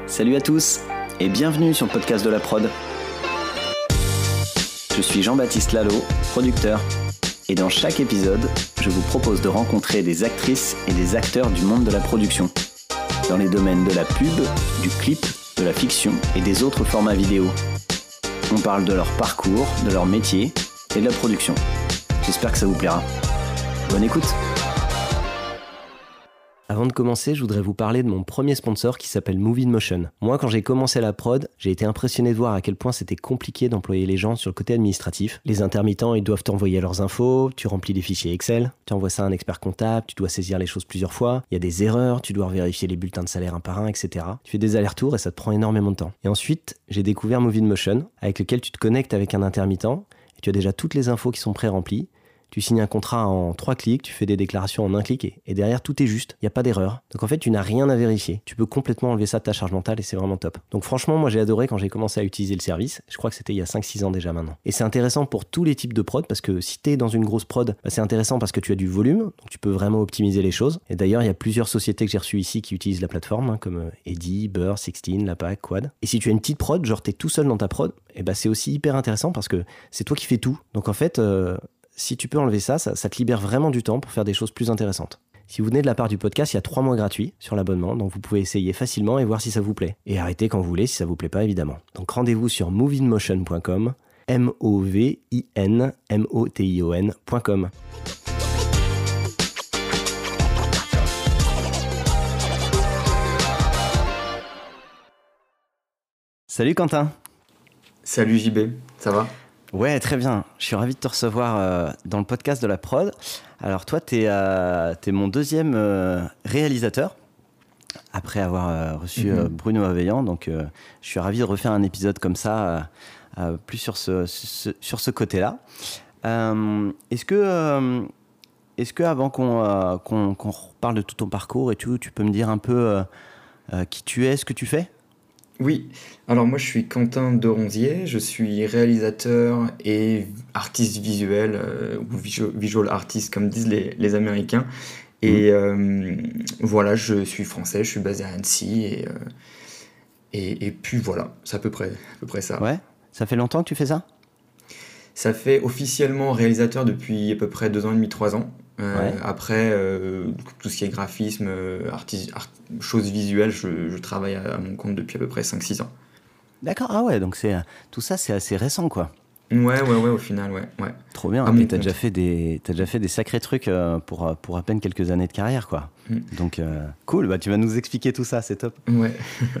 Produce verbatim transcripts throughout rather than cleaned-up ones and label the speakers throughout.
Speaker 1: Salut à tous et bienvenue sur le podcast de la prod. Je suis Jean-Baptiste Lalo, producteur, et dans chaque épisode, je vous propose de rencontrer des actrices et des acteurs du monde de la production, dans les domaines de la pub, du clip, de la fiction et des autres formats vidéo. On parle de leur parcours, de leur métier et de la production. J'espère que ça vous plaira. Bonne écoute! Avant de commencer, je voudrais vous parler de mon premier sponsor qui s'appelle Movie Motion. Moi, quand j'ai commencé la prod, j'ai été impressionné de voir à quel point c'était compliqué d'employer les gens sur le côté administratif. Les intermittents, ils doivent t'envoyer leurs infos, tu remplis des fichiers Excel, tu envoies ça à un expert comptable, tu dois saisir les choses plusieurs fois, il y a des erreurs, tu dois vérifier les bulletins de salaire un par un, et cetera. Tu fais des allers-retours et ça te prend énormément de temps. Et ensuite, j'ai découvert Movie Motion, avec lequel tu te connectes avec un intermittent et tu as déjà toutes les infos qui sont pré-remplies. Tu signes un contrat en trois clics, tu fais des déclarations en un clic et, et derrière tout est juste, il n'y a pas d'erreur. Donc en fait tu n'as rien à vérifier, tu peux complètement enlever ça de ta charge mentale et c'est vraiment top. Donc franchement moi j'ai adoré quand j'ai commencé à utiliser le service, je crois que c'était il y a cinq six ans déjà maintenant. Et c'est intéressant pour tous les types de prod parce que si tu es dans une grosse prod, bah c'est intéressant parce que tu as du volume, donc tu peux vraiment optimiser les choses. Et d'ailleurs il y a plusieurs sociétés que j'ai reçues ici qui utilisent la plateforme, hein, comme Eddy, Burr, sixteen, Lapac, Quad. Et si tu as une petite prod, genre tu es tout seul dans ta prod, et bah c'est aussi hyper intéressant parce que c'est toi qui fais tout. Donc en fait... Euh, Si tu peux enlever ça, ça, ça te libère vraiment du temps pour faire des choses plus intéressantes. Si vous venez de la part du podcast, il y a trois mois gratuits sur l'abonnement, donc vous pouvez essayer facilement et voir si ça vous plaît. Et arrêtez quand vous voulez si ça vous plaît pas, évidemment. Donc rendez-vous sur movinmotion point com, M O V I N M O T I O N point com. Salut Quentin.
Speaker 2: Salut J B, ça va ?
Speaker 1: Ouais, très bien. Je suis ravi de te recevoir euh, dans le podcast de la prod. Alors toi, t'es, euh, t'es mon deuxième euh, réalisateur, après avoir euh, reçu mm-hmm. euh, Bruno Aveillant. Donc euh, je suis ravi de refaire un épisode comme ça, euh, euh, plus sur ce, ce, sur ce côté-là. Euh, est-ce que, euh, est-ce que avant qu'on, euh, qu'on, qu'on parle de tout ton parcours et tout, tu peux me dire un peu euh, euh, qui tu es, ce que tu fais ?
Speaker 2: Oui, alors moi je suis Quentin Doronzier, je suis réalisateur et artiste visuel, euh, ou visual, visual artist comme disent les, les Américains. Et mmh. euh, voilà, je suis français, je suis basé à Annecy, et, euh, et, et puis voilà, c'est à peu près, à peu près ça.
Speaker 1: Ouais, ça fait longtemps que tu fais ça ?
Speaker 2: Ça fait officiellement réalisateur depuis à peu près deux ans et demi, trois ans. Euh, ouais. Après, euh, tout ce qui est graphisme, euh, artis- art- choses visuelles, je, je travaille à, à mon compte depuis à peu près cinq six ans.
Speaker 1: D'accord, ah ouais, donc c'est, tout ça c'est assez récent quoi.
Speaker 2: Ouais, ouais, ouais, au final, ouais. ouais.
Speaker 1: Trop bien, et t'as déjà, fait des, t'as déjà fait des sacrés trucs euh, pour, pour à peine quelques années de carrière quoi. Mm. Donc euh, cool, bah, tu vas nous expliquer tout ça, c'est top.
Speaker 2: Ouais.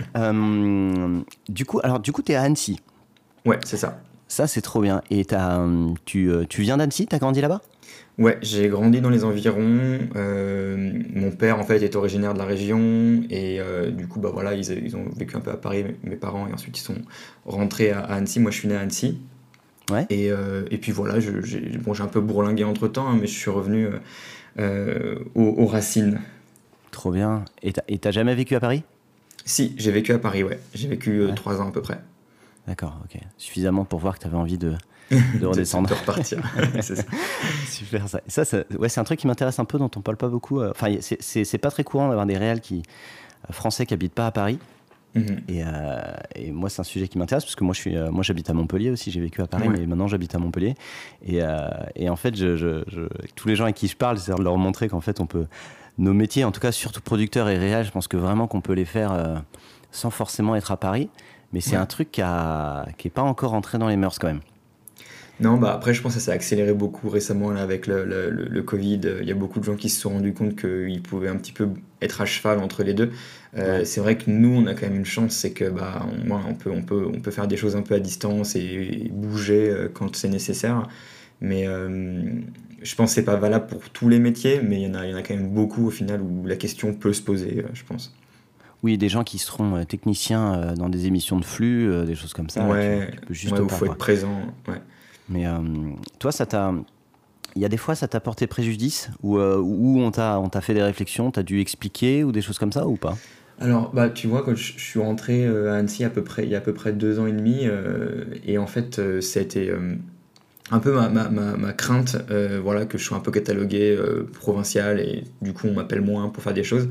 Speaker 1: euh, du coup, alors du coup t'es à Annecy.
Speaker 2: Ouais, c'est ça.
Speaker 1: Ça c'est trop bien, et t'as, tu, tu viens d'Annecy, t'as grandi là-bas ?
Speaker 2: Ouais, j'ai grandi dans les environs. Euh, mon père, en fait, est originaire de la région. Et euh, du coup, bah, voilà, ils, ils ont vécu un peu à Paris, mes parents. Et ensuite, ils sont rentrés à, à Annecy. Moi, je suis né à Annecy.
Speaker 1: Ouais.
Speaker 2: Et, euh, et puis voilà, je, j'ai, bon, j'ai un peu bourlingué entre-temps, hein, mais je suis revenu euh, aux, aux racines.
Speaker 1: Trop bien. Et t'as, et t'as jamais vécu à Paris ?
Speaker 2: Si, j'ai vécu à Paris, ouais. J'ai vécu
Speaker 1: ouais.
Speaker 2: trois ans à peu près.
Speaker 1: D'accord, ok. Suffisamment pour voir que t'avais envie de... de redescendre.
Speaker 2: de, de repartir. C'est ça.
Speaker 1: Super ça. Ça, ça ouais, c'est un truc qui m'intéresse un peu, dont on parle pas beaucoup. Enfin, c'est, c'est, c'est pas très courant d'avoir des réals qui, euh, français qui habitent pas à Paris. Mm-hmm. Et, euh, et moi, c'est un sujet qui m'intéresse parce que moi, je suis, euh, moi, j'habite à Montpellier aussi. J'ai vécu à Paris, ouais. mais maintenant, j'habite à Montpellier. Et, euh, et en fait, je, je, je, tous les gens avec qui je parle, j'essaie de leur montrer qu'en fait, on peut, nos métiers, en tout cas, surtout producteurs et réals, je pense que vraiment qu'on peut les faire euh, sans forcément être à Paris. Mais c'est ouais. un truc qui a, qui est pas encore entré dans les mœurs quand même.
Speaker 2: Non, bah après, je pense que ça s'est accéléré beaucoup récemment là, avec le, le, le, le Covid. Il y a beaucoup de gens qui se sont rendus compte qu'ils pouvaient un petit peu être à cheval entre les deux. Euh, ouais. C'est vrai que nous, on a quand même une chance, c'est que bah, on, on, peut, on, peut, on peut faire des choses un peu à distance et, et bouger quand c'est nécessaire. Mais euh, je pense que c'est pas valable pour tous les métiers, mais il y en a, il y en a quand même beaucoup au final où la question peut se poser, je pense.
Speaker 1: Oui, des gens qui seront techniciens dans des émissions de flux, des choses comme ça.
Speaker 2: Ouais,
Speaker 1: tu, tu peux juste
Speaker 2: ouais,
Speaker 1: pas,
Speaker 2: où il faut
Speaker 1: quoi.
Speaker 2: être présent. Ouais.
Speaker 1: Mais euh, toi, ça t'a... Il y a des fois, ça t'a porté préjudice, ou euh, où on t'a, on t'a fait des réflexions, t'as dû expliquer, ou des choses comme ça, ou pas ?
Speaker 2: Alors, bah, tu vois, quand je, je suis rentré à Annecy à peu près, il y a à peu près deux ans et demi, euh, et en fait, euh, ça a été euh, un peu ma, ma, ma, ma crainte, euh, voilà, que je sois un peu catalogué euh, provincial, et du coup, on m'appelle moins pour faire des choses.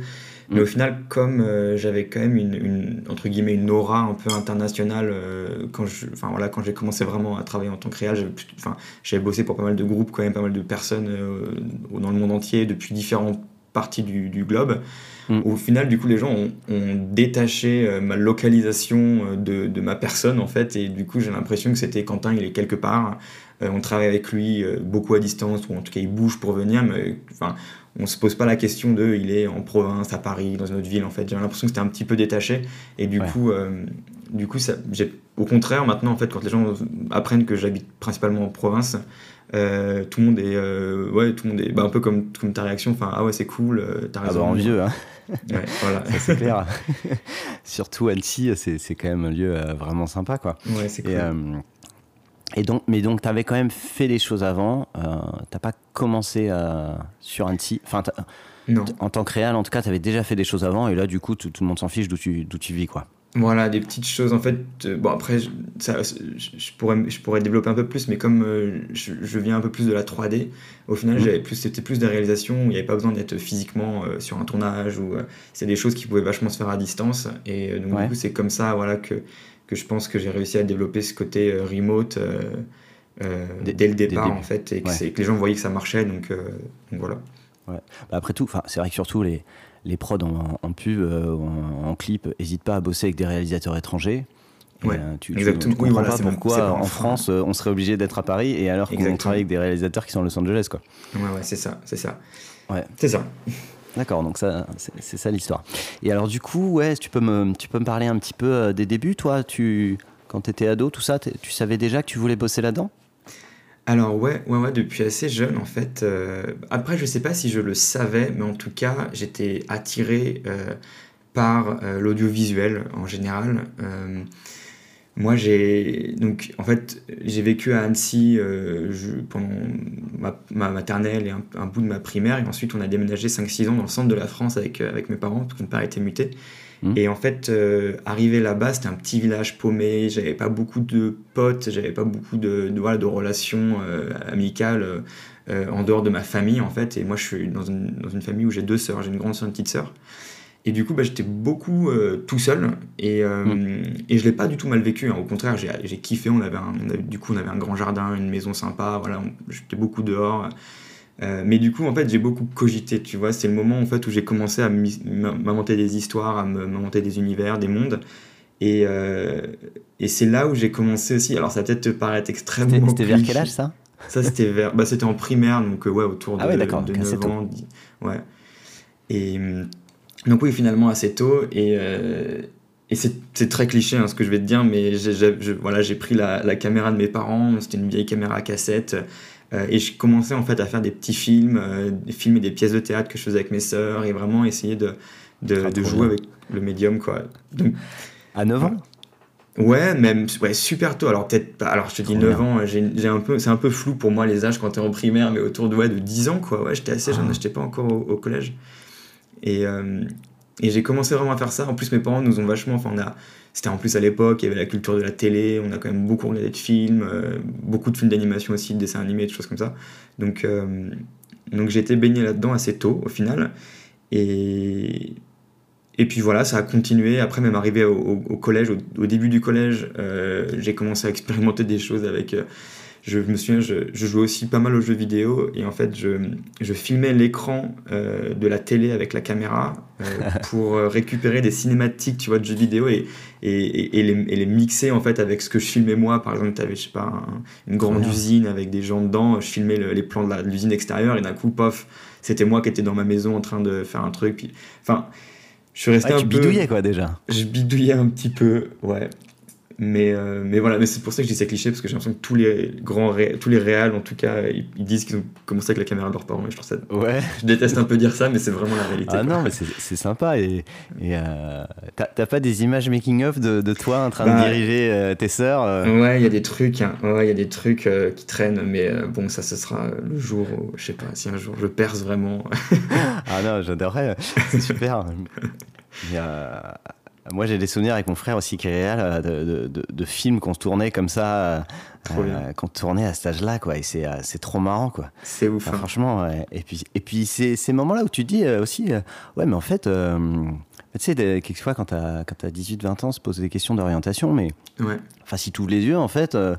Speaker 2: Mais au final, comme euh, j'avais quand même une, une, entre guillemets, une aura un peu internationale, euh, quand je, enfin voilà, quand j'ai commencé vraiment à travailler en tant que réal, j'avais, plus- enfin, j'avais bossé pour pas mal de groupes, quand même pas mal de personnes euh, dans le monde entier, depuis différentes parties du, du globe.
Speaker 1: Mm.
Speaker 2: Au final, du coup, les gens ont, ont détaché euh, ma localisation euh, de, de ma personne, en fait, et du coup, j'ai l'impression que c'était Quentin, il est quelque part. Euh, on travaille avec lui euh, beaucoup à distance, ou en tout cas, il bouge pour venir, mais enfin, on se pose pas la question de il est en province, à Paris, dans une autre ville, en fait. J'ai l'impression que c'était un petit peu détaché, et du
Speaker 1: Ouais.
Speaker 2: coup, euh, du coup ça, j'ai, au contraire, maintenant, en fait, quand les gens apprennent que j'habite principalement en province, euh, tout le monde est, euh, ouais, tout le monde est bah, un peu comme, comme ta réaction, enfin, ah ouais, c'est cool, euh, t'as
Speaker 1: Ah
Speaker 2: raison.
Speaker 1: bah envieux, hein.
Speaker 2: Ouais, voilà.
Speaker 1: Ça, c'est clair. Surtout Annecy, c'est, c'est quand même un lieu euh, vraiment sympa, quoi.
Speaker 2: Ouais, c'est cool.
Speaker 1: Et, euh, et donc, mais donc, t'avais quand même fait des choses avant. Euh, t'as pas commencé euh, sur Annecy. Enfin, t'as-
Speaker 2: Non.
Speaker 1: en tant que réal, en tout cas, t'avais déjà fait des choses avant. Et là, du coup, tout, tout le monde s'en fiche d'où tu, d'où tu vis, quoi.
Speaker 2: Voilà, des petites choses. En fait, euh, bon, après, je, ça, je, je pourrais, je pourrais développer un peu plus, mais comme euh, je, je viens un peu plus de la trois D, au final,
Speaker 1: Mhm.
Speaker 2: j'avais plus, c'était plus des réalisations où il n'y avait pas besoin d'être physiquement euh, sur un tournage, ou euh, c'est des choses qui pouvaient vachement se faire à distance. Et euh, donc,
Speaker 1: Ouais.
Speaker 2: du coup, c'est comme ça, voilà, que, que je pense que j'ai réussi à développer ce côté euh, remote euh, euh,
Speaker 1: Dès-
Speaker 2: dès le
Speaker 1: dès le
Speaker 2: départ,
Speaker 1: début.
Speaker 2: en fait, et que,
Speaker 1: Ouais.
Speaker 2: c'est, que les gens voyaient que ça marchait, donc, euh, donc voilà.
Speaker 1: Ouais. Bah, après tout, enfin, c'est vrai que surtout les, les prods en, en pub, euh, en, en clip, n'hésitent pas à bosser avec des réalisateurs étrangers. Et,
Speaker 2: Ouais,
Speaker 1: euh, tu, tu,
Speaker 2: exactement.
Speaker 1: tu
Speaker 2: Oui,
Speaker 1: comprends
Speaker 2: voilà,
Speaker 1: pas
Speaker 2: c'est mon-
Speaker 1: pourquoi
Speaker 2: c'est pas un
Speaker 1: en
Speaker 2: frein.
Speaker 1: France euh, on serait obligé d'être à Paris et alors qu'on
Speaker 2: Exactement.
Speaker 1: travaille avec des réalisateurs qui sont à Los Angeles, quoi.
Speaker 2: Ouais, ouais, c'est ça, c'est ça.
Speaker 1: Ouais.
Speaker 2: C'est ça.
Speaker 1: D'accord, donc ça, c'est, c'est ça l'histoire. Et alors du coup, ouais, tu peux me, tu peux me parler un petit peu euh, des débuts, toi, tu, quand tu étais ado, tout ça, t'es- tu savais déjà que tu voulais bosser là-dedans?
Speaker 2: Alors ouais, ouais, ouais, depuis assez jeune en fait. Euh, après, je sais pas si je le savais, mais en tout cas, j'étais attiré euh, par euh, l'audiovisuel en général. Euh, moi, j'ai donc en fait, j'ai vécu à Annecy euh, je- pendant ma, ma maternelle et un, un bout de ma primaire, et ensuite on a déménagé cinq six ans dans le centre de la France avec, euh, avec mes parents, parce que mon père était muté.
Speaker 1: Hmm.
Speaker 2: Et en fait, euh, arrivé là-bas, c'était un petit village paumé, j'avais pas beaucoup de potes, j'avais pas beaucoup de, de, voilà, de relations euh, amicales euh, euh, en dehors de ma famille, en fait. Et moi, je suis dans une, dans une famille où j'ai deux sœurs, j'ai une grande sœur et une petite sœur. Et du coup, bah, j'étais beaucoup euh, tout seul, et, euh,
Speaker 1: Mm.
Speaker 2: et je l'ai pas du tout mal vécu, hein. Au contraire, j'ai, j'ai kiffé, on avait un, on avait, du coup, on avait un grand jardin, une maison sympa, voilà, on- j'étais beaucoup dehors. Euh, mais du coup, en fait, j'ai beaucoup cogité, tu vois. C'est le moment en fait où j'ai commencé à m'y- m'inventer des histoires, à me- m'inventer des univers, des mondes. Et, euh, et c'est là où j'ai commencé aussi. Alors, ça va peut-être te paraître extrêmement
Speaker 1: C'était, c'était vers quel
Speaker 2: cliché.
Speaker 1: âge, ça?
Speaker 2: Ça, c'était vers, bah, c'était en primaire, donc euh, ouais, autour de,
Speaker 1: Ah ouais, d'accord,
Speaker 2: de
Speaker 1: donc assez
Speaker 2: neuf
Speaker 1: tôt.
Speaker 2: ans. dix Ouais. Et hum, donc oui, finalement assez tôt. Et, euh, et c'est, c'est très cliché hein, ce que je vais te dire, mais j'ai, j'ai, je- voilà, j'ai pris la, la caméra de mes parents. C'était une vieille caméra à cassette. Euh, et je commençais en fait à faire des petits films, euh, des films et des pièces de théâtre que je faisais avec mes sœurs, et vraiment essayer de, de,
Speaker 1: Ah,
Speaker 2: de
Speaker 1: trop
Speaker 2: jouer
Speaker 1: bien.
Speaker 2: avec le médium, quoi. Donc,
Speaker 1: À neuf ans?
Speaker 2: ouais, même ouais, super tôt. Alors peut-être pas. Alors je te dis
Speaker 1: Trop
Speaker 2: neuf
Speaker 1: bien.
Speaker 2: ans, j'ai, j'ai un peu, c'est un peu flou pour moi les âges quand t'es en primaire, mais autour de, ouais, de dix ans, quoi. Ouais, j'étais assez jeune,
Speaker 1: Ah.
Speaker 2: j'étais pas encore au, au collège. Et, euh, et j'ai commencé vraiment à faire ça. En plus, mes parents nous ont vachement. Enfin, on a, c'était en plus à l'époque, il y avait la culture de la télé, on a quand même beaucoup regardé de films, euh, beaucoup de films d'animation aussi, de dessins animés, de choses comme ça. Donc, euh, donc j'ai été baigné là-dedans assez tôt, au final. Et, et puis voilà, ça a continué. Après, même arrivé au, au- au collège, au, au début du collège, euh, j'ai commencé à expérimenter des choses avec. euh, je me souviens, je, je jouais aussi pas mal aux jeux vidéo et en fait, je, je filmais l'écran euh, de la télé avec la caméra euh, pour euh, récupérer des cinématiques, tu vois, de jeux vidéo et, et, et, et les, et les mixer en fait avec ce que je filmais moi. Par exemple, tu avais, je sais pas, un- une grande
Speaker 1: bien.
Speaker 2: usine avec des gens dedans. Je filmais le- les plans de, la- de l'usine extérieure et d'un coup, pof, c'était moi qui étais dans ma maison en train de faire un truc. Puis, enfin, je suis resté
Speaker 1: Ouais,
Speaker 2: un
Speaker 1: tu
Speaker 2: peu.
Speaker 1: bidouillais, quoi, déjà.
Speaker 2: Je bidouillais un petit peu, ouais. Mais, euh, mais voilà, mais c'est pour ça que je dis c'est cliché, parce que j'ai l'impression que tous les grands ré... tous les réals, en tout cas, ils, ils disent qu'ils ont commencé avec la caméra de leurs parents, et je trouve ça.
Speaker 1: Ouais.
Speaker 2: Je déteste un peu dire ça, mais c'est vraiment la réalité.
Speaker 1: Ah
Speaker 2: quoi.
Speaker 1: non, mais c'est, c'est sympa. Et, et euh, t'as, t'as pas des images making-of de, de toi en train
Speaker 2: Bah,
Speaker 1: de diriger euh, tes sœurs euh,
Speaker 2: Ouais, il y a des trucs, hein. Ouais, il y a des trucs euh, qui traînent, mais euh, bon, ça, ce sera le jour où, je sais pas, si un jour je perce vraiment.
Speaker 1: Ah non, j'adorerais. C'est super. Mais, euh, Moi, j'ai des souvenirs avec mon frère aussi qui est réel euh, de, de, de, de films qu'on se tournait comme ça, euh, qu'on tournait à cet âge-là, quoi. Et c'est, euh, c'est trop marrant, quoi.
Speaker 2: C'est ouf.
Speaker 1: Enfin,
Speaker 2: hein.
Speaker 1: Franchement, ouais. Et puis, et puis c'est ces moments-là où tu te dis euh, aussi, euh, ouais, mais en fait, euh, tu sais, des- quelquefois, quand t'as, quand t'as dix-huit vingt ans, se poser des questions d'orientation, mais
Speaker 2: Ouais.
Speaker 1: enfin, si tu ouvres les yeux, en fait, euh,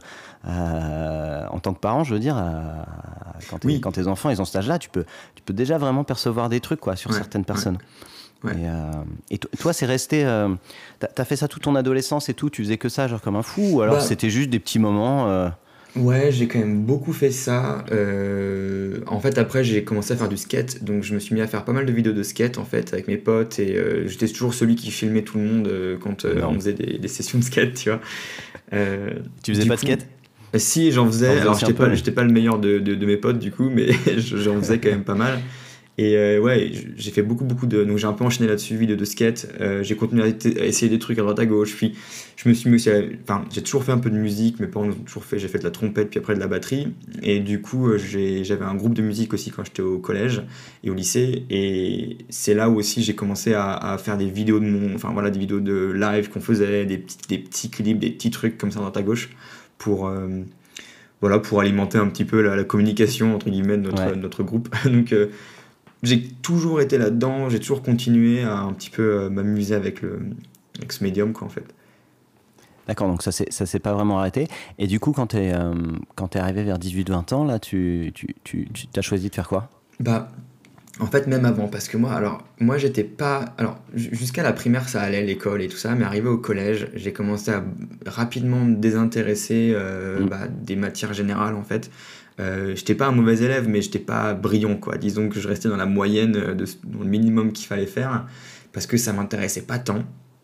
Speaker 1: euh, en tant que parent, je veux dire, euh, quand, t'es-
Speaker 2: Oui.
Speaker 1: quand tes enfants ils ont cet âge-là, tu peux, tu peux déjà vraiment percevoir des trucs, quoi, sur
Speaker 2: Ouais,
Speaker 1: certaines
Speaker 2: ouais.
Speaker 1: personnes.
Speaker 2: Ouais.
Speaker 1: Et, euh, et to- toi, c'est resté. Euh, t'as, t'as fait ça toute ton adolescence et tout, tu faisais que ça, genre comme un fou, ou alors
Speaker 2: Bah,
Speaker 1: c'était juste des petits moments euh,
Speaker 2: Ouais, j'ai quand même beaucoup fait ça. Euh, en fait, après, j'ai commencé à faire du skate, donc je me suis mis à faire pas mal de vidéos de skate en fait avec mes potes et euh, j'étais toujours celui qui filmait tout le monde euh, quand euh, on
Speaker 1: Non.
Speaker 2: faisait des, des sessions de skate, tu vois. Euh,
Speaker 1: Tu faisais
Speaker 2: du
Speaker 1: pas de
Speaker 2: coup-
Speaker 1: skate?
Speaker 2: Euh, Si, j'en
Speaker 1: T'en
Speaker 2: faisais.
Speaker 1: faisais
Speaker 2: Alors,
Speaker 1: aussi un
Speaker 2: j'étais
Speaker 1: peu,
Speaker 2: pas,
Speaker 1: mais-
Speaker 2: j'étais pas le meilleur de, de, de mes potes du coup, mais j'en faisais quand même pas mal. Et euh, ouais, j'ai fait beaucoup, beaucoup de. Donc j'ai un peu enchaîné là-dessus, vidéos de skate. Euh, j'ai continué à, été- à essayer des trucs à droite à gauche. Puis je me suis mis aussi à. Enfin, j'ai toujours fait un peu de musique. Mes parents ont toujours fait. J'ai fait de la trompette, puis après de la batterie. Et du coup, euh, j'ai- j'avais un groupe de musique aussi quand j'étais au collège et au lycée. Et c'est là où aussi j'ai commencé à, à faire des vidéos de mon. Enfin voilà, des vidéos de live qu'on faisait, des petits, des petits clips, des petits trucs comme ça à droite à gauche pour. euh, voilà, pour alimenter un petit peu la, la communication entre guillemets de notre,
Speaker 1: Ouais.
Speaker 2: notre groupe. Donc euh, j'ai toujours été là-dedans, j'ai toujours continué à un petit peu euh, m'amuser avec, le, avec ce médium, quoi, en fait.
Speaker 1: D'accord, donc ça c'est, ça s'est pas vraiment arrêté. Et du coup, quand t'es, euh, quand t'es arrivé vers dix-huit vingt ans, là, tu, tu, tu, tu as choisi de faire quoi?
Speaker 2: Bah, en fait, même avant, parce que moi, alors, moi, j'étais pas. Alors, j- jusqu'à la primaire, ça allait, l'école et tout ça, mais arrivé au collège, j'ai commencé à rapidement me désintéresser euh,
Speaker 1: Mm.
Speaker 2: bah, des matières générales, en fait. Euh, j'étais pas un mauvais élève, mais j'étais pas brillant, quoi. Disons que je restais dans la moyenne, euh, de, ce- dans le minimum qu'il fallait faire, parce que ça m'intéressait pas tant.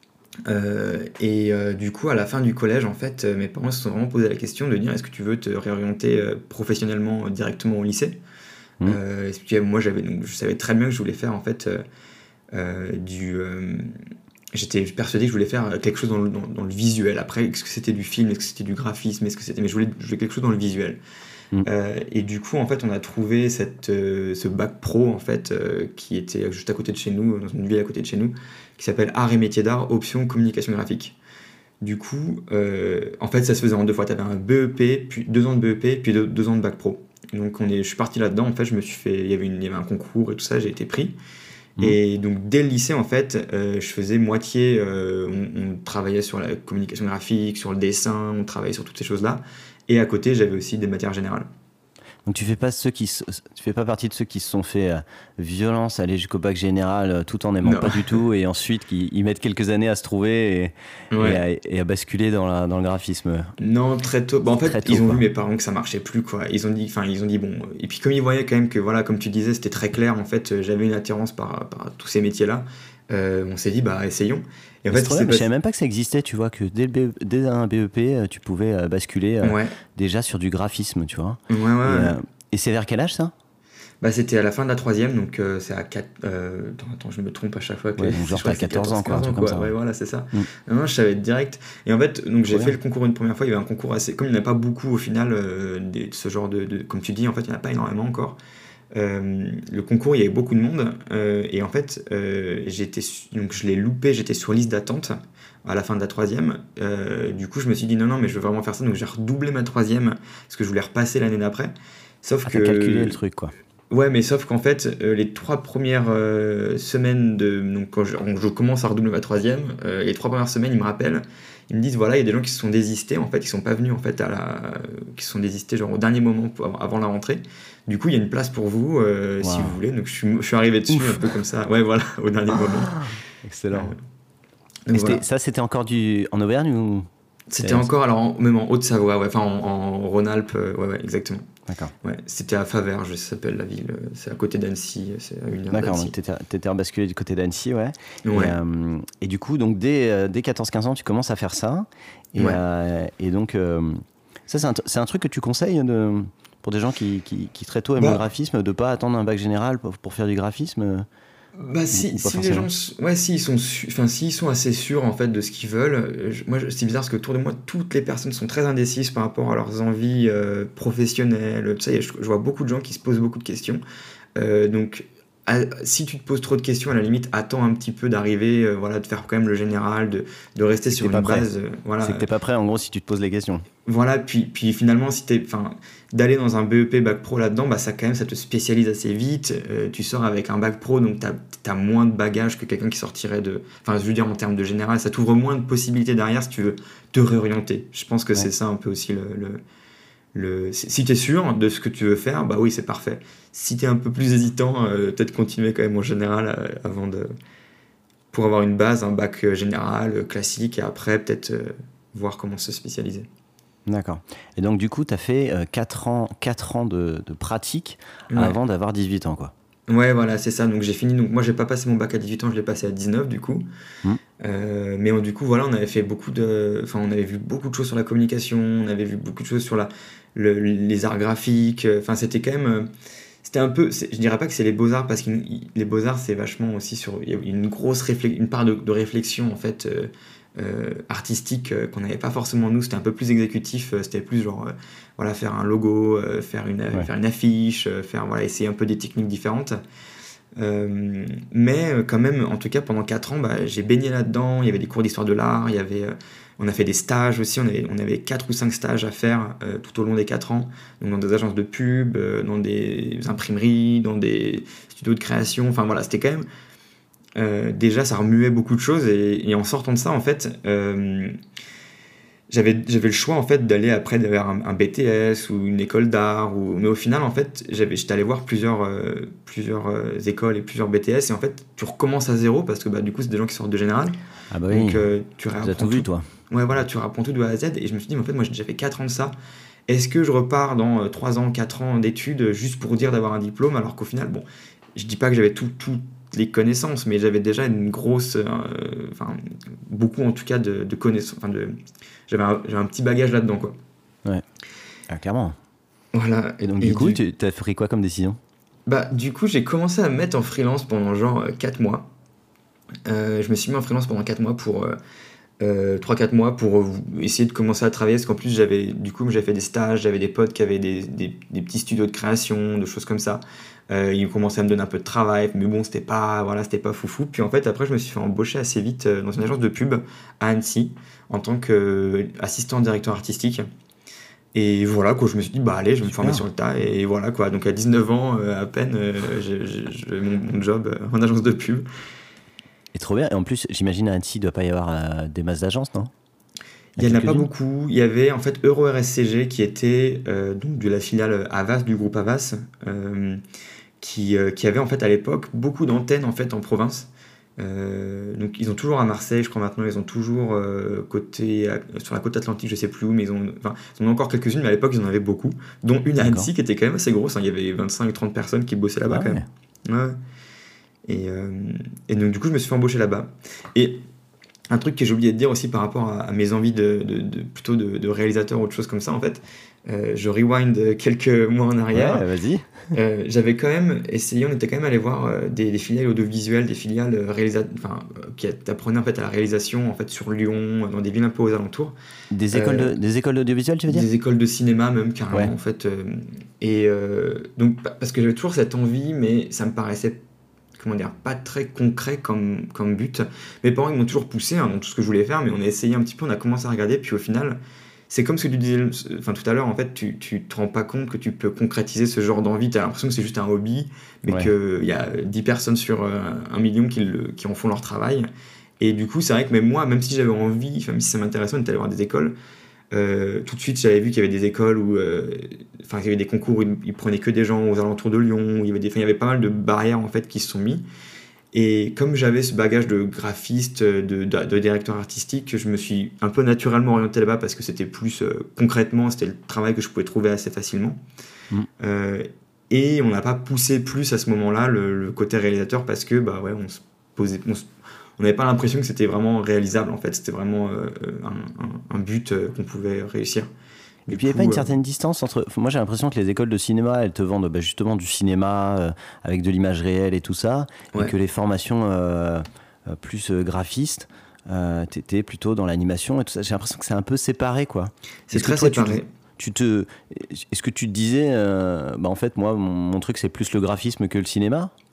Speaker 2: Euh, et euh, du coup, à la fin du collège, en fait, euh, mes parents se sont vraiment posé la question de dire est-ce que tu veux te réorienter euh, professionnellement euh, directement au lycée.
Speaker 1: Mhm.
Speaker 2: Euh, parce que moi, j'avais, donc, je savais très bien que je voulais faire en fait euh, euh, du. euh, j'étais persuadé que je voulais faire quelque chose dans le, dans, dans le visuel. Après, est-ce que c'était du film, est-ce que c'était du graphisme, est-ce que c'était. Mais je voulais, je voulais quelque chose dans le visuel.
Speaker 1: Mhm.
Speaker 2: Euh, et du coup, en fait, on a trouvé cette, euh, ce bac pro en fait euh, qui était juste à côté de chez nous, dans une ville à côté de chez nous, qui s'appelle Arts et métiers d'art, option communication graphique. Du coup, euh, en fait, ça se faisait en deux fois. Tu avais un B E P, puis deux ans de B E P, puis deux, deux ans de bac pro. Donc, on est, je suis parti là-dedans. En fait, je me suis fait, il y avait une, il y avait un concours et tout ça, j'ai été pris.
Speaker 1: Mhm.
Speaker 2: Et donc, dès le lycée, en fait, euh, je faisais moitié. euh, on, on travaillait sur la communication graphique, sur le dessin, on travaillait sur toutes ces choses-là. Et à côté, j'avais aussi des matières générales.
Speaker 1: Donc tu fais pas ceux qui, se- tu fais pas partie de ceux qui se sont fait euh, violence, aller jusqu'au bac général, euh, tout en n'aimant
Speaker 2: Non.
Speaker 1: pas du tout, et ensuite qui ils mettent quelques années à se trouver et,
Speaker 2: Ouais.
Speaker 1: et, à, et à basculer dans, la, dans le graphisme.
Speaker 2: Non, très tôt. Bah, en fait,
Speaker 1: Très tôt,
Speaker 2: ils ont
Speaker 1: quoi.
Speaker 2: vu mes parents que ça marchait plus, quoi. Ils ont dit, enfin, ils ont dit bon. Et puis comme ils voyaient quand même que, voilà, comme tu disais, c'était très clair. En fait, euh, j'avais une attirance par, par tous ces métiers-là. Euh, on s'est dit, bah, essayons. Et en
Speaker 1: Mais
Speaker 2: fait,
Speaker 1: c'est trop
Speaker 2: ce
Speaker 1: bien,
Speaker 2: qui s'est
Speaker 1: mais je savais
Speaker 2: passé-
Speaker 1: même pas que ça existait, tu vois, que dès, le B E P dès un B E P, euh, tu pouvais euh, basculer euh,
Speaker 2: Ouais,
Speaker 1: déjà sur du graphisme, tu vois.
Speaker 2: ouais, ouais.
Speaker 1: Et,
Speaker 2: ouais.
Speaker 1: euh, et c'est vers quel âge ça?
Speaker 2: Bah, c'était à la fin de la troisième, donc euh, c'est à quatre. Euh, attends, attends, je me trompe à chaque fois. Que,
Speaker 1: Ouais, donc genre
Speaker 2: je crois
Speaker 1: t'as
Speaker 2: que c'est
Speaker 1: quatorze ans, quoi, un
Speaker 2: quatorze,
Speaker 1: truc comme ça.
Speaker 2: Ouais, voilà, c'est ça.
Speaker 1: Mm.
Speaker 2: Non, non, je savais direct. Et en fait, donc j'ai
Speaker 1: Trop
Speaker 2: fait
Speaker 1: bien.
Speaker 2: le concours une première fois. Il y avait un concours assez. Comme il n'y en a pas beaucoup au final, euh, des- de ce genre de, de- Comme tu dis, en fait, il n'y en a pas énormément encore. Euh, le concours, il y avait beaucoup de monde. euh, et en fait, euh, j'étais su- donc je l'ai loupé. J'étais sur liste d'attente à la fin de la troisième. Euh, du coup, je me suis dit non, non, mais je veux vraiment faire ça. Donc j'ai redoublé ma troisième parce que je voulais repasser l'année d'après. Sauf
Speaker 1: Ah,
Speaker 2: que.
Speaker 1: t'as calculé le truc, quoi.
Speaker 2: Ouais, mais sauf qu'en fait, euh, les trois premières euh, semaines de. Donc, quand je, je commence à redoubler ma troisième, euh, les trois premières semaines, ils me rappellent. Ils me disent voilà, il y a des gens qui se sont désistés, en fait, qui sont pas venus, en fait, à la. qui se sont désistés, genre, au dernier moment, pour- avant la rentrée. Du coup, il y a une place pour vous, euh, si
Speaker 1: Wow.
Speaker 2: vous voulez. Donc, je suis, je suis arrivé dessus,
Speaker 1: Ouf.
Speaker 2: un peu comme ça. Ouais, voilà, au dernier moment.
Speaker 1: Excellent.
Speaker 2: Euh, donc,
Speaker 1: Et c'était-
Speaker 2: voilà.
Speaker 1: ça, c'était encore du en Auvergne ou?
Speaker 2: C'était
Speaker 1: c'est-
Speaker 2: encore, alors, en- même en Haute-Savoie, ouais, enfin, en, en Rhône-Alpes, euh, ouais, ouais, exactement.
Speaker 1: D'accord.
Speaker 2: Ouais, c'était à Faverges, ça s'appelle la ville. euh, C'est à côté d'Annecy, c'est à une heure
Speaker 1: D'accord,
Speaker 2: d'Annecy.
Speaker 1: donc t'étais, t'étais rebasculé du côté d'Annecy, ouais.
Speaker 2: Ouais.
Speaker 1: Et, euh, et du coup, donc dès, euh, dès quatorze quinze ans, tu commences à faire ça. Et,
Speaker 2: Ouais.
Speaker 1: euh, et donc, euh, ça, c'est un, t- c'est un truc que tu conseilles de, pour des gens qui, qui, qui très tôt aiment
Speaker 2: Bah.
Speaker 1: le graphisme, de pas attendre un bac général pour, pour faire du graphisme.
Speaker 2: Bah si,
Speaker 1: ou pas
Speaker 2: si les
Speaker 1: forcément.
Speaker 2: gens, s- ouais, si ils sont, su- enfin s'ils sont assez sûrs en fait de ce qu'ils veulent. euh, je- moi, je- c'est bizarre parce que autour de moi, toutes les personnes sont très indécises par rapport à leurs envies euh, professionnelles. Tu sais, je, je vois beaucoup de gens qui se posent beaucoup de questions. Euh, donc, à, si tu te poses trop de questions, à la limite, attends un petit peu d'arriver, euh, voilà, de faire quand même le général, de, de rester sur une base. Euh, voilà.
Speaker 1: C'est que t'es pas prêt, en gros, si tu te poses les questions.
Speaker 2: Voilà, puis, puis finalement, si t'es, d'aller dans un B E P bac pro là-dedans, bah, ça, quand même, ça te spécialise assez vite. Euh, tu sors avec un bac pro, donc tu as moins de bagages que quelqu'un qui sortirait de. Enfin, je veux dire, en termes de général, ça t'ouvre moins de possibilités derrière si tu veux te réorienter. Je pense que ouais. c'est ça un peu aussi le. le, le... Si tu es sûr de ce que tu veux faire, bah oui, c'est parfait. Si tu es un peu plus hésitant, euh, peut-être continuer quand même en général euh, avant de. Pour avoir une base, un bac général, euh, classique, et après, peut-être euh, voir comment se spécialiser.
Speaker 1: D'accord. Et donc, du coup, tu as fait euh, quatre ans, quatre ans de, de pratique ouais. avant d'avoir dix-huit ans, quoi.
Speaker 2: Ouais, voilà, c'est ça. Donc, j'ai fini. Donc, moi, j'ai pas passé mon bac à dix-huit ans, je l'ai passé à dix-neuf, du coup. Mmh. Euh, mais du coup, voilà, on avait fait beaucoup de. Enfin, on avait vu beaucoup de choses sur la communication, on avait vu beaucoup de choses sur la, le, les arts graphiques. Enfin, c'était quand même. C'était un peu. Je dirais pas que c'est les beaux-arts, parce que les beaux-arts, c'est vachement aussi sur. Il y a une grosse réflexion, une part de, de réflexion, en fait. Euh, Euh, artistique euh, qu'on n'avait pas forcément nous, c'était un peu plus exécutif, euh, c'était plus genre euh, voilà, faire un logo, euh, faire, une, ouais. faire une affiche, euh, faire, voilà, essayer un peu des techniques différentes. Euh, mais quand même, en tout cas pendant quatre ans, bah, j'ai baigné là-dedans, il y avait des cours d'histoire de l'art, il y avait, euh, on a fait des stages aussi, on avait, on avait quatre ou cinq stages à faire euh, tout au long des quatre ans, donc dans des agences de pub, euh, dans des imprimeries, dans des studios de création, enfin voilà, c'était quand même Euh, déjà ça remuait beaucoup de choses et, et en sortant de ça en fait euh, j'avais, j'avais le choix en fait d'aller après vers un, un B T S ou une école d'art ou... mais au final en fait j'avais, j'étais allé voir plusieurs, euh, plusieurs euh, écoles et plusieurs B T S et en fait tu recommences à zéro parce que bah, du coup c'est des gens qui sortent de général
Speaker 1: ah bah oui,
Speaker 2: donc euh, tu réapprends
Speaker 1: tout, vu, toi.
Speaker 2: Ouais, voilà, tu réapprends tout de A à Z et je me suis dit mais en fait moi j'ai déjà fait quatre ans de ça, est-ce que je repars dans euh, trois ans, quatre ans d'études juste pour dire d'avoir un diplôme alors qu'au final bon je dis pas que j'avais tout, tout les connaissances, mais j'avais déjà une grosse, enfin euh, beaucoup en tout cas de, de connaissances, enfin de, j'avais un, j'avais un petit bagage là-dedans quoi.
Speaker 1: Ouais, ah, clairement.
Speaker 2: Voilà.
Speaker 1: Et donc et du coup, du... tu as pris quoi comme décision ?
Speaker 2: Bah du coup, j'ai commencé à me mettre en freelance pendant genre quatre mois. Euh, je me suis mis en freelance pendant quatre mois pour euh, trois quatre mois pour euh, essayer de commencer à travailler parce qu'en plus j'avais du coup j'avais fait des stages, j'avais des potes qui avaient des, des, des petits studios de création, de choses comme ça. Euh, ils commençaient à me donner un peu de travail, mais bon, c'était pas, voilà, c'était pas foufou. Puis en fait, après, je me suis fait embaucher assez vite euh, dans une agence de pub à Annecy en tant qu'assistant directeur artistique. Et voilà, quoi, je me suis dit, bah allez, je vais me former sur le tas. Et voilà, quoi. Donc à dix-neuf ans, euh, à peine, euh, j'ai, j'ai, j'ai mon, mon job euh, en agence de pub.
Speaker 1: Et trop bien. Et en plus, j'imagine à Annecy, il doit pas y avoir euh, des masses d'agences, non ?
Speaker 2: Il n'y en a pas beaucoup. Il y avait en fait Euro R S C G qui était euh, donc de la filiale Havas, du groupe Havas. Euh, Qui, euh, qui avait en fait à l'époque beaucoup d'antennes en fait en province. Euh, donc ils ont toujours à Marseille, je crois maintenant ils ont toujours euh, côté à, sur la côte atlantique, je sais plus où, mais ils ont, enfin, ils en ont encore quelques-unes, mais à l'époque ils en avaient beaucoup, dont une à Annecy qui était quand même assez grosse. Hein. Il y avait vingt-cinq trente personnes qui bossaient là-bas ah quand ouais. même. Ouais. Et, euh, et donc du coup je me suis fait embaucher là-bas. Et un truc que j'ai oublié de dire aussi par rapport à, à mes envies de, de, de plutôt de, de réalisateur ou autre chose comme ça en fait. Euh, je rewind quelques mois en arrière.
Speaker 1: Ouais, vas-y.
Speaker 2: euh, j'avais quand même essayé, on était quand même allé voir euh, des, des filiales audiovisuelles, des filiales euh, réalisa- enfin, euh, qui apprenaient en fait à la réalisation en fait sur Lyon, dans des villes un peu aux alentours.
Speaker 1: Des écoles, euh, de, des écoles d'audiovisuel, tu veux dire ?
Speaker 2: Des écoles de cinéma même carrément ouais. en fait. Euh, et euh, donc parce que j'avais toujours cette envie, mais ça me paraissait comment dire, pas très concret comme, comme but. Mes parents ils m'ont toujours poussé hein, dans tout ce que je voulais faire, mais on a essayé un petit peu, on a commencé à regarder, puis au final. C'est comme ce que tu disais enfin, tout à l'heure, en fait, tu, tu te rends pas compte que tu peux concrétiser ce genre d'envie. Tu as l'impression que c'est juste un hobby, mais ouais. qu'il y a dix personnes sur euh, un million qui, le, qui en font leur travail. Et du coup, c'est vrai que même moi, même si j'avais envie, même si ça m'intéressait, on était allé voir des écoles, euh, tout de suite, j'avais vu qu'il y avait des écoles où, euh, enfin, il y avait des concours où ils, ils prenaient que des gens aux alentours de Lyon, où il y avait, des, il y avait pas mal de barrières en fait, qui se sont mis. Et comme j'avais ce bagage de graphiste, de, de, de directeur artistique, je me suis un peu naturellement orienté là-bas parce que c'était plus euh, concrètement, c'était le travail que je pouvais trouver assez facilement. Mmh. Euh, et on n'a pas poussé plus à ce moment-là le, le côté réalisateur parce que bah ouais, on se posait, on, se, on n'avait pas l'impression que c'était vraiment réalisable en fait. C'était vraiment euh, un, un, un but euh, qu'on pouvait réussir.
Speaker 1: Du Et puis il n'y a pas une certaine euh... distance entre... Moi j'ai l'impression que les écoles de cinéma, elles te vendent bah, justement du cinéma euh, avec de l'image réelle et tout ça, ouais. et que les formations euh, euh, plus euh, graphistes, euh, t'étais plutôt dans l'animation et tout ça. J'ai l'impression que c'est un peu séparé quoi.
Speaker 2: C'est très toi, séparé.
Speaker 1: Tu te, tu te... Est-ce que tu te disais, euh, bah, en fait moi mon, mon truc c'est plus le graphisme que le cinéma ?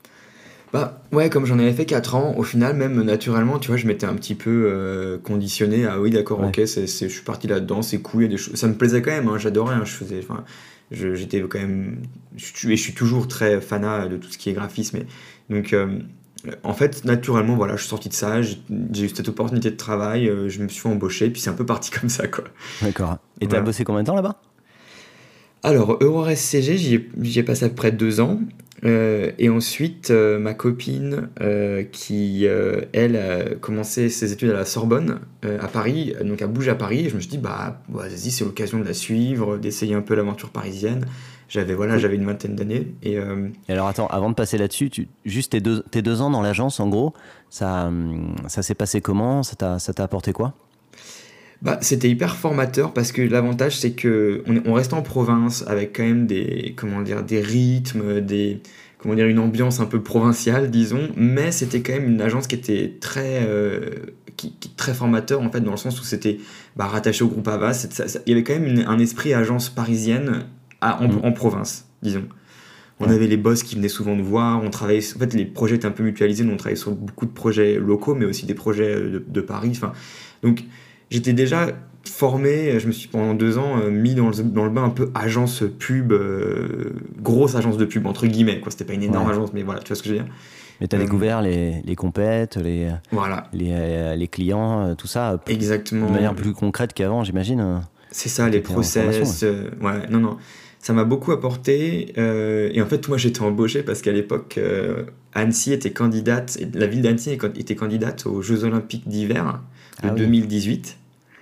Speaker 2: Bah ouais, comme j'en avais fait quatre ans, au final, même naturellement, tu vois, je m'étais un petit peu euh, conditionné à oui, d'accord,
Speaker 1: Ouais.
Speaker 2: ok, c'est, c'est, je suis parti là-dedans, c'est cool, il y a des choses. Ça me plaisait quand même, hein, j'adorais, hein, je faisais, enfin, je- j'étais quand même. Je, suis- et je suis toujours très fanat de tout ce qui est graphisme. Et, donc, euh, en fait, naturellement, voilà, je suis sorti de ça, j'ai, j'ai eu cette opportunité de travail, euh, je me suis fait embaucher, puis c'est un peu parti comme ça, quoi.
Speaker 1: D'accord. Et t'as
Speaker 2: Voilà.
Speaker 1: bossé combien de temps là-bas?
Speaker 2: Alors, EuroRes C G, j'y ai, j'y ai passé à peu près deux ans. Euh, et ensuite, euh, ma copine, euh, qui, euh, elle, a commencé ses études à la Sorbonne, euh, à Paris, donc elle bouge à Paris, et je me suis dit, bah, bah, vas-y, c'est l'occasion de la suivre, d'essayer un peu l'aventure parisienne. J'avais, voilà,
Speaker 1: Oui.
Speaker 2: j'avais une vingtaine d'années, et euh,
Speaker 1: Et alors attends, avant de passer là-dessus, tu, juste tes deux, tes deux ans dans l'agence, en gros, ça, hum, ça s'est passé comment? Ça t'a, ça t'a apporté quoi?
Speaker 2: bah, c'était hyper formateur parce que l'avantage, c'est que on, est- on reste en province avec quand même des, comment dire, des rythmes, des, comment dire, une ambiance un peu provinciale, disons, mais c'était quand même une agence qui était très, euh, qui, qui- très formateur en fait, dans le sens où c'était bah, rattaché au groupe Havas. c'est- ça- ça- Il y avait quand même une- un esprit agence parisienne à- en,
Speaker 1: Hmm.
Speaker 2: en province, disons. On
Speaker 1: Ouais.
Speaker 2: avait les boss qui venaient souvent nous voir, on travaillait, en fait les projets étaient un peu mutualisés, nous on travaillait sur beaucoup de projets locaux, mais aussi des projets euh, de, de Paris. Enfin, donc j'étais déjà formé, je me suis pendant deux ans euh, mis dans le, dans le bain un peu agence pub, euh, grosse agence de pub entre guillemets, quoi. C'était pas une énorme
Speaker 1: Ouais.
Speaker 2: agence, mais voilà, tu vois ce que je veux dire.
Speaker 1: Mais t'as
Speaker 2: Euh,
Speaker 1: découvert les, les compètes, les,
Speaker 2: voilà,
Speaker 1: les, euh, les clients, euh, tout ça, euh, p- de
Speaker 2: exactement.
Speaker 1: manière plus concrète qu'avant, j'imagine. euh,
Speaker 2: C'est ça,
Speaker 1: quand
Speaker 2: les
Speaker 1: t'étais en formation.
Speaker 2: process. euh, ouais, non, non. Ça m'a beaucoup apporté. euh, et en fait, moi, j'étais embauché parce qu'à l'époque, euh, Annecy était candidate, et la ville d'Annecy était candidate aux Jeux Olympiques d'hiver de
Speaker 1: Ah oui.
Speaker 2: deux mille dix-huit.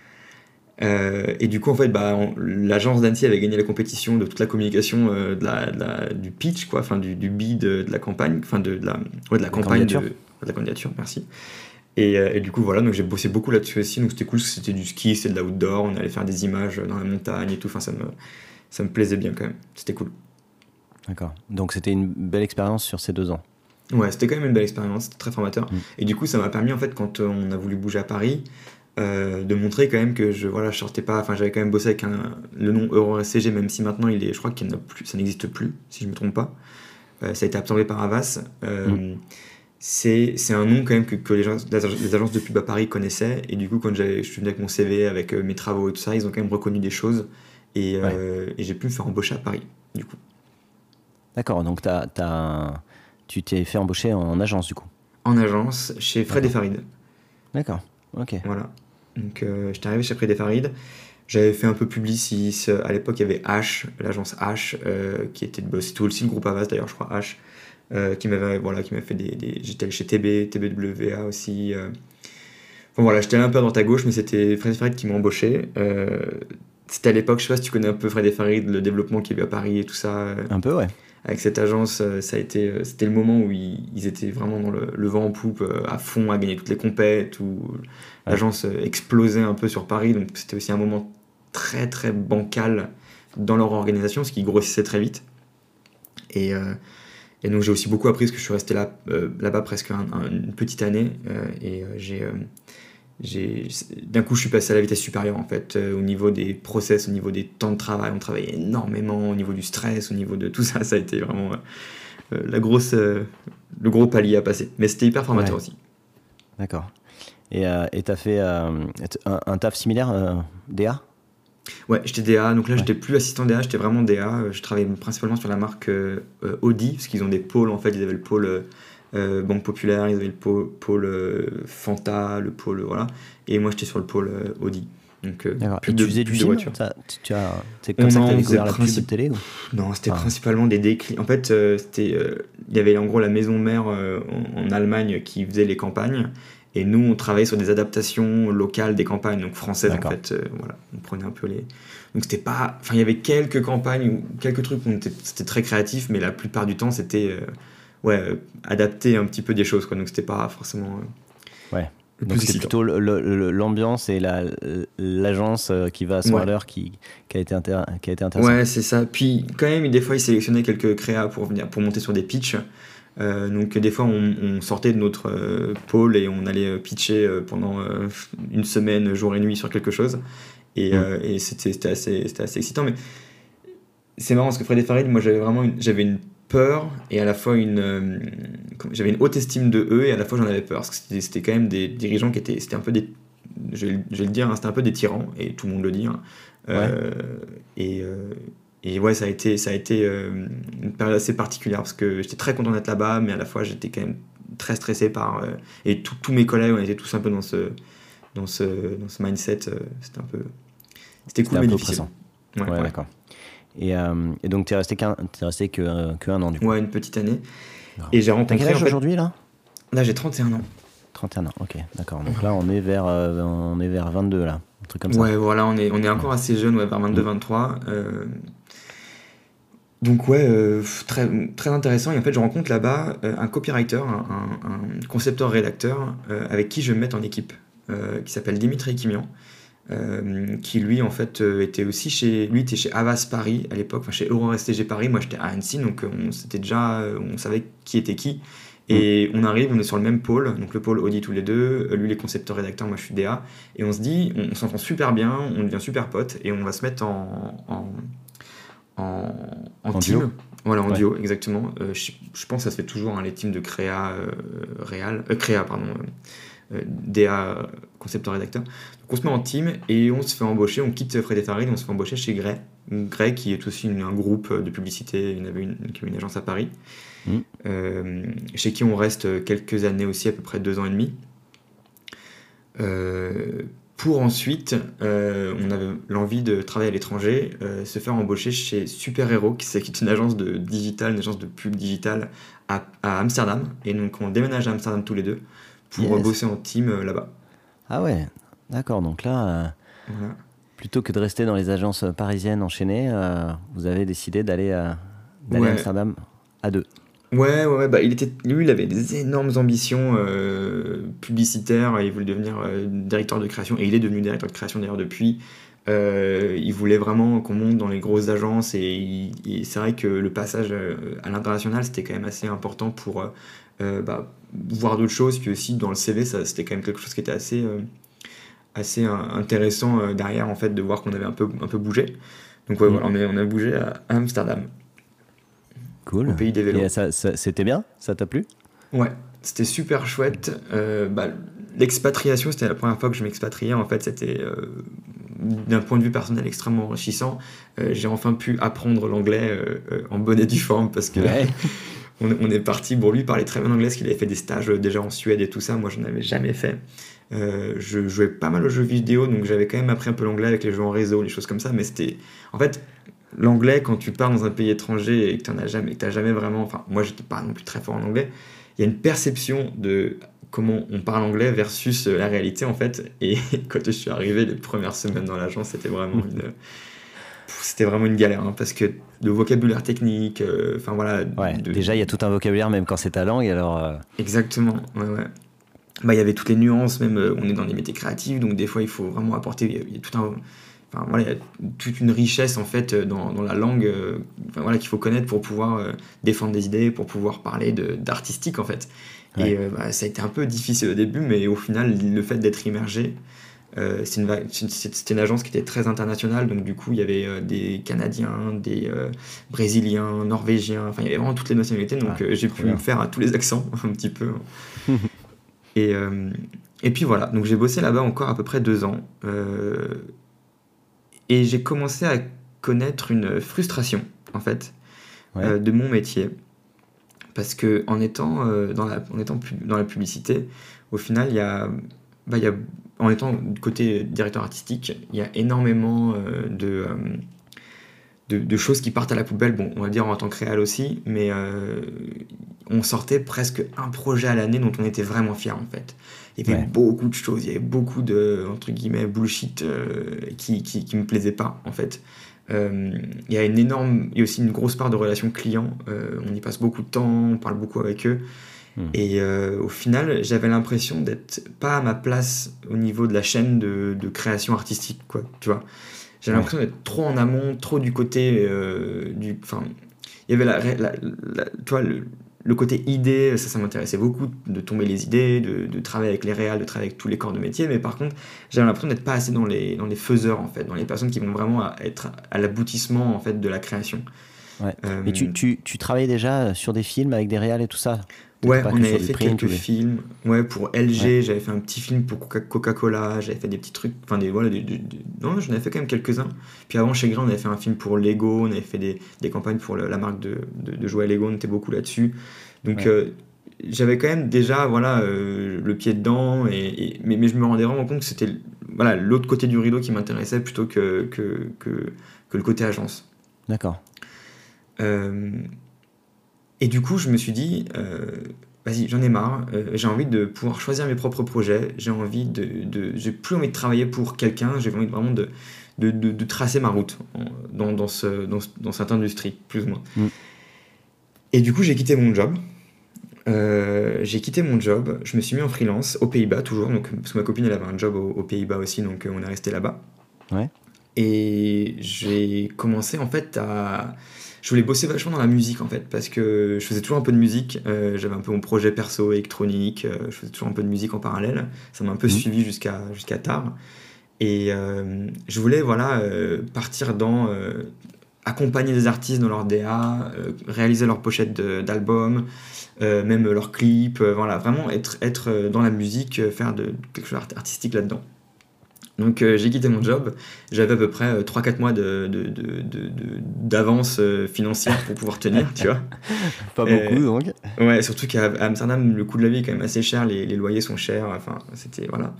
Speaker 2: Euh, et du coup, en fait, bah, on- l'agence d'Annecy avait gagné la compétition de toute la communication euh, de la, de la- du pitch, quoi, enfin du, du bid de, de la campagne, enfin de, de la, ouais, de la campagne de,
Speaker 1: candidature.
Speaker 2: de la candidature, merci. Et, euh, et du coup, voilà, donc j'ai bossé beaucoup là-dessus aussi, donc c'était cool, parce que c'était du ski, c'était de l'outdoor, on allait faire des images dans la montagne et tout, enfin ça me, ça me plaisait bien quand même, c'était cool.
Speaker 1: D'accord. Donc c'était une belle expérience sur ces deux ans.
Speaker 2: Ouais, c'était quand même une belle expérience, c'était très formateur.
Speaker 1: Mm.
Speaker 2: Et du coup, ça m'a permis, en fait, quand euh, on a voulu bouger à Paris, euh, de montrer quand même que je, voilà, je sortais pas, enfin j'avais quand même bossé avec un, le nom EuroRes C G, même si maintenant il est, je crois qu'il n'y en a plus, ça n'existe plus, si je me trompe pas. Euh, ça a été absorbé par Havas. Euh,
Speaker 1: Mm.
Speaker 2: c'est, c'est un nom quand même que, que les, gens, les agences de pub à Paris connaissaient. Et du coup, quand j'avais, je suis venu avec mon C V, avec euh, mes travaux et tout ça, ils ont quand même reconnu des choses. Et, euh, et j'ai pu me faire embaucher à Paris, du coup.
Speaker 1: D'accord. Donc t'as, t'as, tu t'es fait embaucher en agence du coup.
Speaker 2: En agence, chez Fred et Farid.
Speaker 1: D'accord. Ok.
Speaker 2: Voilà. Donc euh, j'étais arrivé chez Fred et Farid. J'avais fait un peu Publicis. À l'époque, il y avait H, l'agence H, euh, qui était de c'était aussi le groupe Havas d'ailleurs, je crois, H, euh, qui m'avait voilà, qui m'a fait des, des... J'étais allé chez T B, T B W A aussi. Euh... Enfin voilà, j'étais allé un peu à droite à gauche, mais c'était Fred et Farid qui m'ont embauché. Euh... C'était à l'époque, je sais pas si tu connais un peu Fred et Farid, le développement qu'il y a eu à Paris et tout ça. euh,
Speaker 1: Un peu, ouais.
Speaker 2: Avec cette agence, euh, ça a été, euh, c'était le moment où ils, ils étaient vraiment dans le, le vent en poupe, euh, à fond, à gagner toutes les compètes, où l'agence euh, explosait un peu sur Paris. Donc c'était aussi un moment très très bancal dans leur organisation, ce qui grossissait très vite. Et, euh, et donc j'ai aussi beaucoup appris parce que je suis resté là, euh, là-bas presque un- un- une petite année. euh, et euh, j'ai, euh, j'ai, d'un coup, je suis passé à la vitesse supérieure en fait, euh, au niveau des process, au niveau des temps de travail. On travaillait énormément, au niveau du stress, au niveau de tout ça. Ça a été vraiment euh, la grosse, euh, le gros palier à passer. Mais c'était hyper formateur
Speaker 1: Ouais.
Speaker 2: aussi.
Speaker 1: D'accord. Et euh, et t'as fait euh, un, un taf similaire, euh, D A?
Speaker 2: Ouais, j'étais D A, donc là
Speaker 1: Ouais.
Speaker 2: j'étais plus assistant D A, j'étais vraiment D A. Euh, Je travaillais principalement sur la marque euh, euh, Audi, parce qu'ils ont des pôles en fait. Ils avaient le pôle euh, euh, Banque Populaire, ils avaient le pôle, pôle euh, Fanta, le pôle. euh, Voilà. Et moi j'étais sur le pôle euh, Audi. Donc, euh,
Speaker 1: D'accord. Et
Speaker 2: pub
Speaker 1: tu
Speaker 2: de,
Speaker 1: faisais du
Speaker 2: pub de
Speaker 1: film?
Speaker 2: voiture.
Speaker 1: Ça, tu, tu as, c'est comme
Speaker 2: On
Speaker 1: ça que
Speaker 2: en
Speaker 1: t'as
Speaker 2: faisait
Speaker 1: découvert la pub
Speaker 2: princi-
Speaker 1: de télé ou?
Speaker 2: Non, c'était
Speaker 1: Ah.
Speaker 2: principalement des déclins. En fait, euh, c'était, euh, il y avait en gros la maison mère euh, en, en Allemagne qui faisait les campagnes. Et nous, on travaillait sur des adaptations locales des campagnes, donc françaises en
Speaker 1: D'accord.
Speaker 2: fait. euh, voilà, on prenait un peu les. Donc c'était pas. Enfin, il y avait quelques campagnes ou quelques trucs où on était... c'était très créatif, mais la plupart du temps, c'était euh, ouais, euh, adapter un petit peu des choses, quoi. Donc c'était pas forcément. euh,
Speaker 1: Ouais.
Speaker 2: le
Speaker 1: Donc
Speaker 2: plus
Speaker 1: c'est
Speaker 2: excitant.
Speaker 1: plutôt le- le- l'ambiance et la, l'agence euh, qui va à son
Speaker 2: Ouais.
Speaker 1: heure qui, qui, a été intér- qui a été intéressante.
Speaker 2: Ouais, c'est ça. Puis quand même, des fois, ils sélectionnaient quelques créas pour venir, pour monter sur des pitchs. Euh, donc des fois, on, on sortait de notre euh, pôle et on allait euh, pitcher euh, pendant euh, une semaine, jour et nuit, sur quelque chose. Et,
Speaker 1: Mm.
Speaker 2: euh, et c'était, c'était assez, c'était assez excitant. Mais c'est marrant parce que Fred et Farid, moi, j'avais vraiment une, j'avais une peur et à la fois une euh, j'avais une haute estime de eux et à la fois j'en avais peur parce que c'était, c'était quand même des dirigeants qui étaient c'était un peu des je vais, je vais le dire hein, c'était un peu des tyrans et tout le monde le dit hein. euh, ouais. et euh, et ouais ça a été ça a été euh, une période assez particulière parce que j'étais très content d'être là-bas mais à la fois j'étais quand même très stressé par euh, et tous mes collègues on était tous un peu dans ce dans ce dans ce mindset euh, c'était un peu c'était cool
Speaker 1: c'était
Speaker 2: mais
Speaker 1: un peu
Speaker 2: difficile
Speaker 1: ouais, ouais, ouais d'accord. Et, euh, et donc, tu es resté, qu'un, t'es resté que, euh, que un an, du coup.
Speaker 2: Ouais, une petite année. Alors, et j'ai rencontré...
Speaker 1: T'as quel âge
Speaker 2: en fait,
Speaker 1: aujourd'hui, là ?
Speaker 2: Là, j'ai trente et un ans.
Speaker 1: trente et un ans, ok, d'accord. Donc là, on est vers, euh, on est vers vingt-deux, là. Un truc comme ça.
Speaker 2: Ouais, voilà, on est, on est encore assez jeune, ouais, vers vingt-deux vingt-trois. Euh... Donc, ouais, euh, très, très intéressant. Et en fait, je rencontre là-bas euh, un copywriter, un, un, un concepteur-rédacteur euh, avec qui je vais me mettre en équipe, euh, qui s'appelle Dimitri Kimian. Euh, qui lui en fait euh, était aussi chez lui était chez Havas Paris à l'époque, enfin chez Aurore S T G Paris, moi j'étais à Annecy donc on c'était déjà on savait qui était qui et mmh. on arrive on est sur le même pôle donc le pôle Audi tous les deux, lui les concepteurs rédacteurs moi je suis D A et on se dit on, on s'entend super bien, on devient super potes et on va se mettre en en en, en, en team
Speaker 1: duo.
Speaker 2: Voilà, en
Speaker 1: ouais.
Speaker 2: duo exactement. euh, je, je pense que ça se fait toujours hein, les teams de créa euh, réal euh, créa pardon euh, D A concepteur rédacteur. Donc on se met en team et on se fait embaucher, on quitte Fred et Farid et on se fait embaucher chez Grey. Grey qui est aussi une, un groupe de publicité, il y avait une, une, une agence à Paris, mmh. euh, chez qui on reste quelques années aussi, à peu près deux ans et demi. Euh, pour ensuite, euh, on avait l'envie de travailler à l'étranger, euh, se faire embaucher chez Super Hero, qui est une agence de digital, une agence de pub digital à, à Amsterdam. Et donc on déménage à Amsterdam tous les deux pour yes. bosser en team euh, là-bas.
Speaker 1: Ah ouais, d'accord. Donc là, euh, voilà. plutôt que de rester dans les agences parisiennes enchaînées, euh, vous avez décidé d'aller, euh, d'aller ouais. à Amsterdam à deux.
Speaker 2: Ouais, ouais, ouais bah, il était, lui, il avait des énormes ambitions euh, publicitaires. Il voulait devenir euh, directeur de création, et il est devenu directeur de création d'ailleurs depuis. Euh, il voulait vraiment qu'on monte dans les grosses agences, et, il, et c'est vrai que le passage à l'international, c'était quand même assez important pour euh, bah, voir d'autres choses, puis aussi dans le C V, ça, c'était quand même quelque chose qui était assez, euh, assez intéressant euh, derrière, en fait, de voir qu'on avait un peu, un peu bougé. Donc ouais, mmh. voilà, on, est, on a bougé à, à Amsterdam.
Speaker 1: Cool.
Speaker 2: Au pays des vélos.
Speaker 1: Et ça, ça, c'était bien ? Ça t'a plu ?
Speaker 2: Ouais, c'était super chouette. Euh, bah, l'expatriation, c'était la première fois que je m'expatriais. En fait, c'était euh, d'un point de vue personnel extrêmement enrichissant. Euh, j'ai enfin pu apprendre l'anglais euh, euh, en bonne et due forme parce que ouais. on, on est parti. Bon, lui parlait très bien anglais parce qu'il avait fait des stages déjà en Suède et tout ça. Moi, je n'en avais jamais fait. Euh, je jouais pas mal aux jeux vidéo, donc j'avais quand même appris un peu l'anglais avec les jeux en réseau, les choses comme ça. Mais c'était, en fait. L'anglais, quand tu pars dans un pays étranger et que tu n'as jamais, jamais vraiment... Enfin, moi, j'étais pas non plus très fort en anglais. Il y a une perception de comment on parle anglais versus la réalité, en fait. Et quand je suis arrivé, les premières semaines dans l'agence, c'était vraiment une... C'était vraiment une galère, hein, parce que le vocabulaire technique... Enfin, euh, voilà...
Speaker 1: Ouais,
Speaker 2: de...
Speaker 1: déjà, il y a tout un vocabulaire, même quand c'est ta langue, alors... Euh...
Speaker 2: Exactement, ouais, ouais. Bah, il y avait toutes les nuances, même, euh, on est dans des métiers créatifs, donc des fois, il faut vraiment apporter... Il y a, il y a tout un... Enfin, voilà, il y a toute une richesse en fait dans, dans la langue euh, enfin, voilà, qu'il faut connaître pour pouvoir euh, défendre des idées, pour pouvoir parler de, d'artistique en fait. Ouais. Et euh, bah, ça a été un peu difficile au début, mais au final, le fait d'être immergé, euh, c'est une, c'était une agence qui était très internationale, donc du coup, il y avait euh, des Canadiens, des euh, Brésiliens, Norvégiens, enfin, il y avait vraiment toutes les nationalités, donc ouais, euh, j'ai pu bien. me faire à tous les accents un petit peu. et, euh, et puis voilà, donc j'ai bossé là-bas encore à peu près deux ans. Euh, Et j'ai commencé à connaître une frustration, en fait, ouais. euh, de mon métier. Parce qu'en étant, euh, dans, la, en étant pub, dans la publicité, au final, il y a, bah, il y a, en étant du côté directeur artistique, il y a énormément euh, de, euh, de, de choses qui partent à la poubelle. Bon, on va dire en tant que réal aussi, mais euh, on sortait presque un projet à l'année dont on était vraiment fiers, en fait. Il y avait ouais. beaucoup de choses, il y avait beaucoup de, entre guillemets, bullshit euh, qui, qui, qui me plaisait pas, en fait. Euh, il y a une énorme, il y a aussi une grosse part de relations clients, euh, on y passe beaucoup de temps, on parle beaucoup avec eux, mmh. et euh, au final, j'avais l'impression d'être pas à ma place au niveau de la chaîne de, de création artistique, quoi, tu vois. J'avais ouais. l'impression d'être trop en amont, trop du côté euh, du, enfin, il y avait la, la, la tu vois, le, Le côté idée, ça, ça m'intéressait beaucoup, de tomber les idées, de, de travailler avec les réals, de travailler avec tous les corps de métier, mais par contre, j'avais l'impression d'être pas assez dans les, dans les faiseurs, en fait, dans les personnes qui vont vraiment à être à l'aboutissement, en fait, de la création.
Speaker 1: Ouais. Euh, Mais tu, tu, tu travaillais déjà sur des films avec des réals et tout ça?
Speaker 2: Ouais, on avait fait quelques films. Ouais, pour L G, ouais. J'avais fait un petit film pour Coca-Cola, j'avais fait des petits trucs, enfin des voilà, des, des, des... non, j'en avais fait quand même quelques-uns. Puis avant chez Grey, on avait fait un film pour Lego, on avait fait des, des campagnes pour le, la marque de, de, de jouets Lego, on était beaucoup là-dessus. Donc ouais. euh, j'avais quand même déjà voilà euh, le pied dedans, et, et mais, mais je me rendais vraiment compte que c'était voilà l'autre côté du rideau qui m'intéressait plutôt que que, que que le côté agence.
Speaker 1: D'accord.
Speaker 2: Euh, Et du coup, je me suis dit, euh, vas-y, j'en ai marre, euh, j'ai envie de pouvoir choisir mes propres projets, j'ai envie de, de j'ai plus envie de travailler pour quelqu'un, j'ai envie vraiment de, de, de, de tracer ma route dans, dans, ce, dans, dans cette industrie, plus ou moins. Mm. Et du coup, j'ai quitté mon job. Euh, j'ai quitté mon job, je me suis mis en freelance aux Pays-Bas toujours, donc, parce que ma copine elle avait un job aux, aux Pays-Bas aussi, donc on est resté là-bas.
Speaker 1: Ouais.
Speaker 2: Et j'ai commencé en fait à... Je voulais bosser vachement dans la musique en fait, parce que je faisais toujours un peu de musique, euh, j'avais un peu mon projet perso électronique, euh, je faisais toujours un peu de musique en parallèle, ça m'a un peu mmh. suivi jusqu'à, jusqu'à tard. Et euh, je voulais voilà, euh, partir dans... Euh, accompagner des artistes dans leur D A, euh, réaliser leurs pochettes de, d'albums, euh, même leurs clips, euh, voilà, vraiment être, être dans la musique, euh, faire de, quelque chose d'artistique là-dedans. Donc euh, j'ai quitté mon job, j'avais à peu près euh, trois quatre mois de, de, de, de, de, d'avance euh, financière pour pouvoir tenir, tu vois.
Speaker 1: Pas beaucoup euh, donc.
Speaker 2: Ouais, surtout qu'à Amsterdam, le coût de la vie est quand même assez cher, les, les loyers sont chers, enfin, c'était, voilà.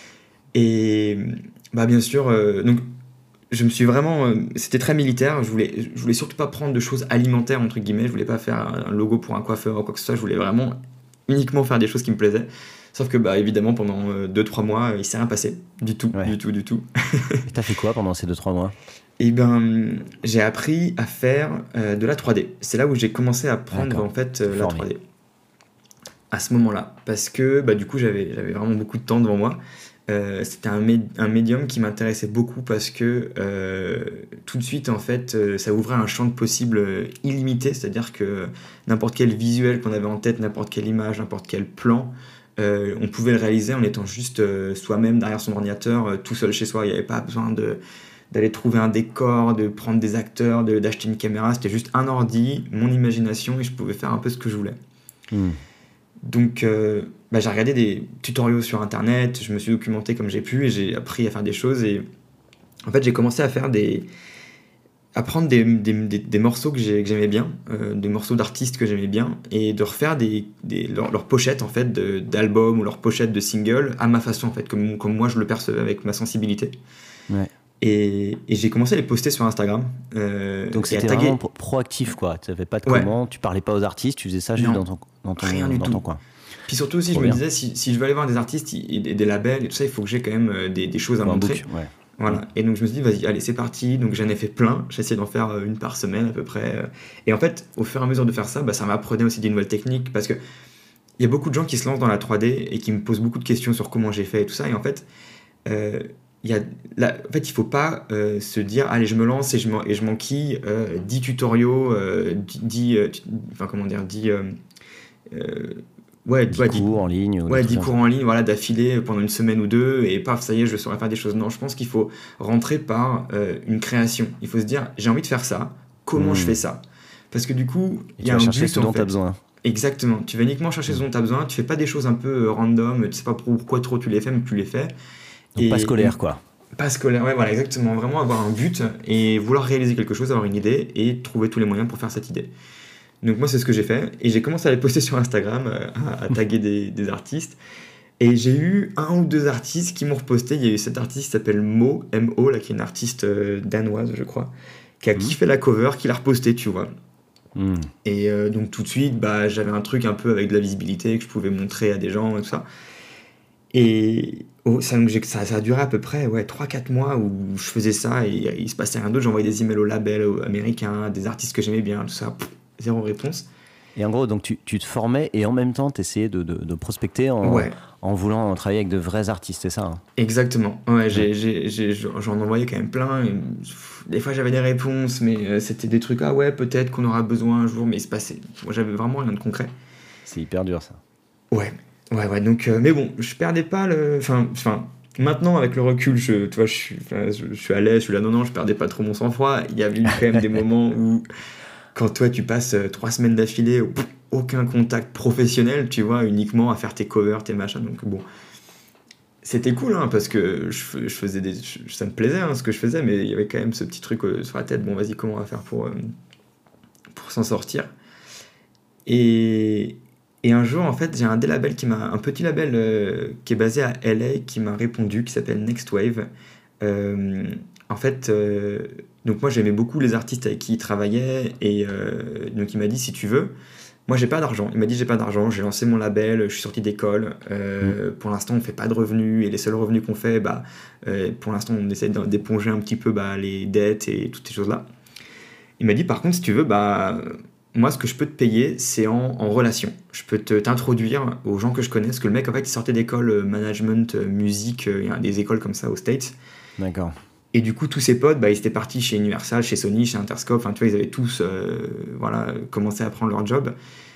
Speaker 2: Et, bah bien sûr, euh, donc, je me suis vraiment... Euh, c'était très militaire, je voulais, je voulais surtout pas prendre de choses alimentaires, entre guillemets, je voulais pas faire un logo pour un coiffeur ou quoi que ce soit, je voulais vraiment uniquement faire des choses qui me plaisaient. Sauf que, bah, évidemment, pendant deux trois mois, il s'est rien passé. Du tout, ouais. du tout, du tout.
Speaker 1: Et t'as fait quoi pendant ces deux trois mois ?
Speaker 2: Eh ben, j'ai appris à faire euh, de la trois D. C'est là où j'ai commencé à prendre, D'accord. en fait, euh, la trois D. À ce moment-là. Parce que, bah, du coup, j'avais, j'avais vraiment beaucoup de temps devant moi. Euh, c'était un, mé- un médium qui m'intéressait beaucoup parce que, euh, tout de suite, en fait, euh, ça ouvrait un champ de possibles illimité. C'est-à-dire que n'importe quel visuel qu'on avait en tête, n'importe quelle image, n'importe quel plan... Euh, on pouvait le réaliser en étant juste euh, soi-même derrière son ordinateur, euh, tout seul chez soi. Il n'y avait pas besoin de, d'aller trouver un décor, de prendre des acteurs, de, d'acheter une caméra. C'était juste un ordi, mon imagination, et je pouvais faire un peu ce que je voulais. Mm. Donc euh, bah, j'ai regardé des tutoriaux sur internet, je me suis documenté comme j'ai pu et j'ai appris à faire des choses. Et en fait, j'ai commencé à faire des... à prendre des, des, des, des morceaux que, j'ai, que j'aimais bien, euh, des morceaux d'artistes que j'aimais bien, et de refaire des, des, leurs leur pochettes en fait, de, d'albums ou leurs pochettes de singles à ma façon, en fait, comme, comme moi je le percevais avec ma sensibilité.
Speaker 1: Ouais.
Speaker 2: Et, et j'ai commencé à les poster sur Instagram. Euh,
Speaker 1: Donc c'était
Speaker 2: taguer...
Speaker 1: vraiment pro- proactif, quoi. Tu n'avais pas de comment, ouais. tu parlais pas aux artistes, tu faisais ça juste dans ton, dans ton,
Speaker 2: rien du
Speaker 1: dans
Speaker 2: tout.
Speaker 1: ton coin.
Speaker 2: Puis surtout aussi, Trop je bien. me disais, si, si je veux aller voir des artistes et des, des labels et tout ça, il faut que j'ai quand même des, des choses à
Speaker 1: Ou
Speaker 2: montrer.
Speaker 1: Book, ouais.
Speaker 2: Voilà. Et donc je me suis dit, vas-y, allez, c'est parti. Donc j'en ai fait plein. J'ai essayé d'en faire une par semaine à peu près. Et en fait, au fur et à mesure de faire ça, bah, ça m'apprenait aussi des nouvelles techniques. Parce que il y a beaucoup de gens qui se lancent dans la trois D et qui me posent beaucoup de questions sur comment j'ai fait et tout ça. Et en fait, euh, il y a la... en fait, il faut pas euh, se dire, allez, je me lance et je, m'en... et je m'enquille euh, dix tutoriaux, euh, dix, euh, enfin comment dire, dix... Euh, euh, Ouais,
Speaker 1: dix
Speaker 2: ouais,
Speaker 1: cours
Speaker 2: dix,
Speaker 1: en ligne.
Speaker 2: Ouais, dix cours en ligne, voilà, d'affilée pendant une semaine ou deux, et paf, ça y est, je saurais faire des choses. Non, je pense qu'il faut rentrer par euh, une création. Il faut se dire, j'ai envie de faire ça, comment mmh. je fais ça ? Parce que du coup, il y a un
Speaker 1: chercher
Speaker 2: but,
Speaker 1: ce dont
Speaker 2: tu
Speaker 1: as besoin.
Speaker 2: Exactement. Tu vas uniquement chercher mmh. ce dont tu as besoin, tu fais pas des choses un peu euh, random, tu sais pas pourquoi trop tu les fais, mais tu les fais.
Speaker 1: Donc et, pas scolaire, quoi.
Speaker 2: Pas scolaire, ouais, voilà, exactement. Vraiment avoir un but et vouloir réaliser quelque chose, avoir une idée et trouver tous les moyens pour faire cette idée. Donc moi c'est ce que j'ai fait et j'ai commencé à les poster sur Instagram, euh, à, à taguer des, des artistes et j'ai eu un ou deux artistes qui m'ont reposté. Il y a eu cet artiste qui s'appelle Mo, M O, là, qui est une artiste euh, danoise je crois, qui a mmh. kiffé la cover, qui l'a reposté, tu vois. Mmh. Et euh, donc tout de suite bah, j'avais un truc un peu avec de la visibilité que je pouvais montrer à des gens et tout ça. Et oh, ça, donc, ça, ça a duré à peu près ouais, trois quatre mois où je faisais ça et euh, il se passait rien d'autre. J'envoyais des emails aux labels américains, des artistes que j'aimais bien, tout ça. Pff, zéro réponse.
Speaker 1: Et en gros, donc tu, tu te formais et en même temps, tu essayais de, de, de prospecter en,
Speaker 2: ouais.
Speaker 1: en voulant travailler avec de vrais artistes, c'est ça hein ?
Speaker 2: Exactement. Ouais, ouais. J'ai, j'ai, j'ai, j'en envoyais quand même plein. Et des fois, j'avais des réponses, mais euh, c'était des trucs, ah ouais, peut-être qu'on aura besoin un jour, mais il se passait. Moi, j'avais vraiment rien de concret.
Speaker 1: C'est hyper dur, ça.
Speaker 2: Ouais, ouais, ouais. Donc, euh, mais bon, je perdais pas le. Enfin, enfin. Maintenant, avec le recul, je, tu vois, je suis, je, je suis à l'aise, je suis là, non, non, je perdais pas trop mon sang-froid. Il y avait eu quand même des moments où quand toi tu passes euh, trois semaines d'affilée, pff, aucun contact professionnel, tu vois, uniquement à faire tes covers, tes machins. Donc bon, c'était cool, hein, parce que je, je faisais des, je- ça me plaisait hein, ce que je faisais, mais il y avait quand même ce petit truc euh, sur la tête. Bon, vas-y, comment on va faire pour, euh, pour s'en sortir? Et, et un jour, en fait, j'ai un des labels qui m'a, un petit label euh, qui est basé à L A qui m'a répondu, qui s'appelle Next Wave. Euh, en fait, euh, donc moi j'aimais beaucoup les artistes avec qui il travaillait et euh, donc il m'a dit si tu veux, moi j'ai pas d'argent. Il m'a dit j'ai pas d'argent, j'ai lancé mon label, je suis sorti d'école. Euh, pour l'instant on fait pas de revenus et les seuls revenus qu'on fait, bah euh, pour l'instant on essaie d'éponger un petit peu bah, les dettes et toutes ces choses là. Il m'a dit par contre si tu veux bah moi ce que je peux te payer c'est en, en relation. Je peux te t'introduire aux gens que je connais parce que le mec en fait il sortait d'école euh, management, euh, musique, euh, il y a des écoles comme ça aux States.
Speaker 1: D'accord.
Speaker 2: Et du coup, tous ses potes, bah, ils étaient partis chez Universal, chez Sony, chez Interscope. Enfin, tu vois, ils avaient tous euh, voilà, commencé à prendre leur job.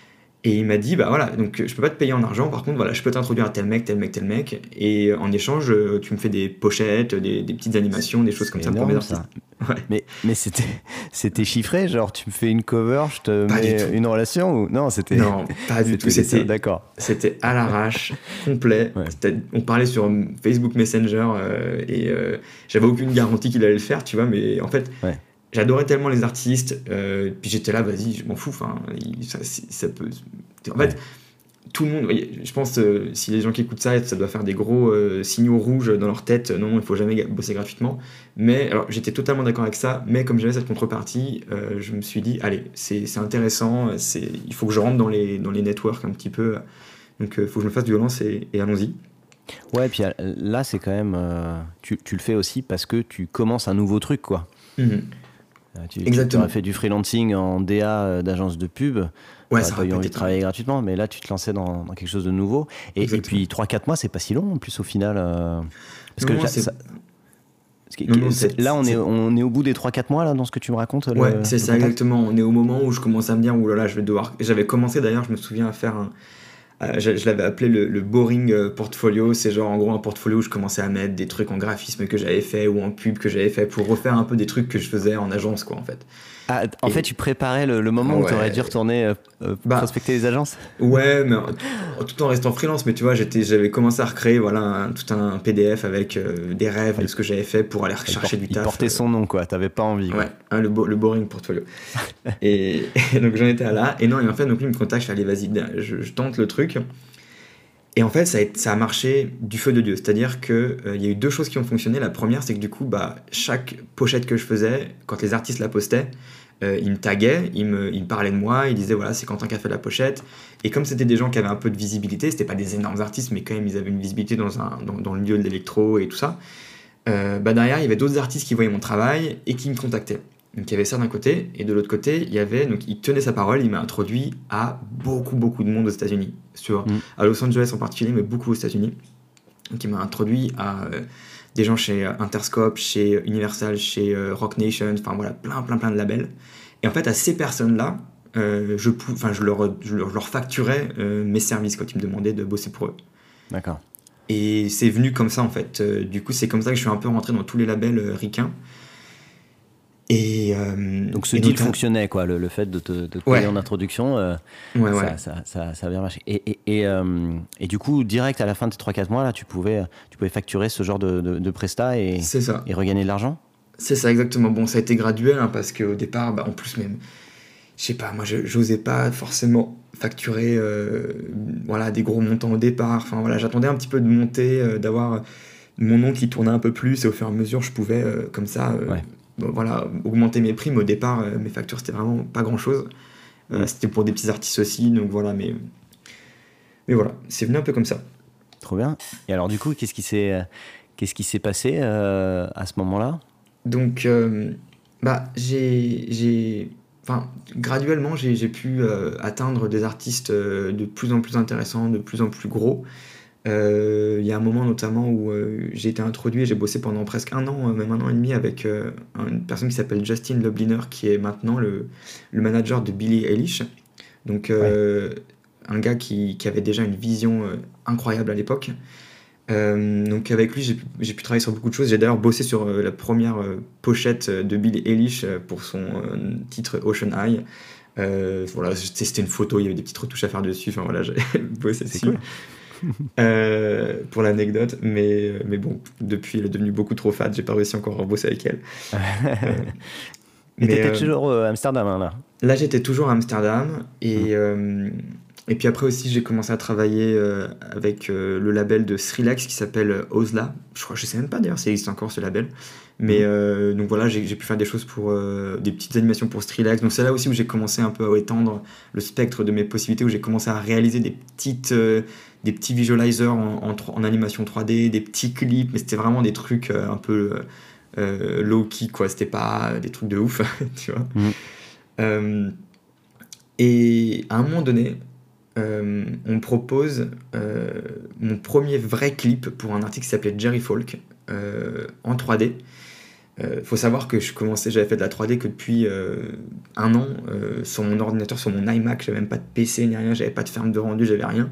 Speaker 2: Et il m'a dit, bah voilà, donc je peux pas te payer en argent, par contre, voilà, je peux t'introduire à tel mec, tel mec, tel mec. Et en échange, euh, tu me fais des pochettes, des, des petites animations, des choses
Speaker 1: C'est
Speaker 2: comme ça pour mes
Speaker 1: énorme
Speaker 2: artistes.
Speaker 1: ça.
Speaker 2: Ouais.
Speaker 1: Mais, mais c'était, c'était chiffré, genre tu me fais une cover, je te
Speaker 2: Pas du
Speaker 1: mets
Speaker 2: tout.
Speaker 1: une relation ou... Non, c'était...
Speaker 2: Non, pas du tout.
Speaker 1: C'était...
Speaker 2: C'était,
Speaker 1: D'accord.
Speaker 2: c'était à l'arrache, complet.
Speaker 1: Ouais.
Speaker 2: C'était- on parlait sur Facebook Messenger euh, et euh, j'avais aucune garantie qu'il allait le faire, tu vois, mais en fait,
Speaker 1: Ouais.
Speaker 2: j'adorais tellement les artistes, euh, puis j'étais là, vas-y, je m'en fous, enfin, il- ça, c'est- ça peut... En
Speaker 1: Ouais.
Speaker 2: fait, tout le monde, je pense, euh, si les gens qui écoutent ça, ça doit faire des gros euh, signaux rouges dans leur tête, non, non, il faut jamais ga- bosser gratuitement. Mais, alors, j'étais totalement d'accord avec ça, mais comme j'avais cette contrepartie, euh, je me suis dit, allez, c'est c'est intéressant, c'est, il faut que je rentre dans les, dans les networks un petit peu, donc il faut que je me fasse violence et, et allons-y.
Speaker 1: Ouais, puis euh, là, c'est quand même... euh, tu, tu le fais aussi parce que tu commences un nouveau truc, quoi.
Speaker 2: Mhm.
Speaker 1: Euh, Tu, tu
Speaker 2: Exactement.
Speaker 1: aurais fait du freelancing en D A euh, d'agence de pub,
Speaker 2: Ouais,
Speaker 1: tu
Speaker 2: ça
Speaker 1: pas
Speaker 2: aurait
Speaker 1: eu
Speaker 2: pas
Speaker 1: envie
Speaker 2: été
Speaker 1: de travailler gratuitement, mais là, tu te lançais dans, dans quelque chose de nouveau. Et, et
Speaker 2: Exactement.
Speaker 1: puis, trois quatre mois, c'est pas si long, en plus, au final. euh, parce
Speaker 2: Non,
Speaker 1: que
Speaker 2: non,
Speaker 1: j'a-
Speaker 2: c'est-
Speaker 1: ça- parce que-
Speaker 2: Non, non,
Speaker 1: c'est-
Speaker 2: c'est-
Speaker 1: là, on est,
Speaker 2: c'est-
Speaker 1: on est au bout des trois quatre mois, là, dans ce que tu me racontes, le,
Speaker 2: Ouais, c'est
Speaker 1: le
Speaker 2: ça
Speaker 1: contact.
Speaker 2: exactement. On est au moment où je commence à me dire, oulala, je vais devoir. J'avais commencé d'ailleurs, je me souviens, à faire un. euh, je je l'avais appelé le, le boring euh, portfolio. C'est genre en gros un portfolio où je commençais à mettre des trucs en graphisme que j'avais fait ou en pub que j'avais fait pour refaire un peu des trucs que je faisais en agence, quoi, en fait.
Speaker 1: Ah, en
Speaker 2: Et-
Speaker 1: fait, tu préparais le, le moment où tu aurais
Speaker 2: Ouais.
Speaker 1: dû retourner euh, euh,
Speaker 2: Bah,
Speaker 1: prospecter les agences.
Speaker 2: Ouais, mais en- en- tout en restant freelance, mais tu vois, j'étais, j'avais commencé à recréer voilà, un- tout un P D F avec euh, des rêves de ce que j'avais fait pour aller
Speaker 1: Il,
Speaker 2: rechercher
Speaker 1: por-
Speaker 2: du
Speaker 1: il
Speaker 2: taf.
Speaker 1: portait
Speaker 2: euh,
Speaker 1: son nom, quoi. T'avais pas envie. quoi.
Speaker 2: Ouais, hein, le, bo- le boring portfolio. et, et donc j'en étais à là. Et non, et en fait, donc lui il me contacte, je fais allez, vas-y, je, je tente le truc. Et en fait, ça a, été- ça a marché du feu de Dieu. C'est-à-dire qu'il il y a eu deux choses qui ont fonctionné. La première, c'est que du coup, bah, chaque pochette que je faisais, quand les artistes la postaient, euh, ils me taguaient, ils me, ils me parlaient de moi, ils disaient voilà, c'est Quentin qui a fait la pochette. Et comme c'était des gens qui avaient un peu de visibilité, c'était pas des énormes artistes, mais quand même, ils avaient une visibilité dans, un, dans, dans le milieu de l'électro et tout ça. Euh, bah derrière, il y avait d'autres artistes qui voyaient mon travail et qui me contactaient. Donc il y avait ça d'un côté, et de l'autre côté, il y avait, donc il tenait sa parole, il m'a introduit à beaucoup, beaucoup de monde aux États-Unis, sur,
Speaker 1: Mm.
Speaker 2: à Los Angeles en particulier, mais beaucoup aux États-Unis. Donc il m'a introduit à euh, des gens chez euh, Interscope, chez Universal, chez euh, Rock Nation, enfin voilà, plein, plein, plein de labels. Et en fait, à ces personnes-là, euh, je, pou- enfin, je, leur, je, leur, je leur facturais euh, mes services quand ils me demandaient de bosser pour eux.
Speaker 1: D'accord.
Speaker 2: Et c'est venu comme ça en fait. Euh, du coup, c'est comme ça que je suis un peu rentré dans tous les labels euh, ricains. Et, euh,
Speaker 1: Donc ce
Speaker 2: et
Speaker 1: deal
Speaker 2: nota-
Speaker 1: fonctionnait, quoi. Le, le fait de te, de te
Speaker 2: Ouais.
Speaker 1: payer en introduction, euh,
Speaker 2: Ouais,
Speaker 1: ça,
Speaker 2: ouais.
Speaker 1: ça, ça, ça a bien marché. Et, et, et, euh, et du coup, direct à la fin de tes trois quatre mois, là, tu pouvais, tu pouvais facturer ce genre de, de, de prestat et,
Speaker 2: C'est ça.
Speaker 1: et regagner de l'argent.
Speaker 2: C'est ça, exactement. Bon, ça a été graduel hein, parce qu'au départ, bah, en plus, même, je sais pas, moi, je- j'osais pas forcément facturer euh, voilà, des gros montants au départ. Enfin, voilà, j'attendais un petit peu de monter, euh, d'avoir mon nom qui tournait un peu plus et au fur et à mesure, je pouvais, euh, comme ça, euh,
Speaker 1: Ouais.
Speaker 2: bon, voilà, augmenter mes primes. Au départ, euh, mes factures, c'était vraiment pas grand-chose. Euh,
Speaker 1: Mm.
Speaker 2: C'était pour des petits artistes aussi, donc voilà, mais, mais voilà, c'est venu un peu comme ça.
Speaker 1: Trop bien. Et alors, du coup, qu'est-ce qui s'est, euh, qu'est-ce qui s'est passé euh, à ce moment-là?
Speaker 2: Donc, euh, bah, j'ai, j'ai, enfin, graduellement, j'ai, j'ai pu euh, atteindre des artistes euh, de plus en plus intéressants, de plus en plus gros. Euh, Il y a un moment notamment où euh, j'ai été introduit et j'ai bossé pendant presque un an, euh, même un an et demi, avec euh, une personne qui s'appelle Justin Lubliner, qui est maintenant le, le manager de Billie Eilish. Donc, euh, un gars qui, qui avait déjà une vision euh, incroyable à l'époque. Euh, donc avec lui, j'ai pu, j'ai pu travailler sur beaucoup de choses. J'ai d'ailleurs bossé sur euh, la première euh, pochette de Billie Eilish euh, pour son euh, titre Ocean Eye. Euh, voilà, c'était une photo, il y avait des petites retouches à faire dessus. Enfin voilà, j'ai bossé
Speaker 1: C'est
Speaker 2: dessus.
Speaker 1: cool.
Speaker 2: Euh, pour l'anecdote, mais, mais bon, depuis elle est devenue beaucoup trop fat, j'ai pas réussi encore à bosser avec elle. Euh,
Speaker 1: Et
Speaker 2: mais
Speaker 1: t'étais
Speaker 2: euh,
Speaker 1: toujours à Amsterdam, hein, là.
Speaker 2: là j'étais toujours à Amsterdam et,
Speaker 1: Mm.
Speaker 2: euh, et puis après aussi j'ai commencé à travailler euh, avec euh, le label de Skrillex qui s'appelle Ozla. Je crois, je sais même pas d'ailleurs s'il existe encore ce label. Mais
Speaker 1: Mm.
Speaker 2: euh, donc voilà, j'ai j'ai pu faire des choses pour euh, des petites animations pour Skrillex. Donc c'est là aussi où j'ai commencé un peu à étendre le spectre de mes possibilités, où j'ai commencé à réaliser des petites euh, des petits visualizers en, en, tro- en animation trois D, des petits clips, mais c'était vraiment des trucs euh, un peu euh, low-key, quoi. C'était pas des trucs de ouf, tu vois.
Speaker 1: Mm.
Speaker 2: Euh, et à un moment donné, euh, on me propose euh, mon premier vrai clip pour un artiste qui s'appelait Jerry Folk euh, en trois D. Euh, faut savoir que je commençais, j'avais fait de la trois D que depuis euh, un an euh, sur mon ordinateur, sur mon iMac, j'avais même pas de P C ni rien, j'avais pas de ferme de rendu, j'avais rien.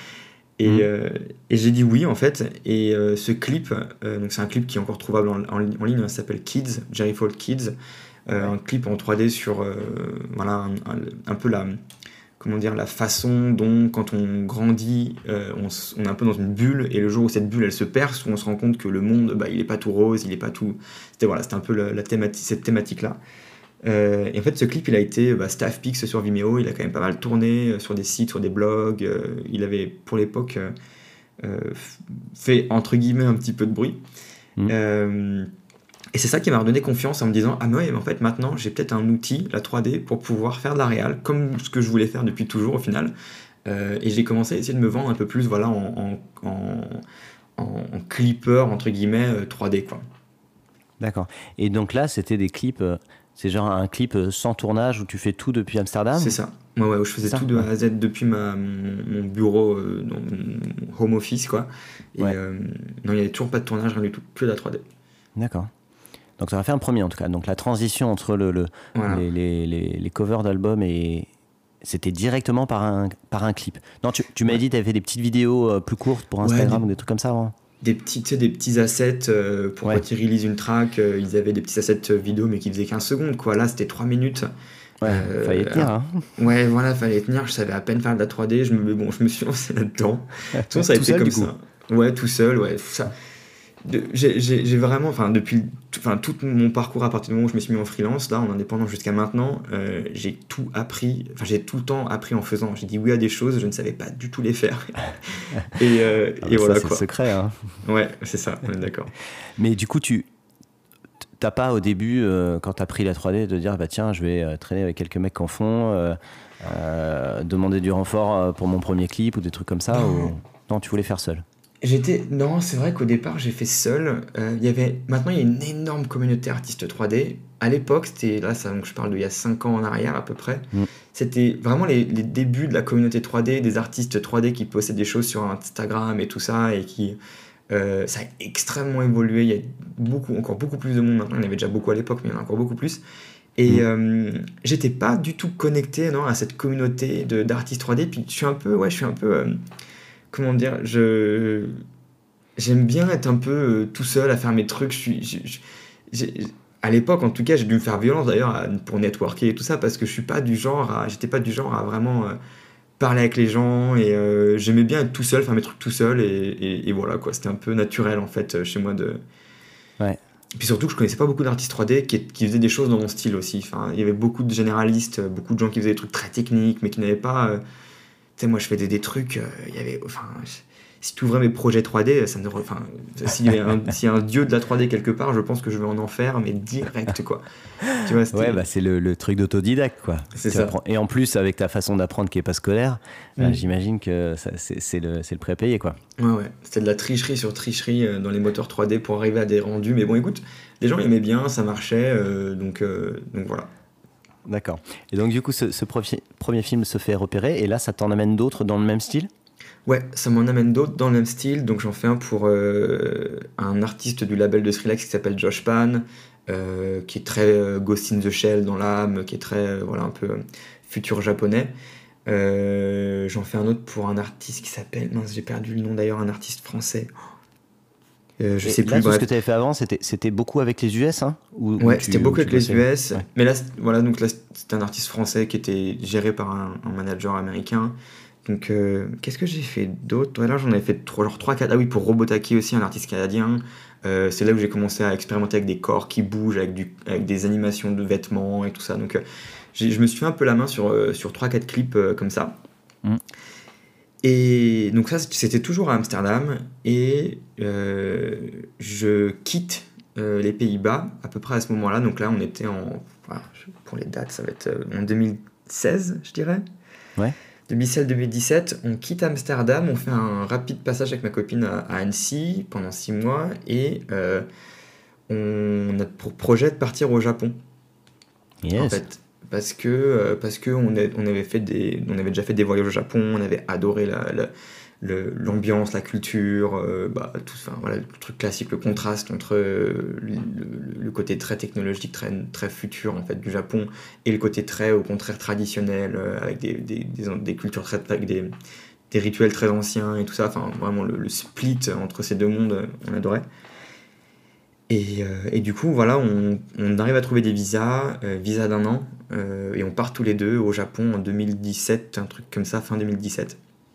Speaker 2: Et,
Speaker 1: Mm.
Speaker 2: euh, et j'ai dit oui en fait. Et euh, ce clip, euh, donc c'est un clip qui est encore trouvable en, en, en ligne, hein, ça s'appelle Kids, Jerry Folk Kids, euh,
Speaker 1: Ouais.
Speaker 2: un clip en trois D sur euh, voilà un, un, un peu la comment dire la façon dont quand on grandit, euh, on, s- on est un peu dans une bulle et le jour où cette bulle elle se perce, où on se rend compte que le monde bah, il est pas tout rose, il est pas tout. C'était voilà, c'était un peu la, la thématique, cette thématique là. Euh, et en fait, ce clip, il a été bah, staff pix sur Vimeo. Il a quand même pas mal tourné euh, sur des sites, sur des blogs. Euh, il avait, pour l'époque, euh, euh, f- fait entre guillemets un petit peu de bruit.
Speaker 1: Mm.
Speaker 2: Euh, et c'est ça qui m'a redonné confiance en me disant ah mais ouais, mais en fait maintenant j'ai peut-être un outil, la trois D, pour pouvoir faire de la réal, comme ce que je voulais faire depuis toujours au final. Euh, et j'ai commencé à essayer de me vendre un peu plus voilà en, en, en, en- en clipper entre guillemets euh, trois D quoi.
Speaker 1: D'accord. Et donc là, c'était des clips, euh, c'est genre un clip euh, sans tournage où tu fais tout depuis
Speaker 2: C'est
Speaker 1: Amsterdam?
Speaker 2: ça. Ouais, ouais, où je
Speaker 1: C'est
Speaker 2: faisais
Speaker 1: ça?
Speaker 2: tout de
Speaker 1: Ouais.
Speaker 2: A à Z depuis ma, mon, mon bureau, euh, dans mon home office, quoi. Et
Speaker 1: Ouais.
Speaker 2: euh, non, il n'y avait toujours pas de tournage, rien du tout, que de la trois D.
Speaker 1: D'accord. Donc tu as fait un premier en tout cas. Donc la transition entre le, le-
Speaker 2: Voilà.
Speaker 1: les, les, les, les covers d'albums et c'était directement par un, par un clip. Non, tu, tu m'avais
Speaker 2: Ouais,
Speaker 1: dit que tu avais fait des petites vidéos euh, plus courtes pour
Speaker 2: ouais des,
Speaker 1: Instagram ou des trucs comme ça avant?
Speaker 2: des petits, tu sais, des petits assets euh, pour
Speaker 1: Ouais.
Speaker 2: quand ils release une track, euh, ils avaient des petits assets euh, vidéo, mais qui faisaient quinze secondes, quoi. Là, c'était trois minutes.
Speaker 1: Ouais, fallait
Speaker 2: Euh,
Speaker 1: tenir,
Speaker 2: alors,
Speaker 1: hein.
Speaker 2: ouais, voilà, fallait tenir. Je savais à peine faire de la trois D. Je me, mais bon, je me suis lancé là-dedans. Sinon, ça a
Speaker 1: Tout
Speaker 2: été
Speaker 1: seul
Speaker 2: comme
Speaker 1: du coup.
Speaker 2: ça. Ouais, tout seul, ouais. Ça, de- j'ai j'ai- j'ai vraiment, enfin, depuis le- tout, enfin, tout mon parcours à partir du moment où je me suis mis en freelance, là, en indépendant jusqu'à maintenant, euh, j'ai tout appris, enfin, j'ai tout le temps appris en faisant. J'ai dit oui à des choses, je ne savais pas du tout les faire. Et, euh,
Speaker 1: Ah
Speaker 2: et
Speaker 1: bah ça,
Speaker 2: voilà
Speaker 1: c'est le
Speaker 2: quoi.
Speaker 1: secret, hein.
Speaker 2: Ouais, c'est ça, on est d'accord.
Speaker 1: Mais du coup, tu t'as pas au début, euh, quand tu as pris la trois D, de dire bah tiens, je vais euh, traîner avec quelques mecs qui en font, euh, euh, demander du renfort euh, pour mon premier clip ou des trucs comme ça ou...
Speaker 2: Non,
Speaker 1: Non, tu voulais faire seul.
Speaker 2: j'étais. Non, c'est vrai qu'au départ, j'ai fait seul. Euh, Il y avait. Maintenant, il y a une énorme communauté artistes trois D. À l'époque, c'était. Là, ça, donc, je parle d'il y a cinq ans en arrière à peu près.
Speaker 1: Mm.
Speaker 2: C'était vraiment les, les débuts de la communauté trois D, des artistes trois D qui postaient des choses sur Instagram et tout ça, et qui. Euh, ça a extrêmement évolué. Il y a beaucoup, encore beaucoup plus de monde maintenant. Il y en avait déjà beaucoup à l'époque, mais il y en a encore beaucoup plus. Et
Speaker 1: Mm.
Speaker 2: euh, j'étais pas du tout connecté non, à cette communauté de, d'artistes trois D. Puis je suis un peu. Ouais, je suis un peu. euh, comment dire, je j'aime bien être un peu euh, tout seul à faire mes trucs. Je suis, je- je- j'ai- à l'époque, en tout cas, j'ai dû me faire violence d'ailleurs à- pour networker et tout ça parce que je suis pas du genre, à, j'étais pas du genre à vraiment euh, parler avec les gens et euh, j'aimais bien être tout seul, faire mes trucs tout seul et, et- et voilà quoi. C'était un peu naturel en fait euh, chez moi de.
Speaker 1: Ouais.
Speaker 2: Et puis surtout que je connaissais pas beaucoup d'artistes trois D qui, qui faisaient des choses dans mon style aussi. Enfin, il y avait beaucoup de généralistes, euh, beaucoup de gens qui faisaient des trucs très techniques mais qui n'avaient pas. euh, Tu sais, moi, je faisais des trucs. euh, Il y avait, enfin, je- si tu ouvrais mes projets trois D, ça ne, re- enfin, s'il y a un, s'il y a un dieu de la trois D quelque part, je pense que je vais en enfer, mais direct, quoi. Tu vois,
Speaker 1: Ouais,
Speaker 2: c'était,
Speaker 1: bah c'est le, le truc d'autodidacte, quoi.
Speaker 2: c'est
Speaker 1: Tu
Speaker 2: ça.
Speaker 1: apprends. Et en plus, avec ta façon d'apprendre qui est pas scolaire, euh,
Speaker 2: Mm.
Speaker 1: j'imagine que ça, c'est, c'est le, c'est le prêt à payer, quoi.
Speaker 2: Ouais, ouais. C'était de la tricherie sur tricherie euh, dans les moteurs trois D pour arriver à des rendus. Mais bon, écoute, les gens aimaient bien, ça marchait, euh, donc, euh, donc voilà.
Speaker 1: D'accord. Et donc, du coup, ce, ce profi- premier film se fait repérer, et là, ça t'en amène d'autres dans le même style?
Speaker 2: Ouais, ça m'en amène d'autres dans le même style. Donc j'en fais un pour euh, un artiste du label de Skrillex qui s'appelle Josh Pan, euh, qui est très euh, Ghost in the Shell dans l'âme, qui est très euh, voilà un peu euh, futur japonais. Euh, j'en fais un autre pour un artiste qui s'appelle, mince j'ai perdu le nom d'ailleurs, un artiste français. Euh, je
Speaker 1: Et
Speaker 2: sais
Speaker 1: là,
Speaker 2: plus,
Speaker 1: tout ce
Speaker 2: bref.
Speaker 1: que tu avais fait avant, c'était, c'était beaucoup avec les U S, hein, ou, ou
Speaker 2: Ouais,
Speaker 1: tu,
Speaker 2: c'était
Speaker 1: ou
Speaker 2: beaucoup
Speaker 1: tu
Speaker 2: avec les
Speaker 1: bossais-
Speaker 2: U S.
Speaker 1: Ouais.
Speaker 2: Mais là, c'est- voilà, donc là, c'était un artiste français qui était géré par un, un manager américain. Donc, euh, qu'est-ce que j'ai fait d'autre? Ouais, là, j'en avais fait trois, genre trois, quatre. Ah oui, pour Robotaki aussi, un artiste canadien. Euh, c'est là où j'ai commencé à expérimenter avec des corps qui bougent, avec, du, avec des animations de vêtements et tout ça. Donc, euh, j'ai- je me suis fait un peu la main sur, euh, sur trois, quatre clips euh, comme ça.
Speaker 1: Mm.
Speaker 2: Et donc ça, c'était toujours à Amsterdam. Et euh, je quitte euh, les Pays-Bas à peu près à ce moment-là. Donc là, on était en... voilà, je- pour les dates, ça va être euh, en deux mille seize, je dirais.
Speaker 1: Ouais.
Speaker 2: deux mille seize deux mille dix-sept, on quitte Amsterdam, on fait un rapide passage avec ma copine à, à Annecy pendant six mois. Et euh, on a pour projet de partir au Japon.
Speaker 1: Yes.
Speaker 2: En fait, parce que euh, parce que on, est- on avait fait des on avait déjà fait des voyages au Japon, on avait adoré la, la- le- l'ambiance, la culture, euh, bah, tout, enfin, voilà, le truc classique, le contraste entre euh, le, le- le côté très technologique, très très futur en fait du Japon et le côté très au contraire traditionnel euh, avec des, des, des, des cultures très avec des, des rituels très anciens et tout ça, enfin vraiment le, le split entre ces deux mondes, euh, on adorait. Et, euh, et du coup, voilà, on, on arrive à trouver des visas, euh, visa d'un an, euh, et on part tous les deux au Japon en deux mille dix-sept, un truc comme ça, fin deux mille dix-sept.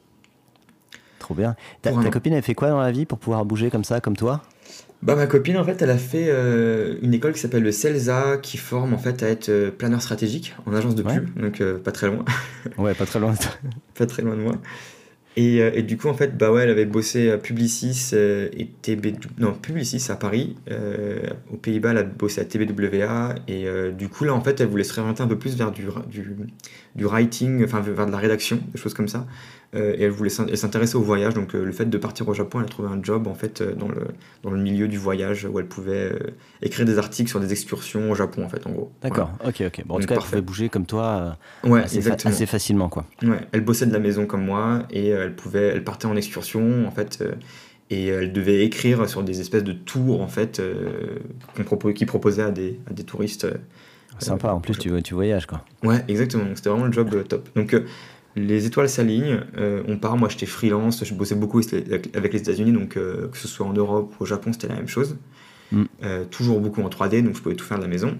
Speaker 1: Trop bien. Ta,
Speaker 2: Pour un
Speaker 1: ta
Speaker 2: an.
Speaker 1: copine, elle fait quoi dans la vie pour pouvoir bouger comme ça, comme toi?
Speaker 2: Bah, ma copine, en fait, elle a fait euh, une école qui s'appelle le CELSA, qui forme en fait à être euh, planeur stratégique en agence de
Speaker 1: Ouais.
Speaker 2: pub, donc euh, pas très loin,
Speaker 1: Ouais, pas très loin.
Speaker 2: pas très loin de moi. Et, euh, et du coup, en fait, bah ouais, elle avait bossé à Publicis euh, et T B... Non, Publicis à Paris. Euh, aux Pays-Bas, elle a bossé à T B W A. Et euh, du coup, là, en fait, elle voulait se réorienter un peu plus vers du, du, du writing, enfin, vers de la rédaction, des choses comme ça. Euh, et elle voulait s'in- elle s'intéresser au voyage. Donc, euh, le fait de partir au Japon, elle a trouvé un job, en fait, euh, dans le, dans le milieu du voyage, où elle pouvait euh, écrire des articles sur des excursions au Japon, en fait, en gros.
Speaker 1: D'accord, ok, ok. Bon, en
Speaker 2: Donc,
Speaker 1: tout cas, elle
Speaker 2: parfait.
Speaker 1: pouvait bouger comme toi euh,
Speaker 2: Voilà. Ouais,
Speaker 1: assez, fa-
Speaker 2: exactement.
Speaker 1: assez facilement, quoi.
Speaker 2: Ouais, elle bossait de la maison comme moi et euh, elle pouvait, elle partait en excursion en fait euh, et elle devait écrire sur des espèces de tours en fait euh, qu'on propos- qui proposait à des, à des touristes. euh,
Speaker 1: Sympa, en plus, tu, tu voyages, quoi.
Speaker 2: Ouais, exactement. Donc, c'était vraiment le job euh, top. Donc euh, les étoiles s'alignent, euh, on part. Moi, j'étais freelance, je bossais beaucoup avec avec les États-Unis, donc euh, que ce soit en Europe ou au Japon, c'était la même chose.
Speaker 1: Mm.
Speaker 2: Euh, toujours beaucoup en trois D, donc je pouvais tout faire de la maison.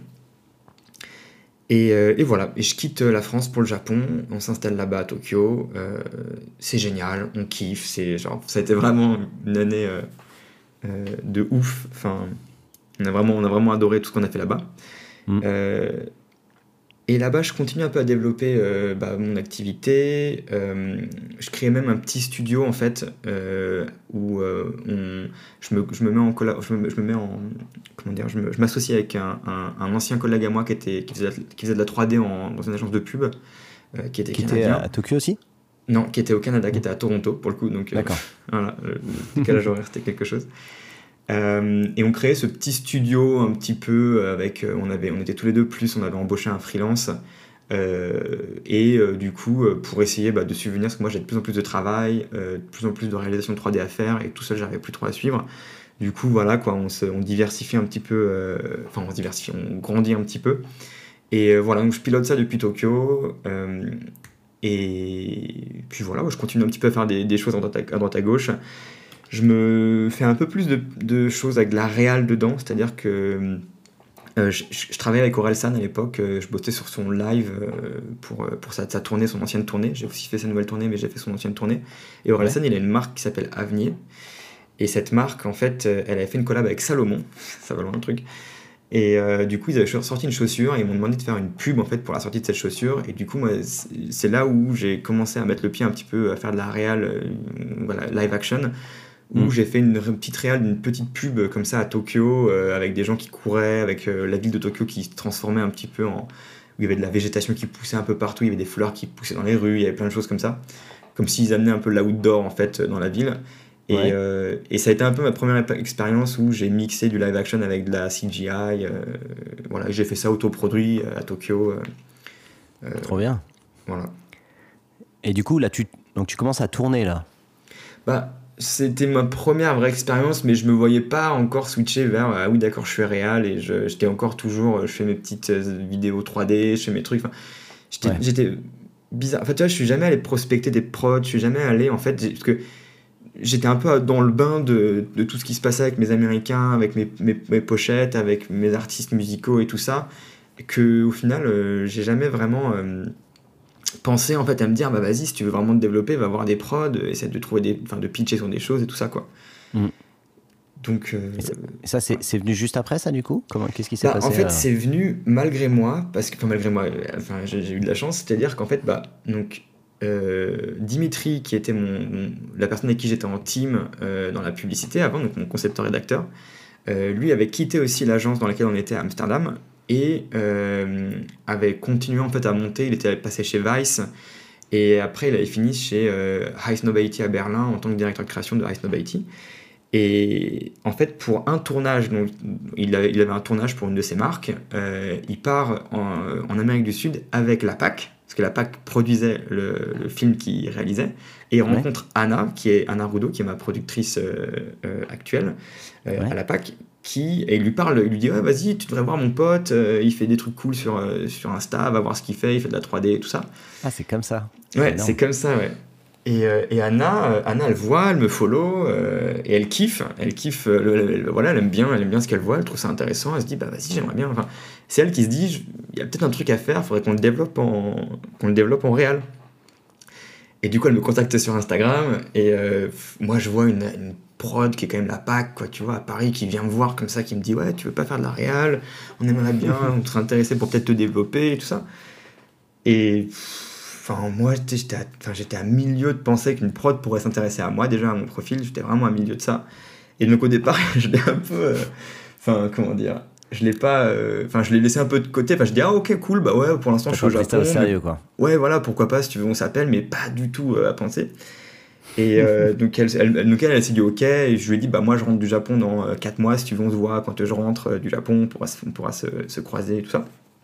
Speaker 2: Et, euh, et voilà, et je quitte la France pour le Japon, on s'installe là-bas à Tokyo, euh, c'est génial, on kiffe, c'est genre, ça a été vraiment une année euh, euh, de ouf, enfin, on a vraiment, on a vraiment adoré tout ce qu'on a fait là-bas.
Speaker 1: Mm.
Speaker 2: Euh, et là-bas, je continue un peu à développer euh, bah, mon activité. Euh, je crée même un petit studio en fait euh, où euh, on, je, me, je me mets en colla- je me, je me mets en comment dire, je, me- je m'associe avec un, un- un ancien collègue à moi qui était qui faisait, de la- qui faisait de la trois D en- dans une agence de pub euh, qui était
Speaker 1: Qui était
Speaker 2: canadien.
Speaker 1: à, à Tokyo aussi?
Speaker 2: Non, qui était au Canada, qui
Speaker 1: Mm.
Speaker 2: était à Toronto pour le coup. Donc euh,
Speaker 1: D'accord.
Speaker 2: voilà, le le décalage horaire c'était quelque chose. Euh, et on créait ce petit studio un petit peu avec, euh, on avait, on était tous les deux plus, on avait embauché un freelance euh, et euh, du coup euh, pour essayer bah, de subvenir parce que moi j'ai de plus en plus de travail, euh, de plus en plus de réalisation de trois D à faire et tout seul j'arrivais plus trop à suivre. Du coup voilà quoi, on, se, on diversifie un petit peu, euh, enfin on se diversifie, on grandit un petit peu et euh, voilà donc je pilote ça depuis Tokyo. Euh, et puis voilà, je continue un petit peu à faire des, des choses à droite à, à droite à gauche. Je me fais un peu plus de, de choses avec de la réal dedans, c'est-à-dire que euh, je, je, je travaillais avec Orelsan à l'époque, euh, je bossais sur son live euh, pour, euh, pour sa, sa tournée, son ancienne tournée. J'ai aussi fait sa nouvelle tournée, mais j'ai fait son ancienne tournée. Et Orelsan, ouais. Il a une marque qui s'appelle Avenir. Et cette marque, en fait, euh, elle avait fait une collab avec Salomon, ça va loin le truc. Et euh, du coup, ils avaient sorti une chaussure et ils m'ont demandé de faire une pub en fait pour la sortie de cette chaussure. Et du coup, moi, c'est là où j'ai commencé à mettre le pied un petit peu, à faire de la réal, euh, voilà, live action. Où mmh. j'ai fait une petite réal, une petite pub comme ça à Tokyo, euh, avec des gens qui couraient, avec euh, la ville de Tokyo qui se transformait un petit peu en... où il y avait de la végétation qui poussait un peu partout, il y avait des fleurs qui poussaient dans les rues, il y avait plein de choses comme ça. Comme s'ils amenaient un peu l'outdoor en fait dans la ville. Et, ouais. euh, et ça a été un peu ma première expérience où j'ai mixé du live action avec de la C G I. Euh, voilà, j'ai fait ça autoproduit à Tokyo.
Speaker 1: Euh, Trop bien.
Speaker 2: Voilà.
Speaker 1: Et du coup, là, tu, donc, tu commences à tourner là.
Speaker 2: Bah... C'était ma première vraie expérience, mais je me voyais pas encore switcher vers ah oui d'accord je suis réal et je, j'étais encore toujours je fais mes petites vidéos trois D, je fais mes trucs. Enfin, j'étais, ouais. j'étais bizarre. En fait tu vois, je suis jamais allé prospecter des prods, je suis jamais allé en fait parce que j'étais un peu dans le bain de, de tout ce qui se passait avec mes Américains, avec mes, mes, mes pochettes, avec mes artistes musicaux et tout ça, et que au final, euh, j'ai jamais vraiment euh, pensé en fait à me dire, bah vas-y, si tu veux vraiment te développer, va voir des prods, essaie de trouver des, enfin de pitcher sur des choses et tout ça quoi. Mm. Donc, euh,
Speaker 1: et ça, et ça c'est, c'est venu juste après ça du coup? Comment, qu'est-ce qui s'est
Speaker 2: bah,
Speaker 1: passé?
Speaker 2: En fait,
Speaker 1: euh...
Speaker 2: c'est venu malgré moi, parce que, enfin malgré moi, enfin j'ai, j'ai eu de la chance, c'est-à-dire qu'en fait, bah donc Euh, Dimitri, qui était mon, mon, la personne avec qui j'étais en team euh, dans la publicité avant, donc mon concepteur-rédacteur, euh, lui avait quitté aussi l'agence dans laquelle on était à Amsterdam et euh, avait continué en fait à monter. Il était passé chez Vice et après il avait fini chez euh, High Snobiety à Berlin en tant que directeur de création de High Snobiety. Et en fait, pour un tournage, donc il avait, il avait un tournage pour une de ses marques, euh, il part en, en Amérique du Sud avec la P A C, parce que la P A C produisait le, le film qu'il réalisait, et il ouais. rencontre Anna, qui est Anna Rudo, qui est ma productrice euh, euh, actuelle euh, ouais. à la P A C, qui, et il lui parle, il lui dit ouais, vas-y, tu devrais voir mon pote, euh, il fait des trucs cool sur, euh, sur Insta, va voir ce qu'il fait, il fait de la trois D et tout ça.
Speaker 1: Ah, c'est comme ça.
Speaker 2: C'est ouais, énorme. C'est comme ça, ouais. Et, euh, et Anna, euh, Anna, elle voit, elle me follow, euh, et elle kiffe, elle kiffe, euh, le, le, le, voilà, elle aime bien, elle aime bien ce qu'elle voit, elle trouve ça intéressant, elle se dit bah vas-y, j'aimerais bien. Enfin, c'est elle qui se dit, il y a peut-être un truc à faire, il faudrait qu'on le développe en, qu'on le développe en réel. Et du coup, elle me contacte sur Instagram, et euh, moi je vois une, une prod qui est quand même la P A C, quoi, tu vois, à Paris, qui vient me voir comme ça, qui me dit ouais, tu veux pas faire de la réal, on aimerait bien, on serait intéressé pour peut-être te développer et tout ça. Et enfin, moi, j'étais à, enfin, j'étais à milieu de penser qu'une prod pourrait s'intéresser à moi, déjà à mon profil, j'étais vraiment à milieu de ça. Et donc au départ, je l'ai un peu, euh, enfin, comment dire, je l'ai pas, enfin, euh, je l'ai laissé un peu de côté. Enfin, je dis ah ok cool, bah ouais, pour l'instant, je suis au Japon.
Speaker 1: Au sérieux, quoi.
Speaker 2: Ouais, voilà, pourquoi pas, si tu veux, on s'appelle, mais pas du tout euh, à penser. Et euh, donc, elle, elle, donc elle, elle s'est dit ok, et je lui ai dit bah moi, je rentre du Japon dans quatre mois, si tu veux, on se voit quand je rentre euh, du Japon, on pourra, on pourra se, se croiser et tout ça.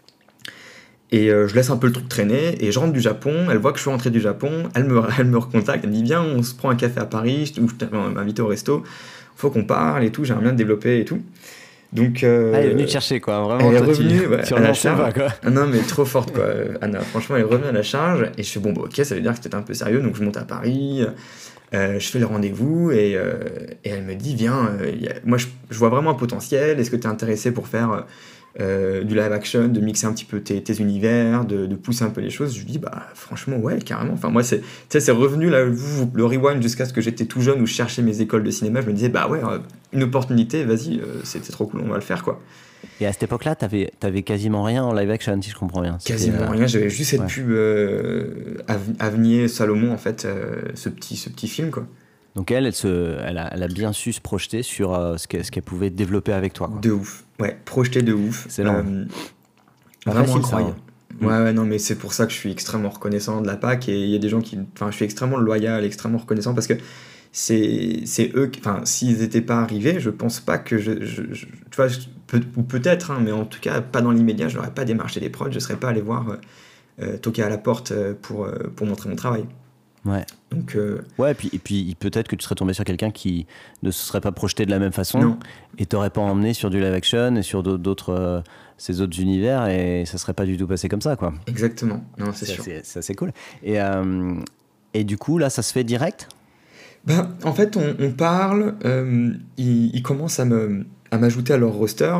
Speaker 2: Et euh, je laisse un peu le truc traîner, et je rentre du Japon, elle voit que je suis rentré du Japon, elle me, elle me recontacte, elle me dit viens, on se prend un café à Paris, ou je m'invite au resto, faut qu'on parle et tout, j'aimerais bien te développer et tout. Donc, euh,
Speaker 1: ah, elle est venue te chercher, quoi, vraiment.
Speaker 2: Elle est revenue ouais,
Speaker 1: tu
Speaker 2: à la charge.
Speaker 1: Pas, quoi.
Speaker 2: Ah, non, mais trop forte, quoi, Anna. Franchement, elle est revenue à la charge, et je fais bon, bah, ok, ça veut dire que c'était un peu sérieux, donc je monte à Paris, euh, je fais le rendez-vous, et, euh, et elle me dit viens, euh, y a, moi je, je vois vraiment un potentiel, est-ce que tu es intéressé pour faire. Euh, du live action, de mixer un petit peu tes, tes univers, de, de pousser un peu les choses. Je lui dis bah franchement ouais carrément. Enfin moi c'est, tu sais c'est revenu là le rewind jusqu'à ce que j'étais tout jeune où je cherchais mes écoles de cinéma. Je me disais bah ouais une opportunité, vas-y euh, c'est, c'est trop cool, on va le faire quoi.
Speaker 1: Et à cette époque-là, t'avais, t'avais quasiment rien en live action si je comprends bien.
Speaker 2: C'était, quasiment euh... rien. J'avais juste cette ouais. pub euh, Avenir Salomon en fait, euh, ce petit ce petit film quoi.
Speaker 1: Donc elle, elle, se, elle, a, elle a bien su se projeter sur euh, ce, qu'elle, ce qu'elle pouvait développer avec toi. Quoi.
Speaker 2: De ouf, ouais, projeter de ouf.
Speaker 1: C'est lent.
Speaker 2: Euh, vraiment incroyable. Ouais, ouais, non, mais c'est pour ça que je suis extrêmement reconnaissant de la P A C et il y a des gens qui... Enfin, je suis extrêmement loyal, extrêmement reconnaissant parce que c'est, c'est eux... Enfin, s'ils n'étaient pas arrivés, je pense pas que je... je, je tu vois, je, peut, ou peut-être, hein, mais en tout cas, pas dans l'immédiat, je n'aurais pas démarché des prods, je ne serais pas allé voir euh, toquer à la porte pour, euh, pour montrer mon travail.
Speaker 1: Ouais.
Speaker 2: Donc, euh...
Speaker 1: ouais, et puis, et puis peut-être que tu serais tombé sur quelqu'un qui ne se serait pas projeté de la même façon
Speaker 2: non.
Speaker 1: et t'aurais pas emmené sur du live action et sur d'autres, euh, ces autres univers et ça serait pas du tout passé comme ça, quoi.
Speaker 2: Exactement, non, c'est, c'est sûr.
Speaker 1: C'est, ça, c'est cool. Et, euh, et du coup, là, ça se fait direct ?
Speaker 2: Bah, en fait, on, on parle, euh, ils, ils commencent à, me, à m'ajouter à leur roster.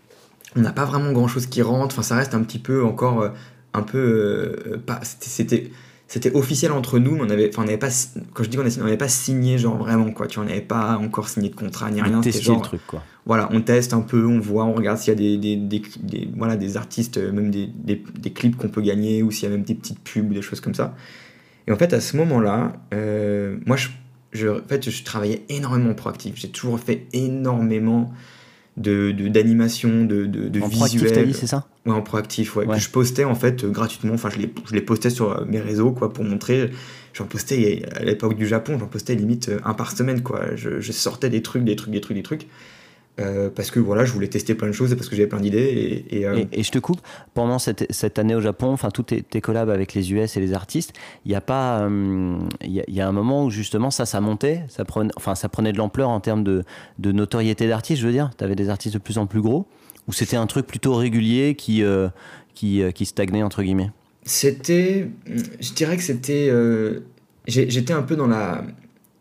Speaker 2: On n'a pas vraiment grand-chose qui rentre, enfin, ça reste un petit peu encore, euh, un peu... Euh, pas, c'était... c'était C'était officiel entre nous, mais on avait, enfin on n'avait pas, quand je dis qu'on n'avait pas signé genre vraiment quoi, tu vois, on n'avait pas encore signé de contrat ni rien.
Speaker 1: C'était genre, le truc quoi.
Speaker 2: Voilà, on teste un peu, on voit, on regarde s'il y a des, des, des, des voilà des artistes, même des, des, des clips qu'on peut gagner ou s'il y a même des petites pubs ou des choses comme ça. Et en fait à ce moment-là, euh, moi je, je, en fait je travaillais énormément en proactif. J'ai toujours fait énormément de, de d'animation, de, de, de
Speaker 1: en
Speaker 2: visuel.
Speaker 1: Proactif, t'as dit, c'est ça ?
Speaker 2: Ouais, en proactif, ouais.
Speaker 1: ouais.
Speaker 2: Que je postais en fait euh, gratuitement. Enfin, je les, je les postais sur euh, mes réseaux, quoi, pour montrer. J'en postais à l'époque du Japon, j'en postais limite euh, un par semaine, quoi. Je, je sortais des trucs, des trucs, des trucs, des trucs. Euh, parce que voilà, je voulais tester plein de choses et parce que j'avais plein d'idées. Et, et, euh...
Speaker 1: et, et je te coupe, pendant cette, cette année au Japon, enfin tous tes, tes collabs avec les U S et les artistes, il y a pas, il euh, y, y a un moment où justement ça, ça montait, ça prenait, enfin ça prenait de l'ampleur en termes de, de notoriété d'artistes, je veux dire. T'avais des artistes de plus en plus gros, ou c'était un truc plutôt régulier qui, euh, qui, euh, qui stagnait entre guillemets.
Speaker 2: C'était, je dirais que c'était, euh, j'ai, j'étais un peu dans la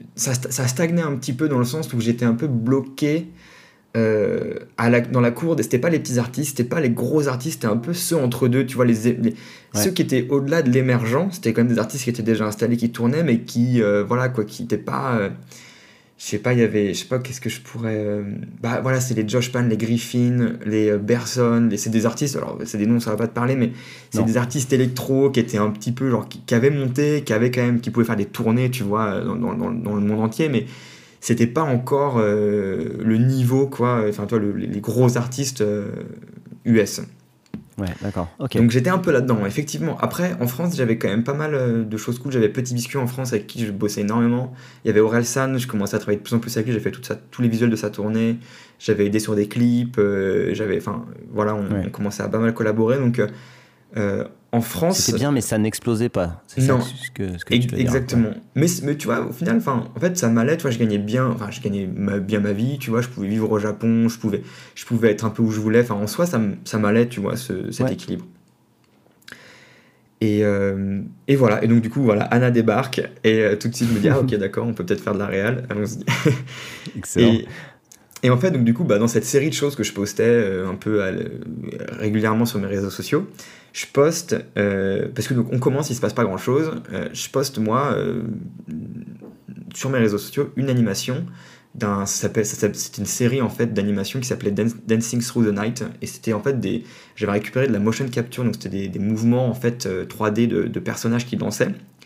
Speaker 2: ça, ça stagnait un petit peu dans le sens où j'étais un peu bloqué euh, à la, dans la cour. C'était pas les petits artistes, c'était pas les gros artistes, c'était un peu ceux entre deux, tu vois, les, les ouais. ceux qui étaient au-delà de l'émergent. C'était quand même des artistes qui étaient déjà installés, qui tournaient, mais qui, euh, voilà, quoi, qui n'étaient pas... Euh, je sais pas, il y avait, je sais pas, qu'est-ce que je pourrais... Euh, bah voilà, c'est les Josh Pan, les Griffin, les euh, Berson, les, c'est des artistes, alors c'est des noms, ça va pas te parler, mais c'est non. des artistes électro qui étaient un petit peu, genre, qui, qui avaient monté, qui avaient quand même, qui pouvaient faire des tournées, tu vois, dans, dans, dans, dans le monde entier, mais c'était pas encore euh, le niveau, quoi, enfin, tu vois, le, les gros artistes euh, U S.
Speaker 1: Ouais, d'accord. Okay.
Speaker 2: Donc j'étais un peu là-dedans, effectivement. Après, en France, j'avais quand même pas mal de choses cool. J'avais Petit Biscuit en France avec qui je bossais énormément. Il y avait Orelsan, je commençais à travailler de plus en plus avec lui. J'ai fait tout ça, tous les visuels de sa tournée. J'avais aidé sur des clips. Euh, j'avais, enfin, voilà, on, ouais. on commençait à pas mal collaborer. Donc euh, en France,
Speaker 1: c'était bien, mais ça n'explosait pas. C'est
Speaker 2: non,
Speaker 1: ça ce que, ce que tu veux
Speaker 2: exactement.
Speaker 1: dire. Ouais.
Speaker 2: Mais, mais tu vois, au final, enfin, en fait, ça m'allait. Tu vois, je gagnais bien, enfin, je gagnais ma, bien ma vie. Tu vois, je pouvais vivre au Japon. Je pouvais, je pouvais être un peu où je voulais. Enfin, en soi, ça, ça m'allait. Tu vois, ce, cet ouais. équilibre. Et, euh, et voilà, et donc du coup, voilà, Anna débarque, et euh, tout de suite je me dis, ah ok, d'accord, on peut peut-être faire de la réal, allons-y.
Speaker 1: Excellent.
Speaker 2: Et, et en fait, donc du coup, bah, dans cette série de choses que je postais euh, un peu à, euh, régulièrement sur mes réseaux sociaux, je poste, euh, parce que donc on commence, il se passe pas grand-chose, euh, je poste moi, euh, sur mes réseaux sociaux, une animation, d'un, ça s'appelle, ça s'appelle, c'était une série en fait d'animation qui s'appelait Dance, Dancing Through the Night, et c'était en fait des, j'avais récupéré de la motion capture, donc c'était des, des mouvements en fait euh, trois D de, de personnages qui dansaient,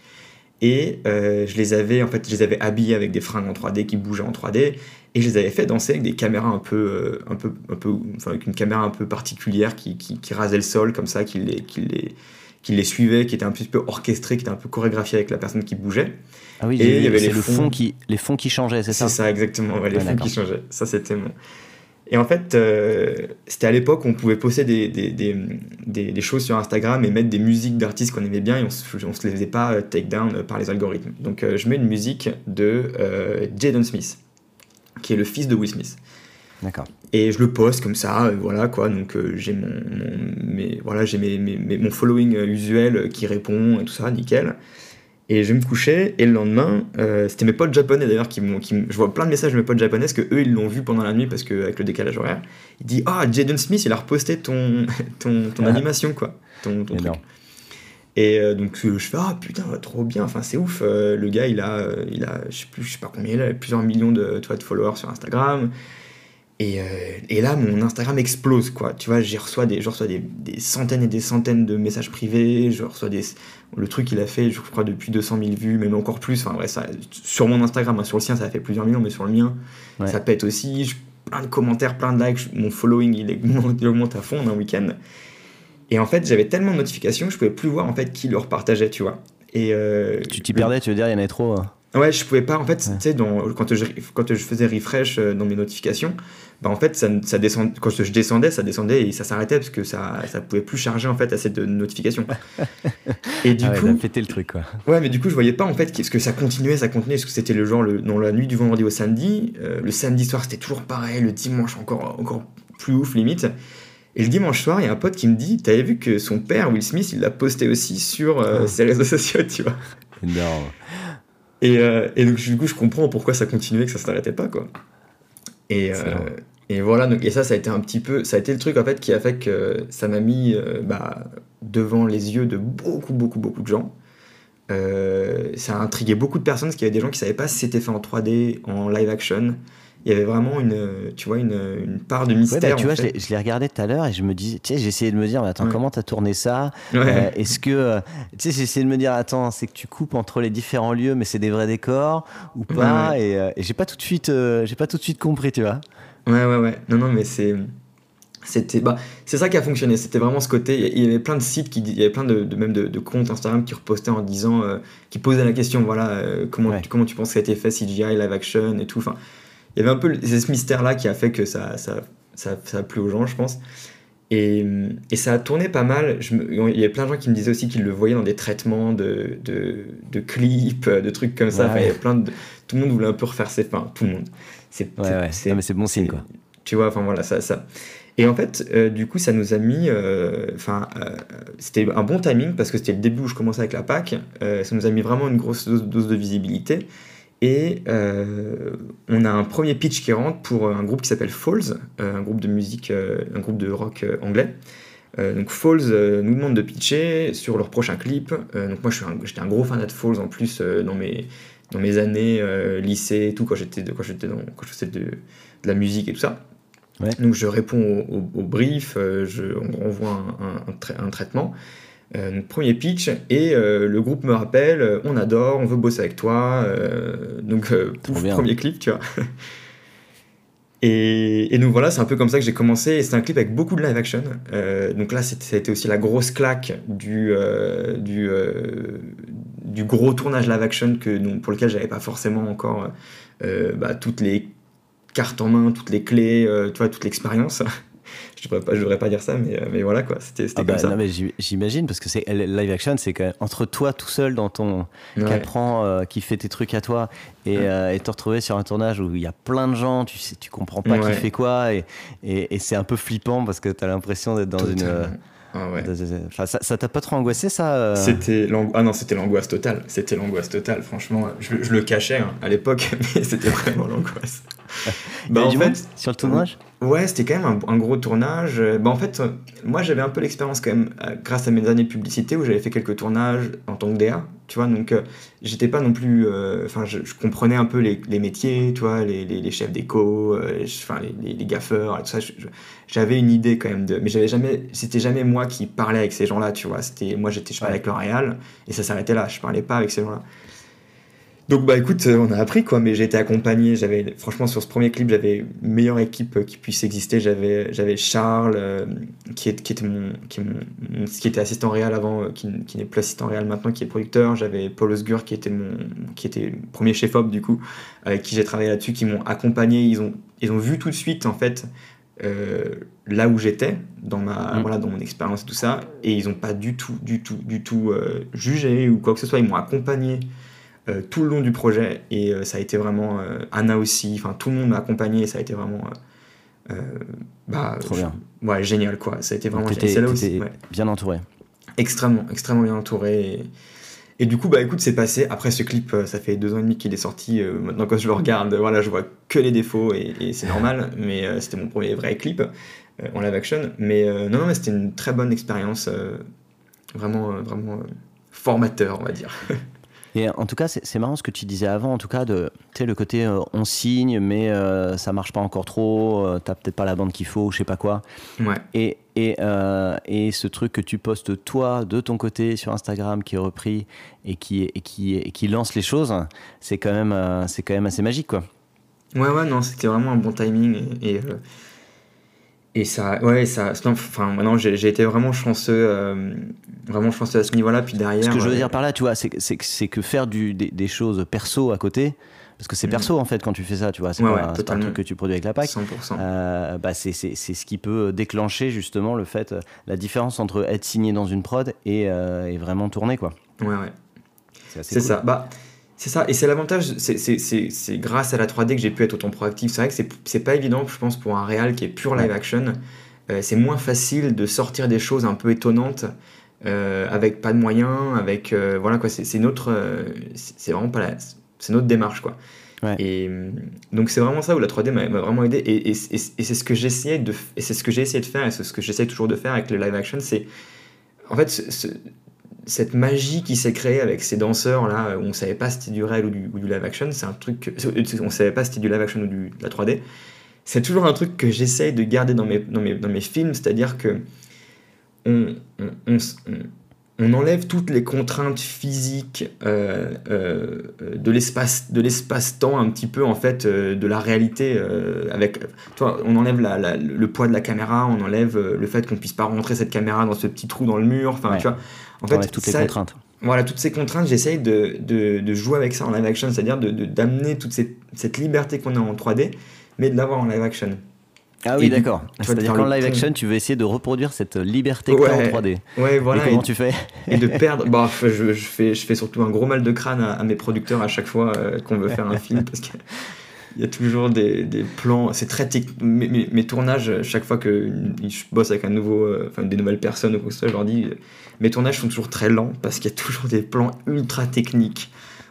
Speaker 2: et euh, je les avais en fait je les avais habillés avec des fringues en trois D qui bougeaient en trois D, et je les avais fait danser avec des caméras un peu euh, un peu un peu enfin avec une caméra un peu particulière qui, qui, qui rasait le sol comme ça, qui les qui les qui les suivait, qui était un petit peu orchestré, qui était un peu chorégraphié avec la personne qui bougeait.
Speaker 1: Ah oui, et il y avait les le fonds, fond qui, les fonds qui changeaient, c'est ça?
Speaker 2: C'est ça, exactement, ouais, les ouais, fonds d'accord. qui changeaient. Ça, c'était mon... Et en fait, euh, c'était à l'époque où on pouvait poster des, des, des, des, des choses sur Instagram et mettre des musiques d'artistes qu'on aimait bien, et on ne se les faisait pas take down par les algorithmes. Donc, euh, je mets une musique de euh, Jaden Smith, qui est le fils de Will Smith.
Speaker 1: D'accord.
Speaker 2: Et je le poste comme ça, euh, voilà quoi. Donc euh, j'ai mon, mon, mes, voilà, j'ai mes, mes, mes, mon following usuel qui répond et tout ça, nickel. Et je vais me coucher, et le lendemain, euh, c'était mes potes japonais d'ailleurs qui m'ont, qui, je vois plein de messages de mes potes japonais parce que eux ils l'ont vu pendant la nuit parce que avec le décalage horaire. Il dit ah oh, Jaden Smith il a reposté ton ton, ton ah. animation quoi, ton, ton truc. Et euh, donc je fais ah putain trop bien, enfin c'est ouf, euh, le gars il a il a je sais plus je sais pas combien il a plusieurs millions de, tu vois, de followers sur Instagram. Et, euh, et là, mon Instagram explose, quoi. Tu vois, j'y reçois des, je reçois des, des centaines et des centaines de messages privés. Je reçois des... Le truc, il a fait, je crois, depuis deux cent mille vues, même encore plus. Enfin, bref, ça, sur mon Instagram, hein, sur le sien, ça a fait plusieurs millions, mais sur le mien, ouais. ça pète aussi. Je, plein de commentaires, plein de likes. Je, mon following, il augmente, il augmente à fond en un week-end. Et en fait, j'avais tellement de notifications que je pouvais plus voir, en fait, qui le repartageait, tu vois. Et euh,
Speaker 1: tu t'y perdais, tu veux dire, il y en avait trop hein.
Speaker 2: Ouais, je pouvais pas, en fait, ouais. tu sais, quand je, quand je faisais refresh dans mes notifications, bah en fait, ça, ça descend, quand je descendais, ça descendait et ça s'arrêtait parce que ça, ça pouvait plus charger, en fait, assez de notifications. Et du
Speaker 1: ah ouais,
Speaker 2: coup...
Speaker 1: ça a pété le truc, quoi.
Speaker 2: Ouais, mais du coup, je voyais pas, en fait, parce que ça continuait, ça continuait, parce que c'était le genre, le, dans la nuit du vendredi au samedi, euh, le samedi soir, c'était toujours pareil, le dimanche, encore, encore plus ouf, limite. Et le dimanche soir, il y a un pote qui me dit, t'avais vu que son père, Will Smith, il l'a posté aussi sur euh, oh. ses réseaux sociaux, tu vois.
Speaker 1: Énorme.
Speaker 2: Et, euh, et donc, du coup, je comprends pourquoi ça continuait, que ça s'arrêtait pas, quoi. Et, euh, et voilà, donc, et ça, ça a été un petit peu... Ça a été le truc, en fait, qui a fait que ça m'a mis euh, bah, devant les yeux de beaucoup, beaucoup, beaucoup de gens. Euh, ça a intrigué beaucoup de personnes, parce qu'il y avait des gens qui savaient pas si c'était fait en trois D, en live action. Il y avait vraiment une, tu vois, une, une part de mystère.
Speaker 1: Ouais, bah, tu
Speaker 2: en
Speaker 1: vois,
Speaker 2: fait.
Speaker 1: je, l'ai, je l'ai regardé tout à l'heure et je me dis, tu sais, j'ai essayé de me dire, mais attends,
Speaker 2: ouais.
Speaker 1: comment t'as tourné ça
Speaker 2: ouais.
Speaker 1: euh, Est-ce que, euh, tu sais, j'ai essayé de me dire, attends, c'est que tu coupes entre les différents lieux, mais c'est des vrais décors ou pas
Speaker 2: ouais, ouais.
Speaker 1: Et, euh, et j'ai pas tout de suite, euh, j'ai pas tout de suite compris, tu vois.
Speaker 2: Ouais, ouais, ouais. Non, non, mais c'est, c'était, bah, c'est ça qui a fonctionné. C'était vraiment ce côté. Il y avait plein de sites qui, il y avait plein de, de même de, de comptes Instagram qui repostaient en disant, euh, qui posaient la question, voilà, euh, comment, ouais. tu, comment tu penses que ça a été fait, C G I, live action et tout. Enfin. Il y avait un peu ce mystère-là qui a fait que ça, ça, ça, ça a plu aux gens, je pense. Et, et ça a tourné pas mal. Je me, il y avait plein de gens qui me disaient aussi qu'ils le voyaient dans des traitements de, de, de clips, de trucs comme ça. Ouais. Enfin, il y avait plein de, tout le monde voulait un peu refaire ses... Enfin, tout le monde. C'est,
Speaker 1: ouais,
Speaker 2: c'est,
Speaker 1: ouais.
Speaker 2: c'est,
Speaker 1: non, mais c'est bon signe, quoi.
Speaker 2: Tu vois, enfin voilà, ça... ça. Et en fait, euh, du coup, ça nous a mis... Enfin, euh, euh, c'était un bon timing parce que c'était le début où je commençais avec la P A C. Euh, ça nous a mis vraiment une grosse dose, dose de visibilité. Et euh, on a un premier pitch qui rentre pour un groupe qui s'appelle Falls, euh, un groupe de musique, euh, un groupe de rock euh, anglais. Euh, donc Falls euh, nous demande de pitcher sur leur prochain clip. Euh, donc moi je suis un, j'étais un gros fan de Falls en plus euh, dans mes dans mes années euh, lycée et tout, quand j'étais quand j'étais dans quand je faisais de, de la musique et tout ça.
Speaker 1: Ouais.
Speaker 2: Donc je réponds au, au, au brief, euh, je, on renvoie un, un, un, tra- un traitement. Euh, donc premier pitch, et euh, le groupe me rappelle, euh, on adore, on veut bosser avec toi. Euh, donc euh, pouf, premier clip, tu vois. Et, et donc voilà, c'est un peu comme ça que j'ai commencé. Et c'est un clip avec beaucoup de live action. Euh, donc là, c'était, ça a été aussi la grosse claque du, euh, du, euh, du gros tournage live action que, donc, pour lequel j'avais pas forcément encore euh, bah, toutes les cartes en main, toutes les clés, euh, tu vois, toute l'expérience. Je devrais pas, je devrais pas dire ça, mais, mais voilà quoi, c'était, c'était
Speaker 1: ah
Speaker 2: comme
Speaker 1: bah,
Speaker 2: ça.
Speaker 1: Non, mais j'imagine, parce que c'est live action, c'est quand même entre toi tout seul dans ton
Speaker 2: Ouais.
Speaker 1: qui apprend, euh, qui fait tes trucs à toi, et, ouais. euh, et te retrouver sur un tournage où il y a plein de gens, tu sais, tu comprends pas ouais. qui fait quoi, et, et, et c'est un peu flippant parce que t'as l'impression d'être dans Totalement. une. Euh,
Speaker 2: Ah ouais.
Speaker 1: Enfin, ça, ça t'a pas trop angoissé ça euh...
Speaker 2: C'était l'ango... ah non, c'était l'angoisse totale. C'était l'angoisse totale. Franchement, je, je le cachais hein, à l'époque, mais c'était vraiment l'angoisse.
Speaker 1: bah, en fait, sur le tournage.
Speaker 2: Ouais, c'était quand même un, un gros tournage. Bah en fait, moi j'avais un peu l'expérience quand même euh, grâce à mes années de publicité où j'avais fait quelques tournages en tant que D A, tu vois. Donc euh, j'étais pas non plus, enfin euh, je, je comprenais un peu les, les métiers, tu vois, les, les, les chefs d'éco, enfin euh, les, les, les gaffeurs, et tout ça. Je, je, j'avais une idée quand même de, mais j'avais jamais, c'était jamais moi qui parlais avec ces gens-là, tu vois. C'était moi j'étais, je parlais ouais. avec L'Oréal et ça s'arrêtait là. Je parlais pas avec ces gens-là. Donc bah écoute, on a appris quoi, mais j'ai été accompagné, j'avais franchement sur ce premier clip, j'avais une meilleure équipe qui puisse exister, j'avais j'avais Charles euh, qui, est, qui était mon qui, mon, qui était assistant réal avant, euh, qui, qui n'est plus assistant réal maintenant, qui est producteur, j'avais Paul Osgur qui était mon qui était le premier chef op du coup, avec qui j'ai travaillé là-dessus, qui m'ont accompagné, ils ont ils ont vu tout de suite en fait euh, là où j'étais dans ma mmh. voilà dans mon expérience et tout ça, et ils ont pas du tout du tout du tout euh, jugé ou quoi que ce soit, ils m'ont accompagné Euh, tout le long du projet, et euh, ça a été vraiment euh, Anna aussi, enfin tout le monde m'a accompagné, et ça a été vraiment euh, bah,
Speaker 1: trop bien,
Speaker 2: je, ouais, génial quoi, ça a été vraiment
Speaker 1: génial.
Speaker 2: C'est là aussi, ouais.
Speaker 1: Bien entouré,
Speaker 2: extrêmement extrêmement bien entouré, et, et du coup bah écoute, c'est passé. Après ce clip, ça fait deux ans et demi qu'il est sorti, euh, maintenant quand je le regarde, voilà, je vois que les défauts, et, et c'est normal, mais euh, c'était mon premier vrai clip euh, en live action, mais euh, non non mais c'était une très bonne expérience, euh, vraiment euh, vraiment euh, formateur on va dire.
Speaker 1: Et en tout cas, c'est, c'est marrant ce que tu disais avant, en tout cas, de, tu sais, le côté euh, on signe, mais euh, ça marche pas encore trop, euh, t'as peut-être pas la bande qu'il faut, je sais pas quoi.
Speaker 2: Ouais.
Speaker 1: Et, et, euh, et ce truc que tu postes toi, de ton côté, sur Instagram, qui est repris et qui, et qui, et qui lance les choses, c'est quand même, euh, c'est quand même assez magique, quoi.
Speaker 2: Ouais, ouais, non, c'était vraiment un bon timing. Et, et, euh, et ça, ouais, ça, enfin, maintenant, j'ai, j'ai été vraiment chanceux. Euh, vraiment chanceux à ce niveau-là, puis derrière...
Speaker 1: Ce que je veux
Speaker 2: euh...
Speaker 1: dire par là, tu vois, c'est, c'est, c'est que faire du, des, des choses perso à côté, parce que c'est perso mmh. en fait quand tu fais ça, tu vois, c'est,
Speaker 2: ouais,
Speaker 1: pas,
Speaker 2: ouais,
Speaker 1: c'est pas un truc que tu produis avec la P A C,
Speaker 2: cent pour cent.
Speaker 1: Euh, bah c'est, c'est, c'est ce qui peut déclencher justement le fait, la différence entre être signé dans une prod et, euh, et vraiment tourner, quoi.
Speaker 2: Ouais, ouais.
Speaker 1: C'est,
Speaker 2: c'est
Speaker 1: cool.
Speaker 2: ça, bah... C'est ça, et c'est l'avantage, c'est, c'est, c'est, c'est grâce à la trois D que j'ai pu être autant proactif. C'est vrai que c'est, c'est pas évident, je pense, pour un réal qui est pur live action. Euh, c'est moins facile de sortir des choses un peu étonnantes euh, avec pas de moyens, avec euh, voilà quoi. C'est, c'est notre, euh, c'est, c'est vraiment pas la, c'est notre démarche quoi.
Speaker 1: Ouais.
Speaker 2: Et donc c'est vraiment ça où la trois D m'a, m'a vraiment aidé. Et, et, et, et c'est ce que j'essayais de, et c'est ce que j'ai essayé de faire, et c'est ce que j'essaie toujours de faire avec le live action. C'est en fait ce, ce, cette magie qui s'est créée avec ces danseurs là, où on savait pas si c'était du réel ou du, ou du live action. C'est un truc, que, on savait pas si c'était du live action ou du, de la trois D. C'est toujours un truc que j'essaye de garder dans mes, dans mes, dans mes films, c'est-à-dire que on, on, on, on enlève toutes les contraintes physiques euh, euh, de, l'espace, de l'espace-temps un petit peu, en fait, euh, de la réalité. Euh, avec, toi, on enlève la, la, le poids de la caméra, on enlève le fait qu'on puisse pas rentrer cette caméra dans ce petit trou dans le mur. Enfin, ouais. tu vois, en fait,
Speaker 1: toutes
Speaker 2: ça,
Speaker 1: les contraintes.
Speaker 2: Voilà, toutes ces contraintes, j'essaye de, de, de jouer avec ça en live action, c'est-à-dire de, de, d'amener toute ces, cette liberté qu'on a en trois D, mais de l'avoir en live action.
Speaker 1: Ah oui, et d'accord. Du, c'est-à-dire qu'en live action, tu veux essayer de reproduire cette liberté que
Speaker 2: ouais,
Speaker 1: tu as en trois D.
Speaker 2: Ouais, voilà.
Speaker 1: Et comment
Speaker 2: et,
Speaker 1: tu fais?
Speaker 2: Et de perdre... Bah, je, je, fais, je fais surtout un gros mal de crâne à, à mes producteurs à chaque fois euh, qu'on veut faire un film, parce qu'il y a toujours des, des plans... C'est très technique. Mes, mes, mes tournages, chaque fois que je bosse avec un nouveau, enfin, euh, des nouvelles personnes ou quoi que ce soit, je leur dis... Mes tournages sont toujours très lents, parce qu'il y a toujours des plans ultra techniques,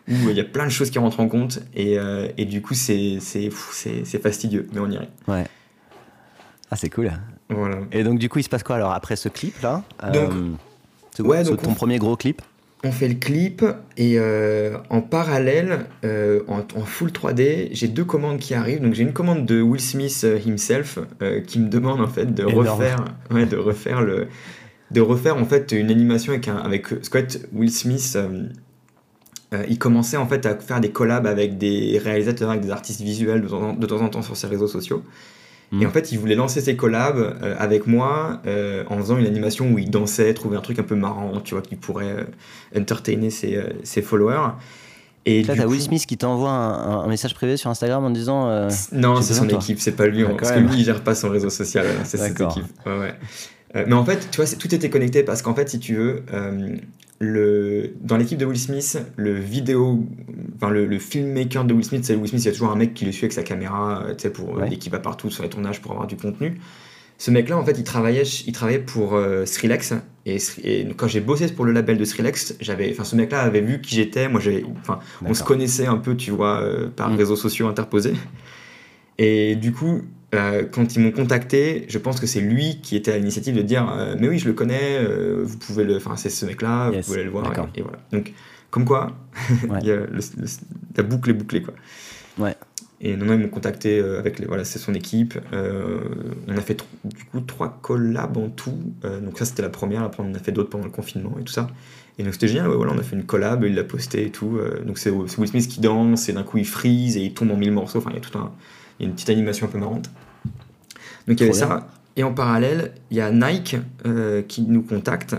Speaker 2: où il y a plein de choses qui rentrent en compte et, euh, et du coup c'est, c'est, c'est, c'est fastidieux, mais on irait.
Speaker 1: Ouais. Ah, c'est cool.
Speaker 2: Voilà.
Speaker 1: Et donc du coup il se passe quoi alors après ce clip là
Speaker 2: donc,
Speaker 1: euh, ce,
Speaker 2: ouais,
Speaker 1: ce,
Speaker 2: donc
Speaker 1: ton
Speaker 2: on,
Speaker 1: premier gros clip?
Speaker 2: On fait le clip et euh, en parallèle, euh, en, en full trois D, j'ai deux commandes qui arrivent. Donc j'ai une commande de Will Smith euh, himself euh, qui me demande en fait de
Speaker 1: Énorme.
Speaker 2: refaire, ouais, de refaire le, de refaire en fait une animation avec un, avec Scott Will Smith. Euh, euh, il commençait en fait à faire des collabs avec des réalisateurs, avec des artistes visuels de temps en, de temps, en temps sur ses réseaux sociaux. Mmh. Et en fait, il voulait lancer ses collabs euh, avec moi euh, en faisant une animation où il dansait, trouver un truc un peu marrant, tu vois, qui pourrait euh, entertainer ses, euh, ses followers.
Speaker 1: Et là, t'as coup... Will Smith qui t'envoie un, un message privé sur Instagram en disant. Euh,
Speaker 2: non, c'est son équipe, c'est pas lui,
Speaker 1: ah,
Speaker 2: parce que lui, il gère pas son réseau social, c'est cette équipe. Ouais, ouais. Euh, mais en fait, tu vois, c'est, tout était connecté parce qu'en fait, si tu veux, euh, le, dans l'équipe de Will Smith, le vidéo, enfin le, le filmmaker de Will Smith, c'est Will Smith, il y a toujours un mec qui le suit avec sa caméra, tu sais, pour ouais. l'équipe va partout sur les tournages pour avoir du contenu. Ce mec-là, en fait, il travaillait, il travaillait pour euh, Skrillex. Et, et quand j'ai bossé pour le label de Skrillex, j'avais, enfin, ce mec-là avait vu qui j'étais. Moi, j'avais, enfin, on se connaissait un peu, tu vois, euh, par mmh. réseaux sociaux interposés. Et du coup, euh, quand ils m'ont contacté, je pense que c'est lui qui était à l'initiative de dire, euh, mais oui, je le connais, euh, vous pouvez le, enfin, c'est ce mec-là, yes. vous pouvez aller le voir. Et, et voilà. Donc, comme quoi, ouais. il y a le, le, la boucle est bouclée, quoi.
Speaker 1: Ouais.
Speaker 2: Et non, non, ils m'ont contacté avec les, voilà, c'est son équipe. Euh, on a fait tr- du coup trois collabs en tout. Euh, donc ça c'était la première. Après on en a fait d'autres pendant le confinement et tout ça. Et donc c'était génial. Ouais, voilà, on a fait une collab, il l'a posté et tout. Euh, donc c'est, c'est Will Smith qui danse et d'un coup il freeze et il tombe en mille morceaux. Enfin il y a tout un, il y a une petite animation un peu marrante. Donc il y avait ça. Bien. Et en parallèle il y a Nike euh, qui nous contacte.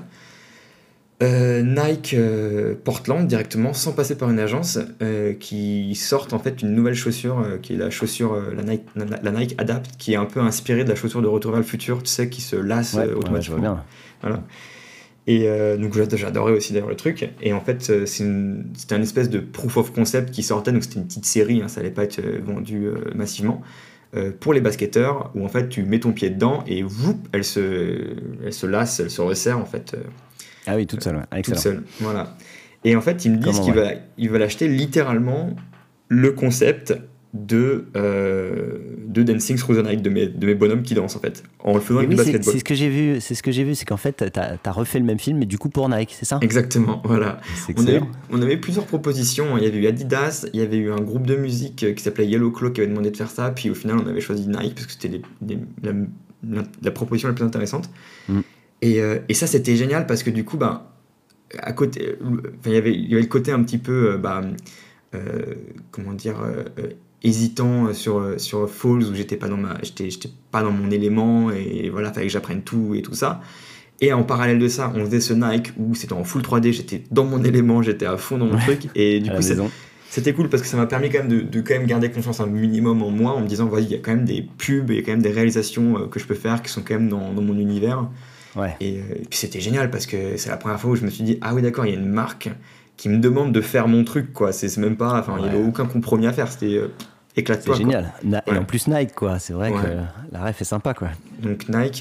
Speaker 2: Euh, Nike euh, Portland directement sans passer par une agence euh, qui sortent en fait une nouvelle chaussure euh, qui est la chaussure euh, la, Nike, la, la Nike Adapt qui est un peu inspirée de la chaussure de Retour vers le futur, tu sais, qui se lasse
Speaker 1: ouais,
Speaker 2: euh, automatiquement.
Speaker 1: Ouais, je vois bien.
Speaker 2: Voilà. Et euh, donc j'adorais aussi d'ailleurs le truc. Et en fait euh, c'est une, c'était un espèce de proof of concept qui sortait, donc c'était une petite série, hein, ça allait pas être euh, vendu euh, massivement. Euh, pour les basketteurs où en fait tu mets ton pied dedans et whoop, elle se, elle se lasse, elle se resserre en fait. Euh,
Speaker 1: Ah oui, toute seule, ouais. Excellent.
Speaker 2: Toute seule, voilà. Et en fait, ils me disent Comment, qu'ils ouais. veulent, ils veulent acheter littéralement le concept de, euh, de Dancing Through the Night, de mes, de mes bonhommes qui dansent, en fait, en le faisant avec
Speaker 1: oui,
Speaker 2: du basketball.
Speaker 1: C'est, c'est, ce que j'ai vu, c'est ce que j'ai vu, c'est qu'en fait, t'as, t'as refait le même film, mais du coup pour Nike, c'est ça ?
Speaker 2: Exactement, voilà.
Speaker 1: C'est
Speaker 2: on, avait, on avait plusieurs propositions. Il y avait eu Adidas, il y avait eu un groupe de musique qui s'appelait Yellow Claw qui avait demandé de faire ça, puis au final, on avait choisi Nike parce que c'était les, les, la, la, la proposition la plus intéressante. Mm. Et, euh, et ça, c'était génial parce que du coup, bah, à côté, il y avait il y avait le côté un petit peu bah, euh, comment dire euh, hésitant sur sur Falls où j'étais pas dans ma j'étais j'étais pas dans mon élément et voilà, fallait que j'apprenne tout et tout ça. Et en parallèle de ça, on faisait ce Nike où c'était en full trois D, j'étais dans mon élément, j'étais à fond dans mon truc et du coup c'est, c'était cool parce que ça m'a permis quand même de, de quand même garder confiance un minimum en moi en me disant voyez, il y a quand même des pubs, il y a quand même des réalisations que je peux faire qui sont quand même dans, dans mon univers.
Speaker 1: Ouais.
Speaker 2: Et, et puis c'était génial parce que c'est la première fois où je me suis dit ah oui d'accord, il y a une marque qui me demande de faire mon truc, quoi. C'est, c'est même pas, enfin il ouais. n'y avait aucun compromis à faire, c'était euh, éclate-toi.
Speaker 1: C'est génial. Na-
Speaker 2: ouais.
Speaker 1: Et en plus Nike, quoi. C'est vrai ouais. que la ref est sympa, quoi.
Speaker 2: Donc Nike.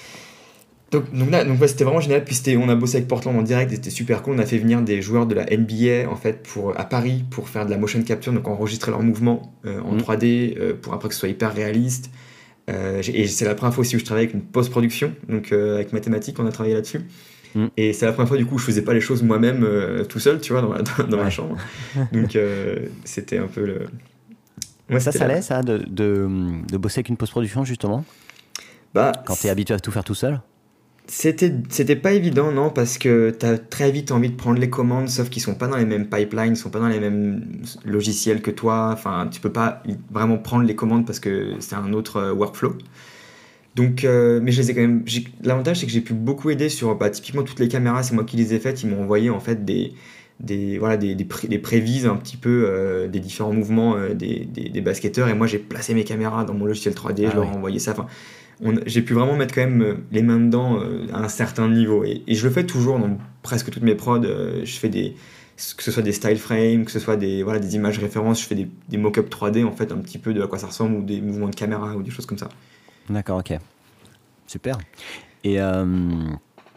Speaker 2: Donc, donc, là, donc ouais, c'était vraiment génial. Puis c'était, on a bossé avec Portland en direct, et c'était super cool. On a fait venir des joueurs de la N B A en fait pour à Paris pour faire de la motion capture, donc enregistrer leurs mouvements euh, en mmh. trois D euh, pour après que ce soit hyper réaliste. Euh, et c'est la première fois aussi où je travaillais avec une post-production, donc euh, avec mathématiques, on a travaillé là-dessus. Mm. Et c'est la première fois du coup où je faisais pas les choses moi-même euh, tout seul, tu vois, dans, ma, dans, dans ouais. ma chambre. Donc euh, c'était un peu le.
Speaker 1: Ouais, ça, ça allait, ça, de, de, de bosser avec une post-production justement.
Speaker 2: Bah.
Speaker 1: Quand t'es habitué à tout faire tout seul.
Speaker 2: C'était, c'était pas évident, non, parce que t'as très vite envie de prendre les commandes, sauf qu'ils sont pas dans les mêmes pipelines, ils sont pas dans les mêmes logiciels que toi. Enfin, tu peux pas vraiment prendre les commandes parce que c'est un autre euh, workflow. Donc, euh, mais je les ai quand même. J'ai, l'avantage, c'est que j'ai pu beaucoup aider sur, bah, typiquement toutes les caméras, c'est moi qui les ai faites. Ils m'ont envoyé en fait des, des voilà, des, des, pré, des prévises un petit peu euh, des différents mouvements euh, des, des, des basketteurs, et moi j'ai placé mes caméras dans mon logiciel trois D, ah, je leur ai envoyé ça. Enfin, On, j'ai pu vraiment mettre quand même les mains dedans euh, à un certain niveau et, et je le fais toujours dans presque toutes mes prods. Euh, je fais des, que ce soit des style frames, que ce soit des, voilà, des images références, je fais des, des mock-up trois D en fait, un petit peu de à quoi ça ressemble, ou des mouvements de caméra ou des choses comme ça.
Speaker 1: D'accord, ok, super. Et, euh,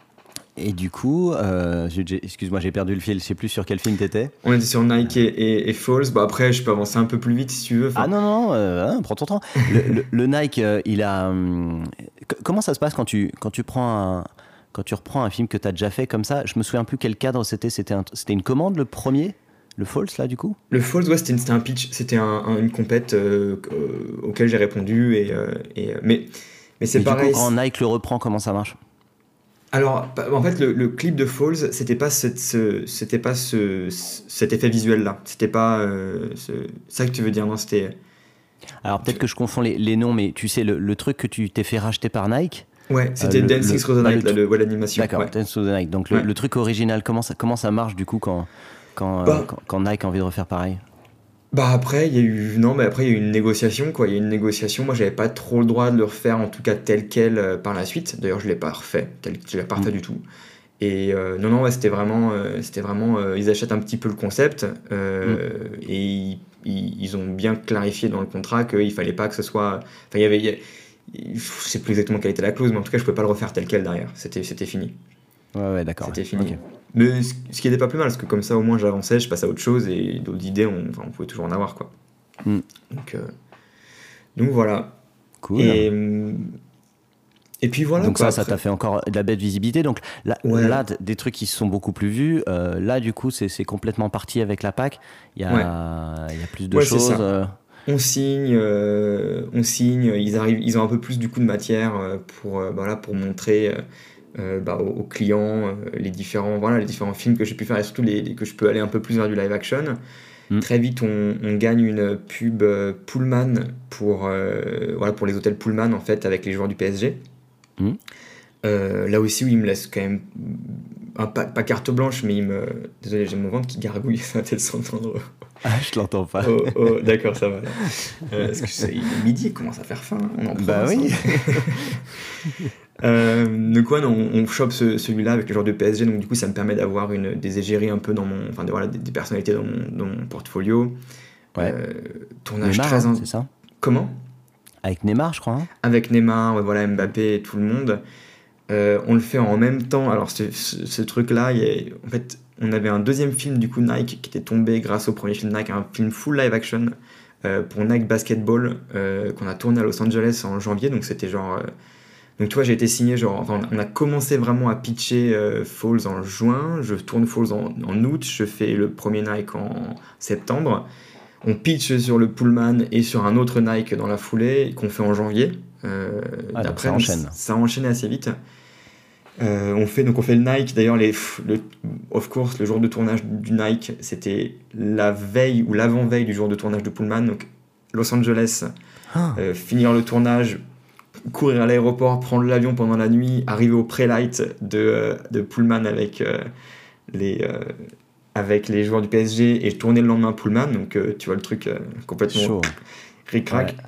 Speaker 1: Et du coup, euh, j'ai, j'ai, excuse-moi, j'ai perdu le fil, je sais plus sur quel film t'étais.
Speaker 2: On était sur Nike et, et, et Falls. Bon, après, je peux avancer un peu plus vite si tu veux. Enfin...
Speaker 1: Ah non, non, euh, hein, prends ton temps. Le, le, le Nike, euh, il a. Hum, comment ça se passe quand tu, quand tu prends un. Quand tu reprends un film que tu as déjà fait comme ça, je me souviens plus quel cadre c'était. C'était, un, c'était une commande, le premier, le Falls, là, du coup.
Speaker 2: Le Falls, ouais, c'était, c'était un pitch, c'était un, un, une compète euh, euh, auquel j'ai répondu. Et, euh, et, mais, mais c'est
Speaker 1: et
Speaker 2: pareil.
Speaker 1: Du coup, quand Nike le reprend, comment ça marche?
Speaker 2: Alors, en fait, le, le clip de Falls, c'était pas, cette, ce, c'était pas ce, cet effet visuel-là. C'était pas euh, ce, ça que tu veux dire, non? C'était.
Speaker 1: Alors, peut-être que je confonds les, les noms, mais tu sais, le, le truc que tu t'es fait racheter par Nike.
Speaker 2: Ouais, c'était euh, Dancing Through the Night, bah, le, le, l'animation.
Speaker 1: D'accord,
Speaker 2: ouais.
Speaker 1: Dancing Through the Night. Donc, le, ouais. le truc original, comment ça, comment ça marche du coup quand, quand, bah, euh, quand, quand Nike a envie de refaire pareil?
Speaker 2: Bah après il y a eu non mais après il y a eu une négociation quoi, il y a eu une négociation, moi j'avais pas trop le droit de le refaire en tout cas tel quel euh, par la suite. D'ailleurs je l'ai pas refait, tel, je l'ai pas refait mmh. du tout. Et euh, non non ouais, c'était vraiment euh, c'était vraiment euh, ils achètent un petit peu le concept euh, mmh. et ils, ils, ils ont bien clarifié dans le contrat qu'il fallait pas que ce soit enfin il y avait il y a, je sais plus exactement quelle était la clause mais en tout cas je pouvais pas le refaire tel quel derrière. C'était c'était fini.
Speaker 1: Ouais, ouais, d'accord.
Speaker 2: C'était
Speaker 1: ouais.
Speaker 2: fini.
Speaker 1: Okay.
Speaker 2: Mais ce, ce qui n'était pas plus mal, parce que comme ça, au moins, j'avançais, je passais à autre chose, et d'autres idées, on, enfin, on pouvait toujours en avoir, quoi. Mm. Donc, euh, donc, voilà.
Speaker 1: Cool.
Speaker 2: Et, et puis voilà.
Speaker 1: Donc
Speaker 2: quoi,
Speaker 1: ça, après... ça t'a fait encore de la belle visibilité. Donc là, ouais. là des trucs qui se sont beaucoup plus vus. Euh, là, du coup, c'est, c'est complètement parti avec la P A C. Il y a, ouais. il y a plus de
Speaker 2: ouais,
Speaker 1: choses. Euh...
Speaker 2: On signe, euh, on signe. Ils arrivent, ils ont un peu plus du coup de matière pour, euh, bah, là, pour montrer. Euh, Euh, bah, aux, aux clients euh, les différents voilà les différents films que j'ai pu faire et surtout les, les que je peux aller un peu plus vers du live action. Mm. Très vite on, on gagne une pub euh, Pullman pour euh, voilà pour les hôtels Pullman en fait avec les joueurs du P S G. Mm. Euh, là aussi où ils me laissent quand même un, pas, pas carte blanche mais ils me désolé j'ai mon ventre qui gargouille ça va peut-être s'entendre.
Speaker 1: Ah, je l'entends pas.
Speaker 2: Oh, oh, d'accord, ça va. Euh, parce que c'est, il est midi, il commence à faire faim. On en prend.
Speaker 1: Bah oui.
Speaker 2: euh, donc ouais, non, on, on chope ce, celui-là avec le genre de P S G. Donc du coup, ça me permet d'avoir une, des égéries un peu dans mon, enfin voilà, des, des personnalités dans mon, dans mon portfolio.
Speaker 1: Ouais.
Speaker 2: Euh, tournage
Speaker 1: Neymar,
Speaker 2: très
Speaker 1: hein, c'est ça.
Speaker 2: Comment?
Speaker 1: Avec Neymar, je crois. Hein.
Speaker 2: Avec Neymar, ouais, voilà, Mbappé et tout le monde. Euh, on le fait en même temps. Alors ce, ce, ce truc-là, il y a, en fait. On avait un deuxième film du coup Nike qui était tombé grâce au premier film Nike, un film full live action euh, pour Nike Basketball euh, qu'on a tourné à Los Angeles en janvier. Donc c'était genre, euh... donc tu vois j'ai été signé genre, enfin on a commencé vraiment à pitcher euh, Falls en juin, je tourne Falls en, en août, je fais le premier Nike en septembre. On pitch sur le Pullman et sur un autre Nike dans la foulée qu'on fait en janvier. Euh,
Speaker 1: ah, d'après, ça enchaîne.
Speaker 2: Ça a enchaîné assez vite. Euh, on fait donc on fait le Nike d'ailleurs les le, of course le jour de tournage du Nike c'était la veille ou l'avant-veille du jour de tournage de Pullman donc Los Angeles ah. euh, finir le tournage courir à l'aéroport prendre l'avion pendant la nuit arriver au pré-light de, de Pullman avec euh, les euh, avec les joueurs du P S G et tourner le lendemain Pullman donc euh, tu vois le truc euh, complètement ric-rac. Ouais.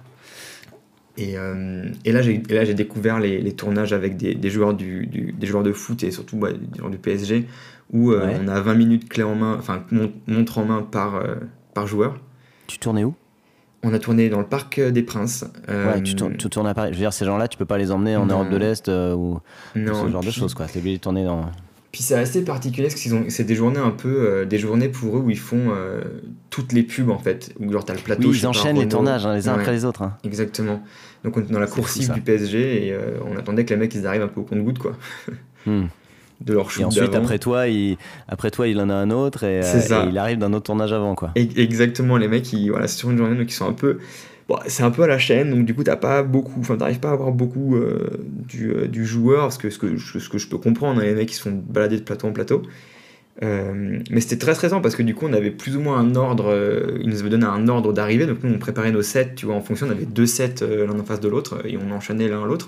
Speaker 2: Et, euh, et, là, j'ai, et là, j'ai découvert les, les tournages avec des, des, joueurs du, du, des joueurs de foot et surtout bah, des joueurs du P S G où euh, ouais. on a vingt minutes clé en main, enfin montre en main par, euh, par joueur.
Speaker 1: Tu tournais où?
Speaker 2: On a tourné dans le Parc des Princes. Euh,
Speaker 1: ouais, tu tournes, tu tournes à Paris. Je veux dire, ces gens-là, tu peux pas les emmener en non. Europe de l'Est euh, ou, non, ou ce genre puis, de choses, quoi. T'es obligé de tourner dans.
Speaker 2: Puis c'est assez particulier parce qu'ils ont, c'est des journées un peu, euh, des journées pour eux où ils font euh, toutes les pubs en fait. Où genre t'as le plateau.
Speaker 1: Oui, ils enchaînent les tournages hein, les uns ouais, après les autres. Hein.
Speaker 2: Exactement. Donc on était dans la coursive du P S G et euh, on attendait que les mecs ils arrivent un peu au compte-gouttes quoi. Hmm. De leur shoot
Speaker 1: et ensuite
Speaker 2: d'avant.
Speaker 1: après toi, il, après toi il en a un autre et, euh, et il arrive d'un autre tournage avant quoi.
Speaker 2: Et, exactement, les mecs ils, voilà, c'est sur une journée donc ils sont un peu. Bon, c'est un peu à la chaîne, donc du coup t'as pas beaucoup, enfin t'arrives pas à avoir beaucoup euh, du, euh, du joueur, parce que ce que, je, ce que je peux comprendre, hein, les mecs qui se font balader de plateau en plateau. Euh, mais c'était très stressant parce que du coup on avait plus ou moins un ordre, euh, ils nous avaient donné un ordre d'arrivée, donc nous on préparait nos sets, tu vois, en fonction, on avait deux sets euh, l'un en face de l'autre et on enchaînait l'un à l'autre.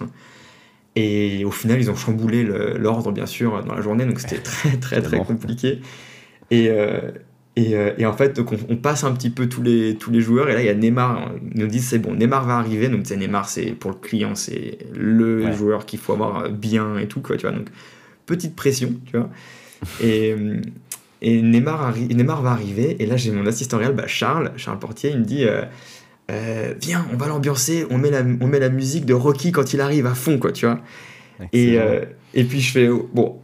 Speaker 2: Et au final ils ont chamboulé le, l'ordre bien sûr dans la journée, donc c'était très très très, très compliqué. Et euh, Et, euh, et en fait, donc on, on passe un petit peu tous les, tous les joueurs, et là il y a Neymar, ils nous disent c'est bon, Neymar va arriver, donc c'est Neymar, c'est pour le client, c'est le ouais. joueur qu'il faut avoir bien et tout, quoi, tu vois, donc petite pression, tu vois. Et, et Neymar, arri- Neymar va arriver, et là j'ai mon assistant réel, bah Charles, Charles Portier, il me dit euh, euh, viens, on va l'ambiancer, on met, la, on met la musique de Rocky quand il arrive à fond, quoi, tu vois. Et, euh, et puis je fais, bon.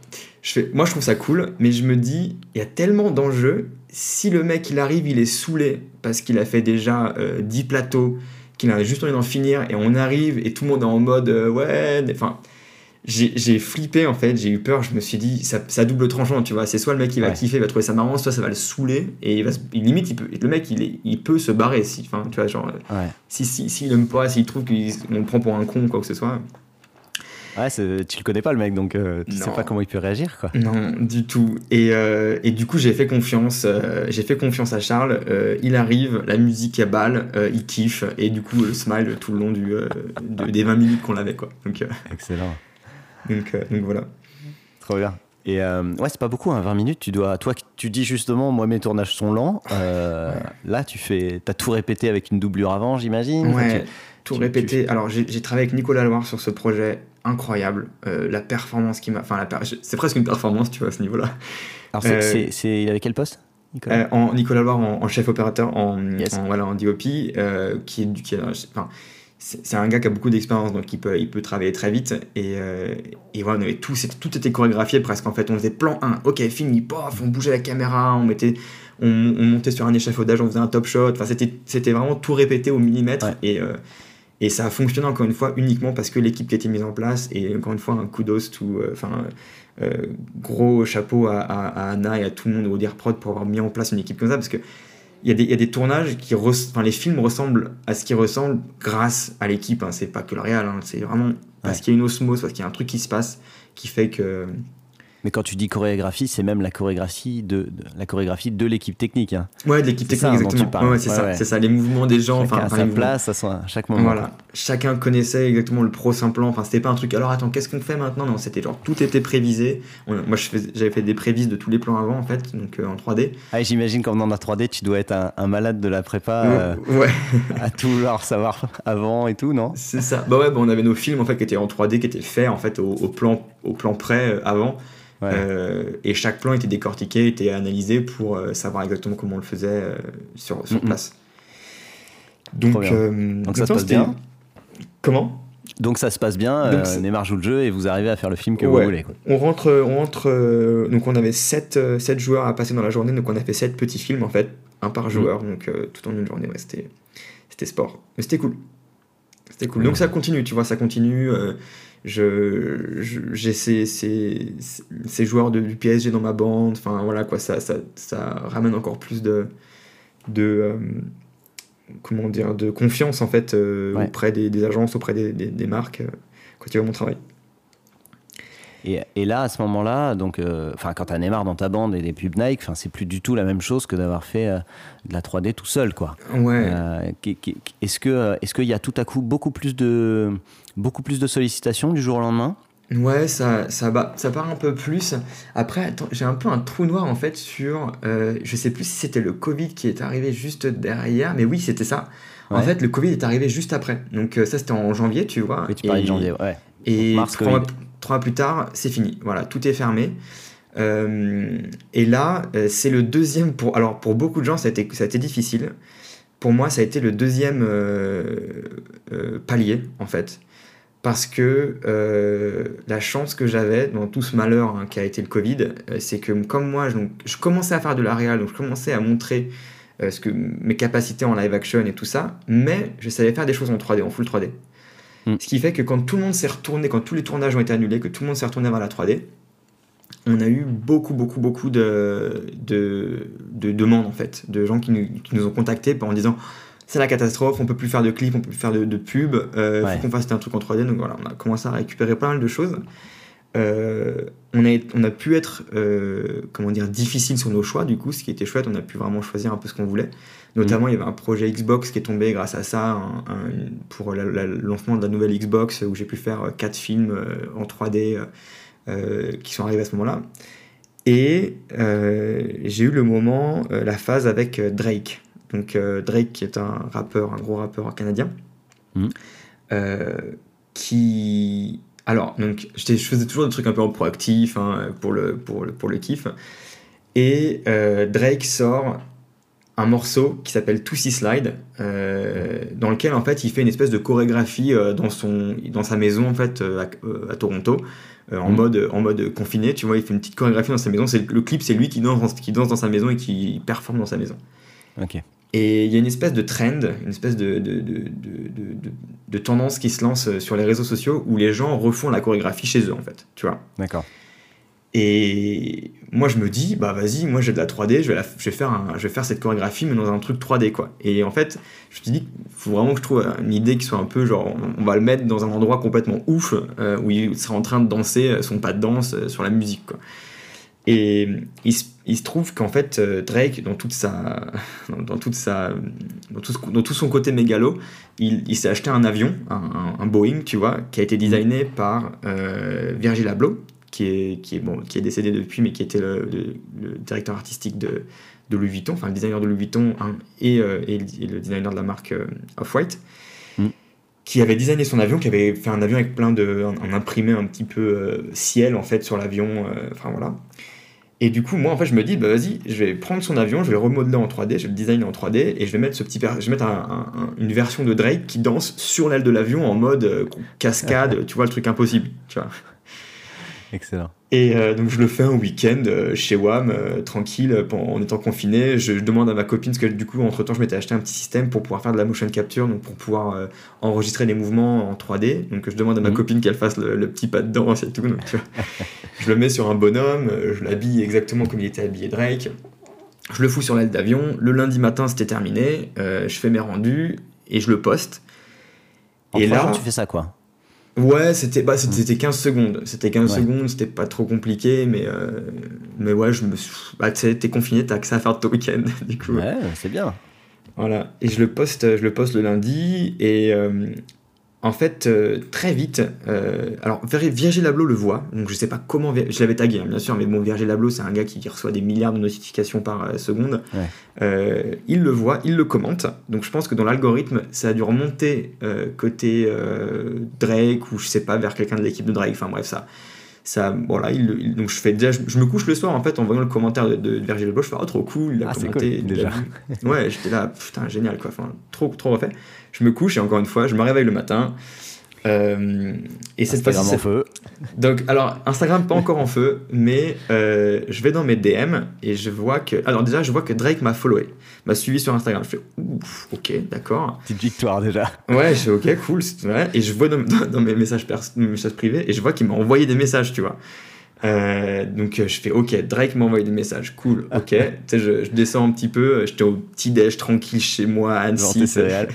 Speaker 2: je fais, moi je trouve ça cool, mais je me dis, il y a tellement d'enjeux. Si le mec il arrive, il est saoulé parce qu'il a fait déjà euh, dix plateaux, qu'il a juste envie d'en finir, et on arrive et tout le monde est en mode euh, ouais, enfin. J'ai, j'ai flippé en fait, j'ai eu peur, je me suis dit, ça, ça double tranchant, tu vois, c'est soit le mec il va ouais. kiffer, il va trouver ça marrant, soit ça va le saouler, et il va, il, limite il peut, le mec il, est, il peut se barrer, si, enfin, tu vois, genre, ouais. si, si, s'il aime pas, s'il trouve qu'on le prend pour un con ou quoi que ce soit.
Speaker 1: Ouais, c'est, tu le connais pas le mec, donc euh, tu non. sais pas comment il peut réagir, quoi.
Speaker 2: Non, du tout. Et, euh, et du coup, j'ai fait confiance, euh, j'ai fait confiance à Charles, euh, il arrive, la musique à balle, euh, il kiffe, et du coup, le smile tout le long du, euh, de, des vingt minutes qu'on avait, quoi. Donc, euh,
Speaker 1: excellent.
Speaker 2: Donc, euh, donc voilà.
Speaker 1: Trop bien. Et euh, ouais, c'est pas beaucoup, hein, vingt minutes. Tu dois, toi, tu dis justement, moi mes tournages sont lents. Euh, ouais. Là, tu fais, t'as tout répété avec une doublure avant, j'imagine.
Speaker 2: Ouais,
Speaker 1: tu,
Speaker 2: tout
Speaker 1: tu,
Speaker 2: répété.
Speaker 1: Tu...
Speaker 2: Alors j'ai, j'ai travaillé avec Nicolas Loire sur ce projet incroyable. Euh, la performance qui m'a, enfin la per... c'est presque une performance, tu vois, à ce niveau-là.
Speaker 1: Alors c'est, euh... c'est, c'est... il avait quel poste?
Speaker 2: Nicolas, euh, en, Nicolas Loire en, en chef opérateur, en, yes. en voilà, en D O P, euh, qui est, qui est, enfin. C'est un gars qui a beaucoup d'expérience, donc il peut, il peut travailler très vite. Et, euh, et voilà, on avait tout, tout était chorégraphié presque. En fait, on faisait plan un, ok, fini, pof, on bougeait la caméra, on, mettait, on, on montait sur un échafaudage, on faisait un top shot. Enfin, c'était, c'était vraiment tout répété au millimètre. Ouais. Et, euh, et ça a fonctionné encore une fois uniquement parce que l'équipe qui a été mise en place. Et encore une fois, un kudos, tout, enfin, euh, euh, gros chapeau à, à, à Anna et à tout le monde au D I R Prod pour avoir mis en place une équipe comme ça. Parce que Il y, a des, il y a des tournages qui res, enfin les films ressemblent à ce qu'ils ressemblent grâce à l'équipe, hein. C'est pas que le réel, hein. C'est vraiment parce ouais. qu'il y a une osmose, parce qu'il y a un truc qui se passe qui fait que.
Speaker 1: Mais quand tu dis chorégraphie, c'est même la chorégraphie de, de la chorégraphie de l'équipe technique, hein.
Speaker 2: Ouais, de l'équipe c'est technique, ça, exactement. Ouais, c'est, ouais, ça, ouais. c'est ça, les mouvements des gens.
Speaker 1: Chacun
Speaker 2: enfin,
Speaker 1: à sa place, à, son, à chaque moment.
Speaker 2: Voilà. Chacun connaissait exactement le pro plan. Enfin, c'était pas un truc. Alors attends, qu'est-ce qu'on fait maintenant? Non, c'était genre tout était prévisé. On, moi, je fais, j'avais fait des prévises de tous les plans avant, en fait, donc euh, en trois D.
Speaker 1: Ah, j'imagine qu'en dans la trois D, tu dois être un, un malade de la prépa. Euh,
Speaker 2: ouais.
Speaker 1: à tout leur savoir avant et tout, non?
Speaker 2: C'est ça. Bah ouais, bah, on avait nos films en fait qui étaient en trois D, qui étaient faits en fait au, au plan, au plan près euh, avant. Ouais. Euh, et chaque plan était décortiqué, était analysé pour euh, savoir exactement comment on le faisait euh, sur, sur mm-hmm. place. Donc, euh,
Speaker 1: donc ça se passe bien.
Speaker 2: Comment?
Speaker 1: Donc ça se passe bien, donc, euh, Neymar joue le jeu et vous arrivez à faire le film que
Speaker 2: ouais.
Speaker 1: vous voulez. Quoi.
Speaker 2: On rentre, on rentre euh, donc on avait sept joueurs à passer dans la journée, donc on a fait sept petits films en fait, un par joueur, mm. donc euh, tout en une journée, ouais, c'était, c'était sport. Mais c'était cool. C'était cool. Mm. Donc ça continue, tu vois, ça continue. Euh, Je, je, j'ai ces, ces, ces joueurs de, du P S G dans ma bande, enfin voilà quoi, ça, ça, ça ramène encore plus de, de euh, comment dire, de confiance en fait euh, ouais. auprès des, des agences, auprès des, des, des marques euh, quand tu vois mon travail.
Speaker 1: Et, et là, à ce moment-là, donc, euh, quand tu as Neymar dans ta bande et des pubs Nike, c'est plus du tout la même chose que d'avoir fait euh, de la trois D tout seul, quoi.
Speaker 2: Ouais.
Speaker 1: Euh, est-ce que, est-ce qu'il y a tout à coup beaucoup plus de, beaucoup plus de sollicitations du jour au lendemain ?
Speaker 2: Ouais, ça, ça, bah, ça part un peu plus. Après, attends, j'ai un peu un trou noir en fait sur, euh, je sais plus si c'était le Covid qui est arrivé juste derrière, mais oui, c'était ça. Ouais. En fait, le Covid est arrivé juste après. Donc ça, c'était en janvier, tu vois.
Speaker 1: Oui, tu parlais de janvier, ouais.
Speaker 2: Et mars, trois mois, trois mois plus tard, c'est fini. Voilà, tout est fermé. Euh, et là, c'est le deuxième. Pour, alors, pour beaucoup de gens, ça a été, ça a été difficile. Pour moi, ça a été le deuxième euh, euh, palier, en fait. Parce que euh, la chance que j'avais dans tout ce malheur hein, qui a été le Covid, euh, c'est que comme moi, je, donc, je commençais à faire de la réal, donc je commençais à montrer euh, ce que, mes capacités en live action et tout ça, mais je savais faire des choses en trois D, en full trois D. Mm. Ce qui fait que quand tout le monde s'est retourné, quand tous les tournages ont été annulés, que tout le monde s'est retourné vers la trois D, on a eu beaucoup, beaucoup, beaucoup de, de, de demandes en fait, de gens qui nous, qui nous ont contactés en disant c'est la catastrophe, on peut plus faire de clips, on peut plus faire de, de pubs, euh, ouais. faut qu'on fasse un truc en trois D. Donc voilà, on a commencé à récupérer pas mal de choses. Euh, on, a, on a pu être euh, comment dire, difficile sur nos choix, du coup, ce qui était chouette, on a pu vraiment choisir un peu ce qu'on voulait. Notamment, mmh. il y avait un projet Xbox qui est tombé grâce à ça, un, un, pour la, la, le lancement de la nouvelle Xbox, où j'ai pu faire quatre films euh, en trois D euh, qui sont arrivés à ce moment-là. Et euh, j'ai eu le moment, euh, la phase avec Drake. Donc euh, Drake, qui est un rappeur, un gros rappeur canadien, mmh. euh, qui... Alors, donc, je faisais toujours des trucs un peu en proactif, hein, pour, le, pour, le, pour le kiff. Et euh, Drake sort un morceau qui s'appelle Tootsie Slide, euh, dans lequel en fait il fait une espèce de chorégraphie euh, dans, son, dans sa maison en fait euh, à, à Toronto, euh, en, mmh. mode, en mode confiné, tu vois, il fait une petite chorégraphie dans sa maison. C'est, le clip, c'est lui qui danse, qui danse dans sa maison et qui performe dans sa maison.
Speaker 1: Ok.
Speaker 2: Et il y a une espèce de trend, une espèce de, de, de, de, de, de, de tendance qui se lance sur les réseaux sociaux où les gens refont la chorégraphie chez eux, en fait, tu vois.
Speaker 1: D'accord.
Speaker 2: Et moi, je me dis, bah vas-y, moi j'ai de la trois D, je vais, la, je vais, faire, un, je vais faire cette chorégraphie, mais dans un truc trois D, quoi. Et en fait, je me dis qu'il faut vraiment que je trouve une idée qui soit un peu genre, on, on va le mettre dans un endroit complètement ouf, euh, où il sera en train de danser son pas de danse euh, sur la musique, quoi. Et il se, il se trouve qu'en fait Drake, dans toute sa, dans toute sa, dans tout, ce, dans tout son côté mégalo, il, il s'est acheté un avion, un, un, un Boeing, tu vois, qui a été designé par euh, Virgil Abloh, qui est, qui est bon, qui est décédé depuis, mais qui était le, le, le directeur artistique de, de Louis Vuitton, enfin le designer de Louis Vuitton hein, et, euh, et, et le designer de la marque euh, Off-White. Mm. Qui avait designé son avion, qui avait fait un avion avec plein de, un, un imprimé un petit peu euh, ciel en fait sur l'avion, enfin euh, voilà. Et du coup, moi, en fait, je me dis, bah vas-y, je vais prendre son avion, je vais le remodeler en trois D, je vais le designer en trois D, et je vais mettre ce petit, per... je vais mettre un, un, un, une version de Drake qui danse sur l'aile de l'avion en mode euh, cascade, tu vois, le truc impossible, tu vois.
Speaker 1: Excellent.
Speaker 2: Et euh, donc je le fais un week-end euh, chez W A M, euh, tranquille, en étant confiné. Je, je demande à ma copine, parce que du coup, entre-temps, je m'étais acheté un petit système pour pouvoir faire de la motion capture, donc pour pouvoir euh, enregistrer les mouvements en trois D. Donc je demande à ma mmh. copine qu'elle fasse le, le petit pas de danse et tout. Donc, tu vois, je le mets sur un bonhomme, je l'habille exactement comme il était habillé Drake. Je le fous sur l'aile d'avion. Le lundi matin, c'était terminé. Euh, je fais mes rendus et je le poste.
Speaker 1: En
Speaker 2: et
Speaker 1: trois
Speaker 2: là,
Speaker 1: jours, tu fais ça, quoi.
Speaker 2: Ouais, c'était, bah, c'était, c'était quinze secondes. C'était quinze ouais. secondes, c'était pas trop compliqué, mais, euh, mais ouais, je me suis. Bah, tu sais, t'es confiné, t'as que ça à faire de ton week-end, du coup.
Speaker 1: Ouais, c'est bien.
Speaker 2: Voilà. Et je le poste, je le poste le lundi, et euh, en fait, euh, très vite. Euh, alors, Virgil Abloh le voit, donc je sais pas comment. Je l'avais tagué, hein, bien sûr, mais bon, Virgil Abloh, c'est un gars qui reçoit des milliards de notifications par euh, seconde. Ouais. Euh, il le voit, il le commente. Donc, je pense que dans l'algorithme, ça a dû remonter euh, côté euh, Drake ou je sais pas, vers quelqu'un de l'équipe de Drake. Enfin, bref, ça. ça voilà, il, il, donc, je fais déjà. Je, je me couche le soir, en fait, en voyant le commentaire de, de, de Virgil Abloh. Je fais, oh, trop cool, il a
Speaker 1: ah,
Speaker 2: commenté.
Speaker 1: Cool, déjà.
Speaker 2: Ouais, j'étais là, putain, génial, quoi. Enfin, trop, trop refait. Je me couche et encore une fois, je me réveille le matin. Euh, et cette
Speaker 1: Instagram
Speaker 2: fois-ci,
Speaker 1: en feu.
Speaker 2: Donc, alors, Instagram pas encore en feu, mais euh, je vais dans mes D M et je vois que. Alors, déjà, je vois que Drake m'a followé, m'a suivi sur Instagram. Je fais ouf, ok, d'accord.
Speaker 1: Petite victoire déjà.
Speaker 2: Ouais, je fais ok, cool. Ouais. Et je vois dans, dans, dans mes messages, pers- mes messages privés et je vois qu'il m'a envoyé des messages, tu vois. Euh, donc, je fais ok, Drake m'a envoyé des messages, cool, ok. Tu sais, je, je descends un petit peu, j'étais au petit-déj tranquille chez moi à Annecy.
Speaker 1: C'est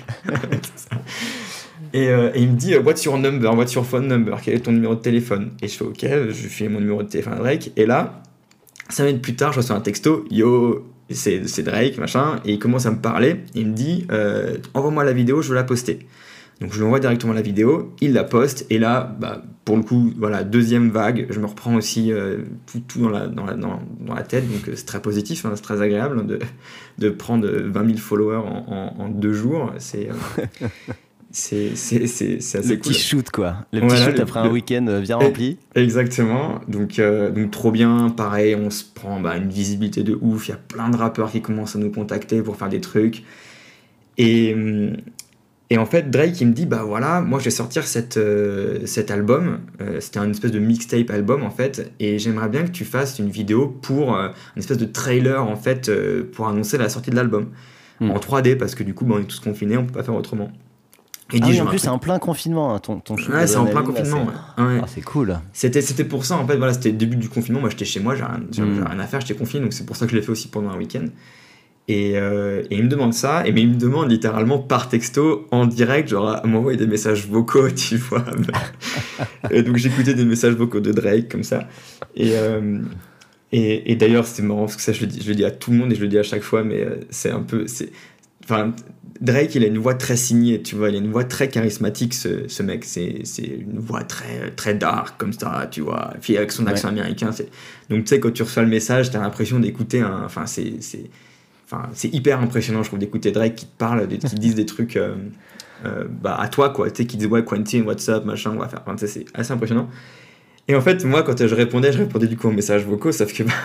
Speaker 2: Et, euh, et il me dit uh, what's your number, what's your phone number, quel est ton numéro de téléphone. Et je fais ok, je lui file mon numéro de téléphone à Drake. Et là, cinq minutes plus tard, je reçois un texto, yo, c'est, c'est Drake, machin. Et il commence à me parler. Il me dit euh, envoie-moi la vidéo, je veux la poster. Donc je lui envoie directement la vidéo, il la poste. Et là, bah, pour le coup, voilà, deuxième vague. Je me reprends aussi euh, tout, tout dans, la, dans, la, dans, dans la tête. Donc c'est très positif, hein, c'est très agréable de, de prendre vingt mille followers en, en, en deux jours. C'est. Euh, C'est, c'est, c'est, c'est assez
Speaker 1: le
Speaker 2: cool.
Speaker 1: petit shoot quoi, le petit
Speaker 2: voilà,
Speaker 1: shoot
Speaker 2: le,
Speaker 1: après
Speaker 2: le,
Speaker 1: un week-end bien rempli.
Speaker 2: Exactement, donc, euh, donc trop bien, pareil, on se prend bah, une visibilité de ouf, il y a plein de rappeurs qui commencent à nous contacter pour faire des trucs. Et, et en fait, Drake il me dit, bah voilà, moi je vais sortir cette, euh, cet album, euh, c'était un espèce de mixtape album en fait, et j'aimerais bien que tu fasses une vidéo pour euh, une espèce de trailer en fait, euh, pour annoncer la sortie de l'album. Mm. En trois D, parce que du coup, bah, on est tous confinés, on peut pas faire autrement.
Speaker 1: Et ah dit, oui, en plus, c'est en plein confinement, hein, ton, ton shoot.
Speaker 2: Ouais, c'est en plein confinement.
Speaker 1: Là,
Speaker 2: ouais.
Speaker 1: Ah, c'est cool.
Speaker 2: C'était, c'était pour ça, en fait, voilà, c'était le début du confinement. Moi, j'étais chez moi, j'ai rien, j'ai mm. rien à faire, j'étais confiné, donc c'est pour ça que je l'ai fait aussi pendant un week-end. Et, euh, et il me demande ça, et mais il me demande littéralement par texto, en direct, genre à m'envoyer des messages vocaux, tu vois. Et donc, j'écoutais des messages vocaux de Drake, comme ça. Et. Euh, et, et d'ailleurs, c'est marrant, parce que ça, je le, dis, je le dis à tout le monde, et je le dis à chaque fois, mais euh, c'est un peu. C'est, enfin. Drake, il a une voix très signée, tu vois, il a une voix très charismatique, ce, ce mec, c'est, c'est une voix très, très dark, comme ça, tu vois, puis avec son accent ouais. américain, c'est... donc tu sais, quand tu reçois le message, t'as l'impression d'écouter un... Enfin, c'est, c'est... Enfin, c'est hyper impressionnant, je trouve, d'écouter Drake qui te parle, qui te dise des trucs euh, euh, bah, à toi, quoi, tu sais, qui disent, ouais, Quentin, what's up, machin, on va faire, enfin, tu sais, c'est assez impressionnant. Et en fait, moi, quand je répondais, je répondais du coup aux messages vocaux, sauf que bah,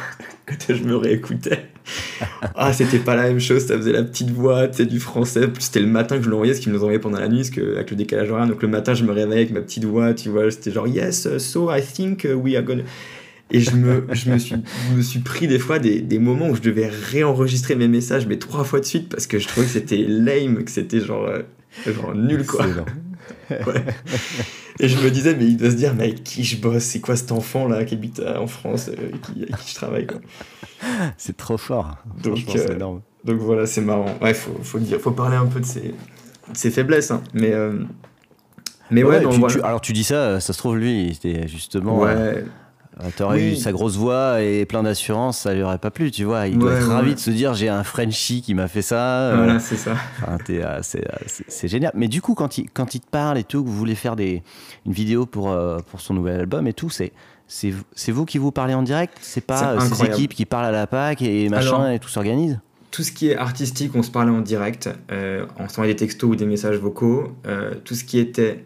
Speaker 2: quand je me réécoutais. Ah, c'était pas la même chose, ça faisait la petite voix, tu sais, du français. Plus c'était le matin que je l'envoyais, parce qu'il me l'envoyait pendant la nuit, parce que, avec le décalage horaire. Donc le matin, je me réveillais avec ma petite voix, tu vois, c'était genre yes, so I think we are gonna. Et je me, je me, suis, je me suis pris des fois des, des moments où je devais réenregistrer mes messages, mais trois fois de suite, parce que je trouvais que c'était lame, que c'était genre, euh, genre nul, quoi. Ouais. Et je me disais, mais il doit se dire, mais avec qui je bosse, c'est quoi cet enfant là qui habite en France, euh, qui, avec qui je travaille, quoi.
Speaker 1: C'est trop fort.
Speaker 2: Donc,
Speaker 1: euh, c'est énorme.
Speaker 2: Donc voilà, c'est marrant. Ouais, faut, faut dire, faut parler un peu de ses, de ses faiblesses, hein. Mais, euh, mais ouais,
Speaker 1: ouais
Speaker 2: non,
Speaker 1: tu,
Speaker 2: voilà.
Speaker 1: tu, alors tu dis ça, ça se trouve lui, c'était justement.
Speaker 2: Ouais.
Speaker 1: Euh, T'aurais
Speaker 2: oui.
Speaker 1: eu sa grosse voix et plein d'assurance, ça lui aurait pas plu, tu vois. Il
Speaker 2: ouais,
Speaker 1: doit être
Speaker 2: ouais.
Speaker 1: ravi de se dire j'ai un Frenchie qui m'a fait ça.
Speaker 2: Voilà,
Speaker 1: euh,
Speaker 2: c'est ça.
Speaker 1: Enfin, euh, c'est, c'est, c'est génial. Mais du coup, quand il, quand il te parle et tout, que vous voulez faire des, une vidéo pour, euh, pour son nouvel album et tout, c'est, c'est, c'est vous qui vous parlez en direct? C'est pas
Speaker 2: c'est
Speaker 1: euh, ces équipes qui parlent à la P A C et machin. Alors, et tout s'organise?
Speaker 2: Tout ce qui est artistique, on se parlait en direct, euh, on s'envoyait des textos ou des messages vocaux. Euh, tout ce qui était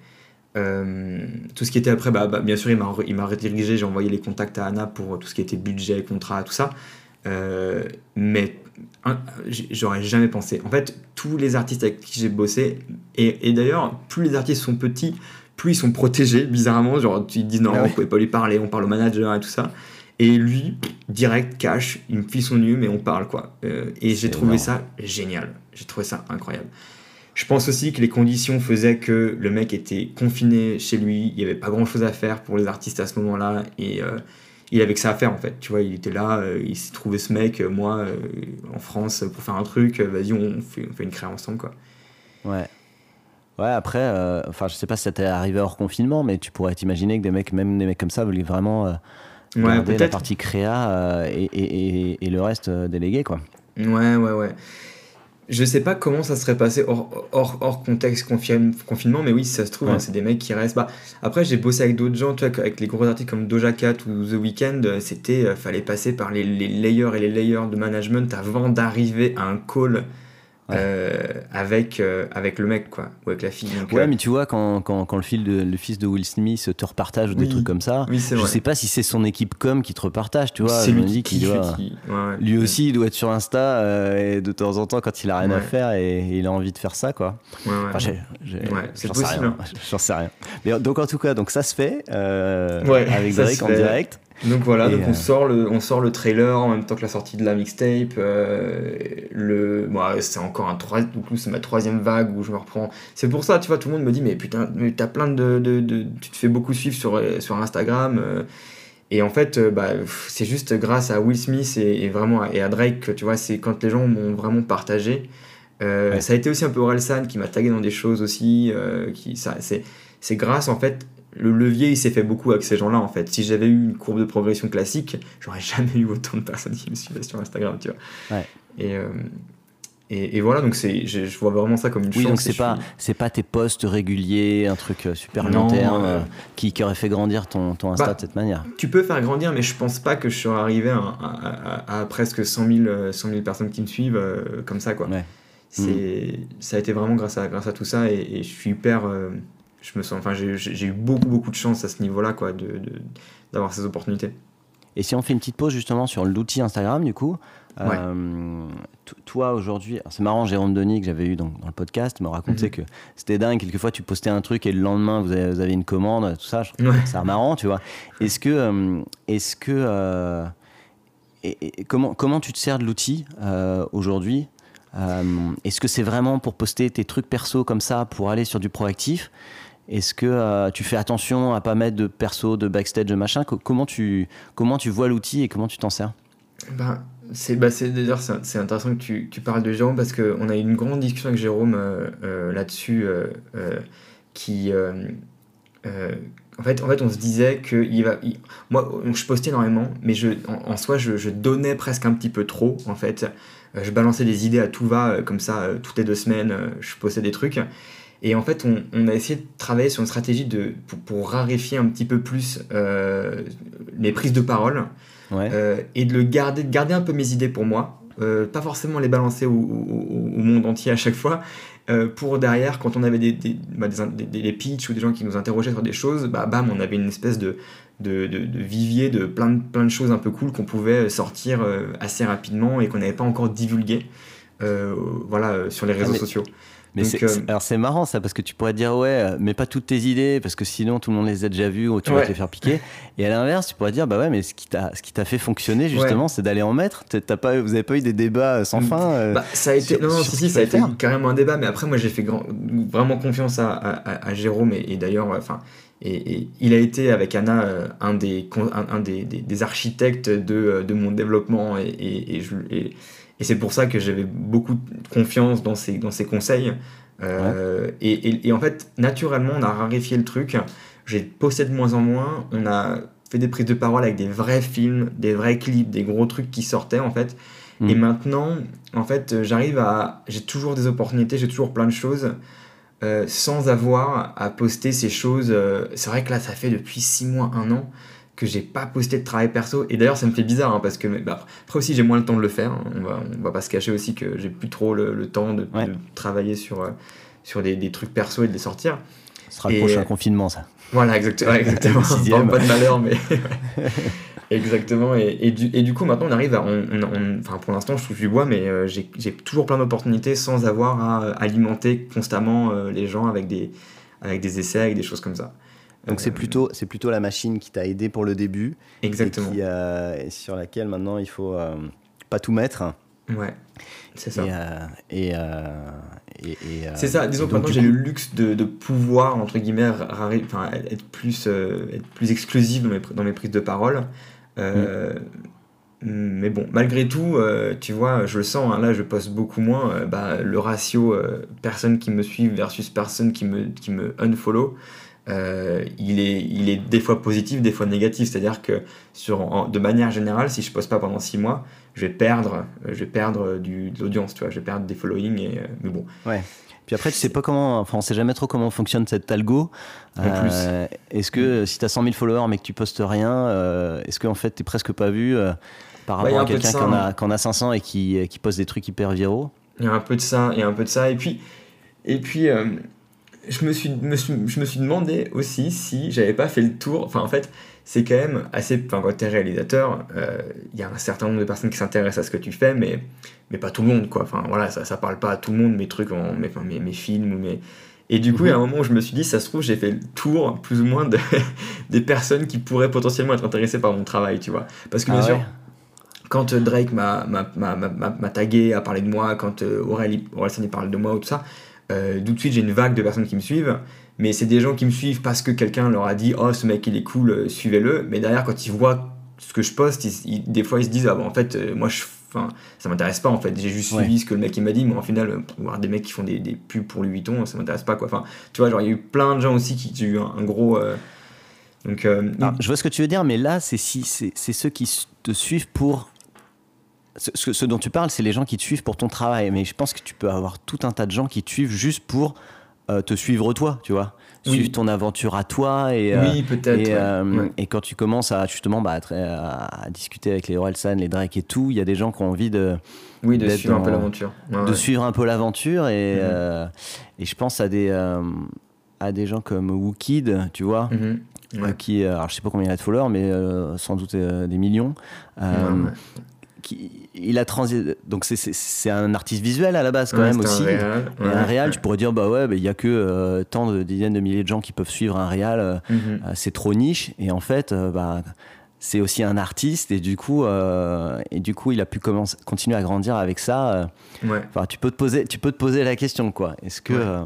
Speaker 2: Euh, tout ce qui était après, bah, bah, bien sûr, il m'a, il m'a redirigé, j'ai envoyé les contacts à Anna pour tout ce qui était budget, contrat, tout ça. Euh, mais un, j'aurais jamais pensé. En fait, tous les artistes avec qui j'ai bossé, et, et d'ailleurs, plus les artistes sont petits, plus ils sont protégés, bizarrement. Genre, ils disent non, ah ouais. on pouvait pas lui parler, on parle au manager et tout ça. Et lui, direct, cash, il me file son nu, mais on parle, quoi. Euh, et j'ai trouvé énorme. Ça génial. J'ai trouvé ça incroyable. Je pense aussi que les conditions faisaient que le mec était confiné chez lui, il n'y avait pas grand chose à faire pour les artistes à ce moment-là, et euh, il avait que ça à faire en fait. Tu vois, il était là, euh, il s'est trouvé ce mec, euh, moi, euh, en France, pour faire un truc, euh, vas-y, on fait, on fait une créa ensemble, quoi.
Speaker 1: Ouais. Ouais, après, enfin, euh, je sais pas si ça t'est arrivé hors confinement, mais tu pourrais t'imaginer que des mecs, même des mecs comme ça, veulent vraiment euh,
Speaker 2: ouais,
Speaker 1: garder la partie créa euh, et, et, et, et le reste euh, délégué, quoi.
Speaker 2: Ouais, ouais, ouais. Je sais pas comment ça serait passé hors, hors, hors contexte confin- confinement, mais oui, si ça se trouve, ouais. hein, c'est des mecs qui restent. Bah, après, j'ai bossé avec d'autres gens, tu vois, avec les gros artistes comme Doja Cat ou The Weeknd, c'était, euh, fallait passer par les, les layers et les layers de management avant d'arriver à un call. Ouais. Euh, avec, euh, avec le mec, quoi, ou avec la fille. Donc,
Speaker 1: ouais,
Speaker 2: euh...
Speaker 1: mais tu vois, quand, quand, quand le, fil de, le fils de Will Smith te repartage ou oui. des trucs comme ça,
Speaker 2: oui,
Speaker 1: je
Speaker 2: vrai.
Speaker 1: sais pas si c'est son équipe com qui te repartage, tu vois.
Speaker 2: C'est
Speaker 1: je
Speaker 2: lui
Speaker 1: me dis
Speaker 2: qui,
Speaker 1: qu'il doit.
Speaker 2: Qui... Ouais, ouais.
Speaker 1: Lui aussi, il doit être sur Insta euh, et de temps en temps, quand il a rien ouais. à faire, et, et il a envie de faire ça, quoi.
Speaker 2: Ouais, ouais.
Speaker 1: Enfin, j'ai, j'ai,
Speaker 2: ouais, c'est
Speaker 1: j'en
Speaker 2: possible.
Speaker 1: Sais rien, hein. J'en sais rien. Mais donc, en tout cas, donc ça se fait euh,
Speaker 2: ouais,
Speaker 1: avec Drake en direct.
Speaker 2: Donc voilà,
Speaker 1: et
Speaker 2: donc on,
Speaker 1: euh...
Speaker 2: sort le, on sort le trailer en même temps que la sortie de la mixtape. Euh, le, bon, c'est encore un troisième, du coup c'est ma troisième vague où je me reprends. C'est pour ça, tu vois, tout le monde me dit mais putain, mais t'as plein de, de, de, tu te fais beaucoup suivre sur sur Instagram. Euh, et en fait, euh, bah, c'est juste grâce à Will Smith et, et vraiment et à Drake que tu vois, c'est quand les gens m'ont vraiment partagé. Euh, ouais. Ça a été aussi un peu Orelsan qui m'a tagué dans des choses aussi. Euh, qui, ça, c'est, c'est grâce en fait. Le levier, il s'est fait beaucoup avec ces gens-là, en fait. Si j'avais eu une courbe de progression classique, j'aurais jamais eu autant de personnes qui me suivaient sur Instagram, tu vois.
Speaker 1: Ouais.
Speaker 2: Et, euh, et, et voilà, donc c'est, je, je vois vraiment ça comme une
Speaker 1: oui,
Speaker 2: chance.
Speaker 1: Oui, donc c'est pas,
Speaker 2: suis...
Speaker 1: c'est pas tes posts réguliers, un truc super long terme euh, qui, qui aurait fait grandir ton, ton Insta bah, de cette manière.
Speaker 2: Tu peux faire grandir, mais je pense pas que je serais arrivé à, à, à, à presque cent mille personnes qui me suivent euh, comme ça, quoi.
Speaker 1: Ouais.
Speaker 2: C'est, mmh. Ça a été vraiment grâce à, grâce à tout ça, et, et je suis hyper... Euh, je me sens, enfin, j'ai, j'ai eu beaucoup, beaucoup de chance à ce niveau-là, quoi, de, de, d'avoir ces opportunités.
Speaker 1: Et si on fait une petite pause justement sur l'outil Instagram, du coup,
Speaker 2: ouais.
Speaker 1: euh, t- toi aujourd'hui, c'est marrant, Jérôme Denis que j'avais eu dans, dans le podcast me racontait mm-hmm. que c'était dingue. Quelquefois, tu postais un truc et le lendemain, vous avez, vous avez une commande, tout ça. Je trouve ouais. ça marrant, tu vois. Est-ce que, euh, est-ce que, euh, et, et, comment, comment tu te sers de l'outil euh, aujourd'hui? euh, Est-ce que c'est vraiment pour poster tes trucs perso comme ça, pour aller sur du proactif? Est-ce que euh, tu fais attention à pas mettre de perso, de backstage, de machin? Comment tu, comment tu vois l'outil et comment tu t'en sers?
Speaker 2: bah, c'est, bah, c'est, d'ailleurs, c'est, c'est intéressant que tu, tu parles de Jérôme, parce qu'on a eu une grande discussion avec Jérôme euh, euh, là-dessus, euh, euh, qui... Euh, euh, en, fait, en fait, on se disait que il va, il, moi, je postais énormément, mais je, en, en soi, je, je donnais presque un petit peu trop, en fait. Euh, je balançais des idées à tout va, euh, comme ça, euh, toutes les deux semaines, euh, je postais des trucs. Et en fait, on, on a essayé de travailler sur une stratégie de, pour, pour raréfier un petit peu plus euh, les prises de parole
Speaker 1: ouais.
Speaker 2: euh, et de, le garder, de garder un peu mes idées pour moi, euh, pas forcément les balancer au, au, au monde entier à chaque fois, euh, pour derrière, quand on avait des, des, bah, des, des, des pitchs ou des gens qui nous interrogeaient sur des choses, bah, bam, on avait une espèce de, de, de, de vivier de plein, de plein de choses un peu cool qu'on pouvait sortir euh, assez rapidement et qu'on n'avait pas encore divulgué euh, voilà, euh, sur les réseaux ah,
Speaker 1: mais,
Speaker 2: sociaux.
Speaker 1: Mais
Speaker 2: Donc,
Speaker 1: c'est,
Speaker 2: euh,
Speaker 1: c'est, alors c'est marrant ça, parce que tu pourrais te dire ouais, mais pas toutes tes idées, parce que sinon tout le monde les a déjà vues ou tu ouais. vas te les faire piquer. Et à l'inverse, tu pourrais dire bah ouais, mais ce qui t'a, ce qui t'a fait fonctionner justement, ouais. c'est d'aller en mettre. T'as pas, vous avez pas eu des débats sans fin euh,
Speaker 2: bah, ça a été, sur, non, non, si, si, ça a été carrément un débat, mais après moi j'ai fait grand, vraiment confiance à, à, à Jérôme et, et d'ailleurs, enfin. Et, et il a été avec Anna euh, un, des, un, un des, des, des architectes de, de mon développement et, et, et, je, et, et c'est pour ça que j'avais beaucoup de confiance dans ses, dans ses conseils. Euh, ouais. et, et, et en fait, naturellement, on a raréfié le truc. J'ai posté de moins en moins. On a fait des prises de parole avec des vrais films, des vrais clips, des gros trucs qui sortaient en fait. Mmh. Et maintenant, en fait, j'arrive à. J'ai toujours des opportunités, j'ai toujours plein de choses. Euh, sans avoir à poster ces choses. Euh, c'est vrai que là, ça fait depuis six mois, un an que j'ai pas posté de travail perso. Et d'ailleurs, ça me fait bizarre hein, parce que bah, après aussi, j'ai moins le temps de le faire. Hein. On va, on va pas se cacher aussi que j'ai plus trop le, le temps de, ouais. de travailler sur, euh, sur des, des trucs perso et de les sortir.
Speaker 1: Ce sera le prochain confinement, ça.
Speaker 2: Voilà, exactement. Ouais, exactement. Pas, pas de malheur, mais. Exactement, et, et, du, et du coup maintenant on arrive à, on, on, on, enfin pour l'instant je touche du bois mais euh, j'ai, j'ai toujours plein d'opportunités sans avoir à euh, alimenter constamment euh, les gens avec des, avec des essais, avec des choses comme ça.
Speaker 1: Donc euh, c'est, plutôt, c'est plutôt la machine qui t'a aidé pour le début.
Speaker 2: Exactement.
Speaker 1: Et, qui, euh, et sur laquelle maintenant il faut euh, pas tout mettre.
Speaker 2: Ouais, c'est ça.
Speaker 1: Et, euh, et, euh, et, et,
Speaker 2: c'est ça, disons que maintenant j'ai coup... le luxe de, de pouvoir, entre guillemets, rari- enfin, être, plus, euh, être plus exclusif dans mes, dans mes prises de parole. Euh, mmh. Mais bon, malgré tout, euh, tu vois, je le sens, hein, là je poste beaucoup moins. Euh, bah, le ratio euh, personnes qui me suivent versus personnes qui me, qui me unfollow, euh, il, est, il est des fois positif, des fois négatif. C'est-à-dire que sur, en, de manière générale, si je poste pas pendant six mois, je vais perdre, je vais perdre du, de l'audience, tu vois, je vais perdre des followings. Et, euh, mais bon.
Speaker 1: Ouais. Puis après, tu sais pas comment, enfin, on sait jamais trop comment fonctionne cette algo.
Speaker 2: En
Speaker 1: euh,
Speaker 2: plus.
Speaker 1: Est-ce que si tu as cent mille followers mais que tu postes rien, euh, est-ce qu'en fait, tu n'es presque pas vu euh, par rapport bah, à quelqu'un qui en, a, qui en a cinq cents et qui, qui poste des trucs hyper viraux?
Speaker 2: Il y a un peu de ça, il y a un peu de ça. Et puis, et puis euh, je, me suis, me suis, je me suis demandé aussi si j'avais pas fait le tour. Enfin, en fait, c'est quand même assez. Enfin, quand tu es réalisateur, il euh, y a un certain nombre de personnes qui s'intéressent à ce que tu fais, mais, mais pas tout le monde, quoi. Enfin, voilà, ça, ça parle pas à tout le monde, mes trucs, en, mes, mes, mes films ou mes. Et du coup, il y a un moment où je me suis dit, ça se trouve, j'ai fait le tour, plus ou moins, de, des personnes qui pourraient potentiellement être intéressées par mon travail, tu vois. Parce que, bien ah sûr, ouais. quand Drake m'a, m'a, m'a, m'a, m'a tagué, a parlé de moi, quand Aurel San parle de moi ou tout ça, euh, tout de suite, j'ai une vague de personnes qui me suivent. Mais c'est des gens qui me suivent parce que quelqu'un leur a dit « Oh, ce mec, il est cool, euh, suivez-le ». Mais derrière, quand ils voient ce que je poste, ils, ils, des fois, ils se disent « Ah, bon, en fait, euh, moi, je... » Enfin, ça m'intéresse pas en fait, j'ai juste ouais. suivi ce que le mec il m'a dit, mais en final, pour voir des mecs qui font des, des pubs pour Louis Vuitton, ça m'intéresse pas quoi. Enfin, tu vois, genre il y a eu plein de gens aussi qui ont eu un, un gros. Euh... Donc, euh...
Speaker 1: Alors, je vois ce que tu veux dire, mais là, c'est, si, c'est, c'est ceux qui te suivent pour. Ce, ce, ce dont tu parles, c'est les gens qui te suivent pour ton travail, mais je pense que tu peux avoir tout un tas de gens qui te suivent juste pour euh, te suivre toi, tu vois. Suivre oui. ton aventure à toi et,
Speaker 2: oui, peut-être,
Speaker 1: et,
Speaker 2: ouais.
Speaker 1: Euh,
Speaker 2: ouais.
Speaker 1: et quand tu commences à justement bah, à, à discuter avec les Orelsan, les Drake et tout, il y a des gens qui ont envie de
Speaker 2: oui de suivre dans, un peu l'aventure
Speaker 1: ouais, de ouais. suivre un peu l'aventure et, mm-hmm. euh, et je pense à des euh, à des gens comme Wookid, tu vois,
Speaker 2: mm-hmm. ouais.
Speaker 1: euh, qui alors je sais pas combien il a de followers mais euh, sans doute euh, des millions. Euh, ouais, ouais. Qui, il a transi... donc c'est, c'est, c'est un artiste visuel à la base quand
Speaker 2: ouais,
Speaker 1: même aussi.
Speaker 2: Un réal,
Speaker 1: et ouais, un réal, ouais. tu pourrais dire bah ouais, il bah, y a que euh, tant de dizaines de milliers de gens qui peuvent suivre un réal, euh, mm-hmm. euh, c'est trop niche. Et en fait, euh, bah c'est aussi un artiste et du coup, euh, et du coup, il a pu commencer, continuer à grandir avec ça. Euh,
Speaker 2: ouais.
Speaker 1: Enfin, tu peux te poser, tu peux te poser la question quoi. Est-ce que
Speaker 2: ouais.
Speaker 1: euh,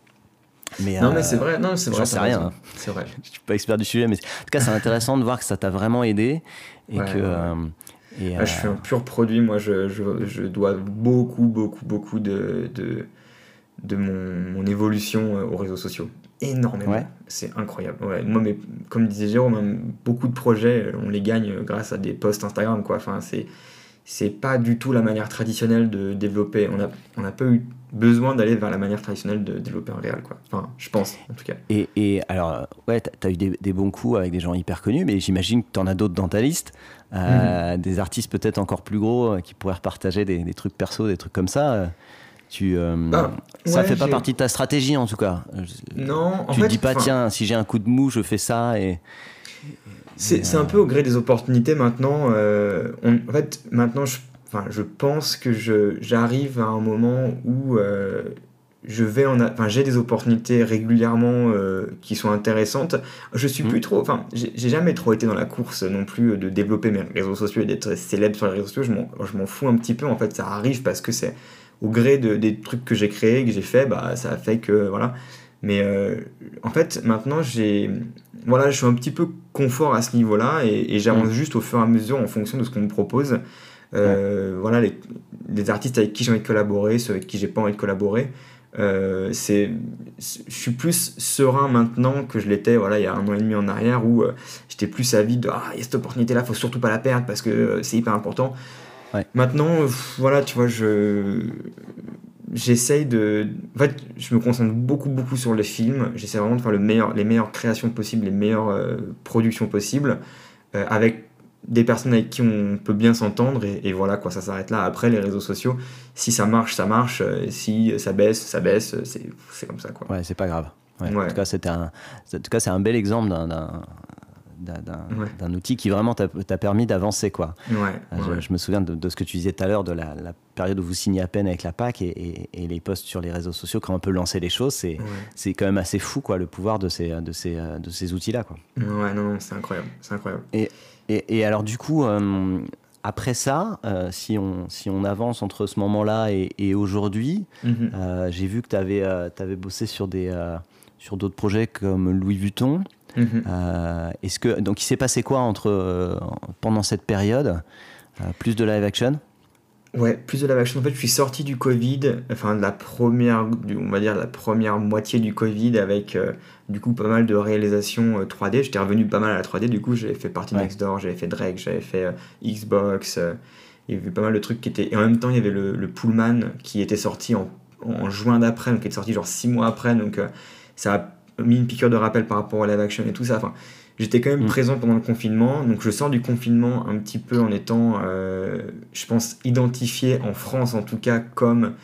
Speaker 2: mais non, euh, mais c'est vrai, non, c'est vrai.
Speaker 1: J'en sais rien. Hein.
Speaker 2: C'est vrai.
Speaker 1: Je suis pas expert du sujet, mais en tout cas, c'est intéressant de voir que ça t'a vraiment aidé et
Speaker 2: ouais,
Speaker 1: que.
Speaker 2: Ouais.
Speaker 1: Euh,
Speaker 2: Et ah, euh... Je suis un pur produit, moi je, je, je dois beaucoup, beaucoup, beaucoup de, de, de mon, mon évolution aux réseaux sociaux. Énormément,
Speaker 1: ouais.
Speaker 2: C'est incroyable. Ouais. Moi, mais, comme disait Jérôme, beaucoup de projets, on les gagne grâce à des posts Instagram, quoi. Enfin, c'est, c'est pas du tout la manière traditionnelle de développer. On n'a on a pas eu besoin d'aller vers la manière traditionnelle de développer un réel, quoi. Enfin, je pense, en tout cas.
Speaker 1: Et, et alors, ouais, t'as eu des, des bons coups avec des gens hyper connus, mais j'imagine que t'en as d'autres dans ta liste. Euh, mmh. Des artistes peut-être encore plus gros euh, qui pourraient repartager des, des trucs perso, des trucs comme ça. Euh, tu, euh, bah, ça ouais, fait pas j'ai... partie de ta stratégie en tout cas.
Speaker 2: Non.
Speaker 1: Tu
Speaker 2: en
Speaker 1: te dis
Speaker 2: fait,
Speaker 1: pas tiens, si j'ai un coup de mou, je fais ça et.
Speaker 2: C'est,
Speaker 1: Mais,
Speaker 2: c'est
Speaker 1: euh...
Speaker 2: un peu au gré des opportunités maintenant. Euh, on, en fait, maintenant, je, enfin, je pense que je, j'arrive à un moment où euh, je vais en, a, enfin, j'ai des opportunités régulièrement euh, qui sont intéressantes. Je suis plus
Speaker 1: mmh.
Speaker 2: trop, enfin, j'ai, j'ai jamais trop été dans la course non plus de développer mes réseaux sociaux et d'être célèbre sur les réseaux sociaux. Je m'en, je m'en fous un petit peu. En fait, ça arrive parce que c'est au gré de, des trucs que j'ai créés, que j'ai fait, bah, ça a fait que voilà. Mais euh, en fait, maintenant, j'ai, voilà, je suis un petit peu confort à ce niveau-là et, et j'avance
Speaker 1: Mmh.
Speaker 2: juste au fur et à mesure en fonction de ce qu'on me propose. Euh, ouais. Voilà, les, les artistes avec qui j'ai envie de collaborer, ceux avec qui j'ai pas envie de collaborer. Euh, c'est, je suis plus serein maintenant que je l'étais voilà, il y a un an et demi en arrière où euh, j'étais plus avide de ah, il y a cette opportunité-là, faut surtout pas la perdre parce que euh, c'est hyper important.
Speaker 1: Ouais.
Speaker 2: Maintenant, pff, voilà, tu vois, je j'essaye de. En fait, je me concentre beaucoup, beaucoup sur les films. J'essaie vraiment de faire le meilleur, les meilleures créations possibles, les meilleures euh, productions possibles, euh, avec des personnes avec qui on peut bien s'entendre, et, et voilà, quoi, ça s'arrête là. Après, les réseaux sociaux, si ça marche, ça marche. Euh, si ça baisse, ça baisse. C'est, c'est comme ça, quoi.
Speaker 1: Ouais, c'est pas grave. Ouais.
Speaker 2: Ouais.
Speaker 1: En tout cas, c'était un, en tout cas, c'est un bel exemple d'un. d'un... D'un,
Speaker 2: ouais.
Speaker 1: d'un outil qui vraiment t'a, t'a permis d'avancer, quoi.
Speaker 2: Ouais,
Speaker 1: je,
Speaker 2: ouais.
Speaker 1: je me souviens de, de ce que tu disais tout à l'heure, de la, la période où vous signez à peine avec la P A C et, et, et les posts sur les réseaux sociaux qui ont un peu lancé les choses. C'est,
Speaker 2: ouais.
Speaker 1: c'est quand même assez fou, quoi, le pouvoir de ces, de ces, de ces outils-là, quoi.
Speaker 2: Ouais, non, non, c'est incroyable, c'est incroyable.
Speaker 1: Et, et, et alors, du coup, euh, après ça, euh, si, on, si on avance entre ce moment-là et, et aujourd'hui, mm-hmm. euh, j'ai vu que tu avais euh, bossé sur, des, euh, sur d'autres projets comme Louis Vuitton. Mmh. Euh, est-ce que, donc il s'est passé quoi entre, euh, pendant cette période euh, plus de live action?
Speaker 2: Ouais, plus de live action. En fait, je suis sorti du Covid, enfin de la première, on va dire la première moitié du Covid avec euh, du coup pas mal de réalisations euh, trois D. J'étais revenu pas mal à la trois D. Du coup, j'avais fait partie de ouais. Nextdoor, j'avais fait Drake, j'avais fait euh, Xbox. Euh, il y avait pas mal de trucs qui étaient. Et en même temps, il y avait le, le Pullman qui était sorti en, en juin d'après, donc qui était sorti genre six mois après. Donc euh, ça a mis une piqûre de rappel par rapport au live action et tout ça. Enfin, j'étais quand même mmh. présent pendant le confinement, donc je sors du confinement un petit peu en étant, euh, je pense, identifié en France en tout cas comme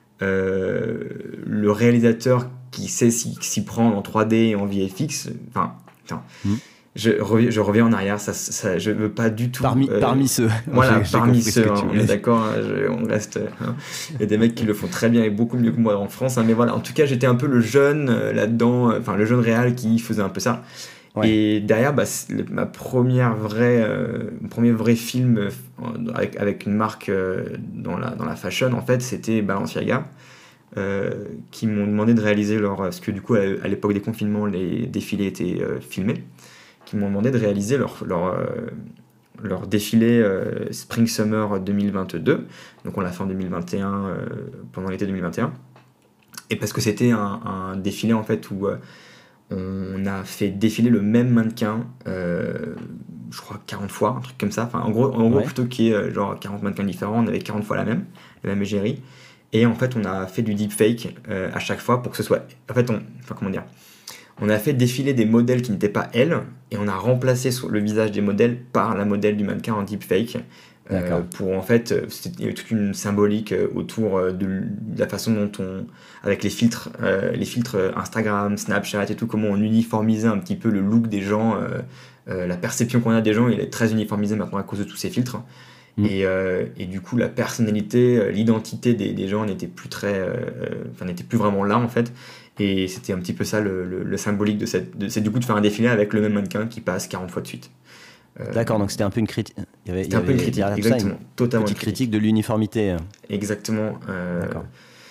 Speaker 2: euh, le réalisateur qui sait s'y, s'y prendre en trois D et en V F X. Enfin, enfin mmh. je, reviens, je reviens en arrière, ça, ça, je veux pas du tout...
Speaker 1: Parmi, euh, parmi ceux.
Speaker 2: Voilà, j'ai, parmi j'ai ceux, hein, on est d'accord, hein, je, on reste... Hein. Il y a des mecs qui le font très bien et beaucoup mieux que moi en France, hein, mais voilà, en tout cas, j'étais un peu le jeune euh, là-dedans, enfin, le jeune réal qui faisait un peu ça. Ouais. Et derrière, bah, ma première vraie, euh, mon premier vrai film euh, avec, avec une marque euh, dans, la, dans la fashion, en fait, c'était Balenciaga, euh, qui m'ont demandé de réaliser leur... Parce que du coup, à, à l'époque des confinements, les défilés étaient euh, filmés, qui m'ont demandé de réaliser leur, leur, euh, leur défilé euh, Spring-Summer deux mille vingt-deux. Donc on l'a fait en deux mille vingt et un, euh, pendant l'été deux mille vingt et un. Et parce que c'était un, un défilé, en fait, où... Euh, on a fait défiler le même mannequin, euh, je crois quarante fois, un truc comme ça. Enfin, en gros, en gros ouais. plutôt qu'il y ait genre quarante mannequins différents, on avait quarante fois la même, la même égérie. Et en fait, on a fait du deepfake euh, à chaque fois pour que ce soit... En fait, on... Enfin, comment dire on a fait défiler des modèles qui n'étaient pas elles, et on a remplacé le visage des modèles par la modèle du mannequin en deepfake. Euh, pour en fait, il y avait toute une symbolique autour de, de la façon dont on, avec les filtres, euh, les filtres Instagram, Snapchat et tout, comment on uniformisait un petit peu le look des gens, euh, euh, la perception qu'on a des gens, il est très uniformisé maintenant à cause de tous ces filtres. Mmh. Et, euh, et du coup, la personnalité, l'identité des, des gens n'était plus très, euh, enfin n'était plus vraiment là en fait. Et c'était un petit peu ça le, le, le symbolique de cette, de, c'est du coup de faire un défilé avec le même mannequin qui passe quarante fois de suite.
Speaker 1: Euh, D'accord, donc c'était un peu une critique. Il y avait,
Speaker 2: c'était il y avait, un peu une critique, exactement.
Speaker 1: Une
Speaker 2: totalement
Speaker 1: petite
Speaker 2: une critique.
Speaker 1: critique de l'uniformité.
Speaker 2: Exactement. Euh, D'accord.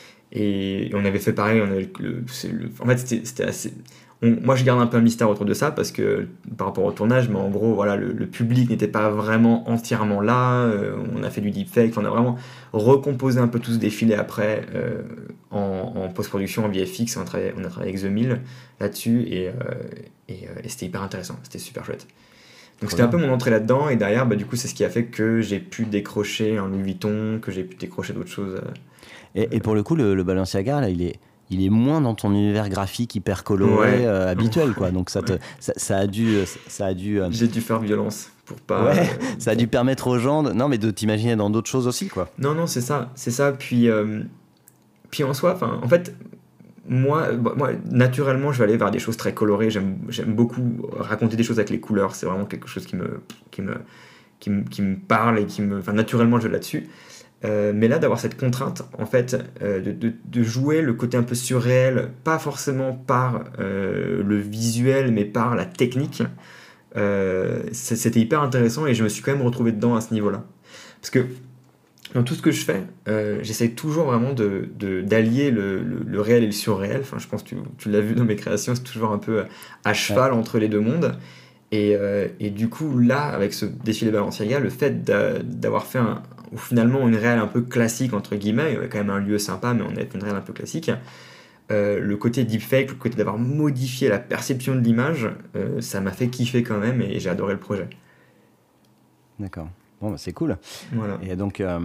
Speaker 2: Et on avait fait pareil. On avait le, c'est le, en fait, c'était, c'était assez. On, moi, je garde un peu un mystère autour de ça parce que par rapport au tournage, mais en gros, voilà, le, le public n'était pas vraiment entièrement là. Euh, on a fait du deepfake. On a vraiment recomposé un peu tout ce défilé après euh, en, en post-production, en V F X. On a travaillé, on a travaillé avec The Mill là-dessus et, euh, et, et c'était hyper intéressant. C'était super chouette. Donc c'était un peu mon entrée là-dedans, et derrière, bah, du coup, c'est ce qui a fait que j'ai pu décrocher un Louis Vuitton, que j'ai pu décrocher d'autres choses. Euh,
Speaker 1: et, euh, et pour le coup, le, le Balenciaga, là, il est, il est moins dans ton univers graphique hyper coloré
Speaker 2: ouais.
Speaker 1: euh, habituel, quoi. Donc ça, te,
Speaker 2: ouais.
Speaker 1: ça, ça a dû, ça a dû. Euh...
Speaker 2: J'ai dû faire violence pour pas.
Speaker 1: Ouais,
Speaker 2: euh,
Speaker 1: ça a
Speaker 2: pour...
Speaker 1: dû permettre aux gens, de... non, mais de t'imaginer dans d'autres choses aussi, quoi.
Speaker 2: Non, non, c'est ça, c'est ça. Puis, euh, puis en soi, enfin, en fait. moi, moi, naturellement, je vais aller vers des choses très colorées. J'aime, j'aime beaucoup raconter des choses avec les couleurs. C'est vraiment quelque chose qui me, qui me, qui me, qui me parle et qui me... Enfin, naturellement, je vais là-dessus. Euh, mais là, d'avoir cette contrainte, en fait, euh, de, de, de jouer le côté un peu surréel, pas forcément par euh, le visuel, mais par la technique, euh, c'était hyper intéressant et je me suis quand même retrouvé dedans à ce niveau-là. Parce que dans tout ce que je fais, euh, j'essaye toujours vraiment de, de, d'allier le, le, le réel et le surréel. Enfin, je pense que tu, tu l'as vu dans mes créations, c'est toujours un peu à cheval ouais. entre les deux mondes. Et, euh, et du coup, là, avec ce défilé Balenciaga, le fait d'avoir fait un, ou finalement une réelle un peu classique, entre guillemets, il y avait quand même un lieu sympa, mais on est une réelle un peu classique, euh, le côté deepfake, le côté d'avoir modifié la perception de l'image, euh, ça m'a fait kiffer quand même et j'ai adoré le projet.
Speaker 3: D'accord. Bon, bah, c'est cool.
Speaker 2: Voilà.
Speaker 3: Et donc, euh,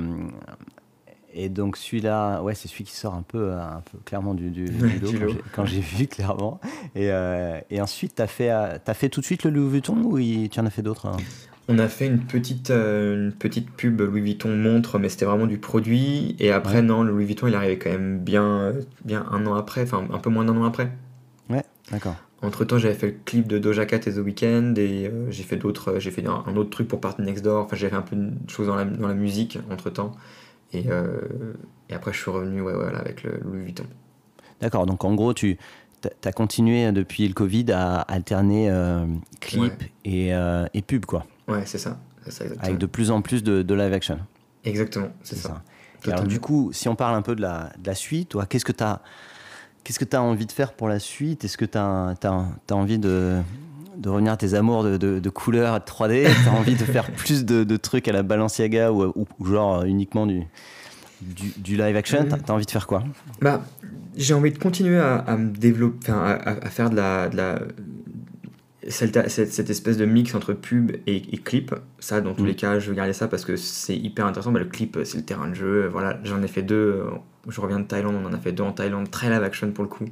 Speaker 3: et donc celui-là, ouais, c'est celui qui sort un peu, un peu clairement du, du, du
Speaker 2: ouais,
Speaker 3: lot,
Speaker 2: du
Speaker 3: quand, j'ai, quand j'ai vu clairement. Et, euh, et ensuite, tu as fait, t'as fait tout de suite le Louis Vuitton ou il, tu en as fait d'autres hein?
Speaker 2: On a fait une petite, euh, une petite pub Louis Vuitton montre, mais c'était vraiment du produit. Et après, ouais. non, le Louis Vuitton, il arrivait quand même bien, bien un an après, enfin un peu moins d'un an après.
Speaker 3: Ouais, d'accord.
Speaker 2: Entre-temps, j'avais fait le clip de Doja Cat et The Weeknd, et euh, j'ai fait d'autres, j'ai fait un, un autre truc pour Party Next Door. Enfin, j'ai fait un peu de choses dans la, dans la musique, entre-temps. Et, euh, et après, je suis revenu ouais, voilà, avec le Louis Vuitton.
Speaker 3: D'accord, donc en gros, tu as continué depuis le Covid à alterner euh, clip ouais. et, euh, et pub, quoi.
Speaker 2: Ouais, c'est ça. C'est ça exactement.
Speaker 3: Avec de plus en plus de, de live action.
Speaker 2: Exactement, c'est, c'est ça.
Speaker 3: ça. Et alors, du coup, si on parle un peu de la, de la suite, toi, qu'est-ce que tu as qu'est-ce que tu as envie de faire pour la suite? Est-ce que tu as envie de, de revenir à tes amours de, de, de couleurs, de trois D? Tu as envie de faire plus de, de trucs à la Balenciaga ou, ou, ou genre uniquement du, du, du live action? mmh. Tu as envie de faire quoi?
Speaker 2: Bah, j'ai envie de continuer à, à me développer, à, à faire de la... De la... Cette, cette, cette espèce de mix entre pub et, et clip, ça dans tous mmh. les cas je veux garder ça parce que c'est hyper intéressant. Bah, le clip c'est le terrain de jeu, voilà, j'en ai fait deux, je reviens de Thaïlande, on en a fait deux en Thaïlande, très live action pour le coup,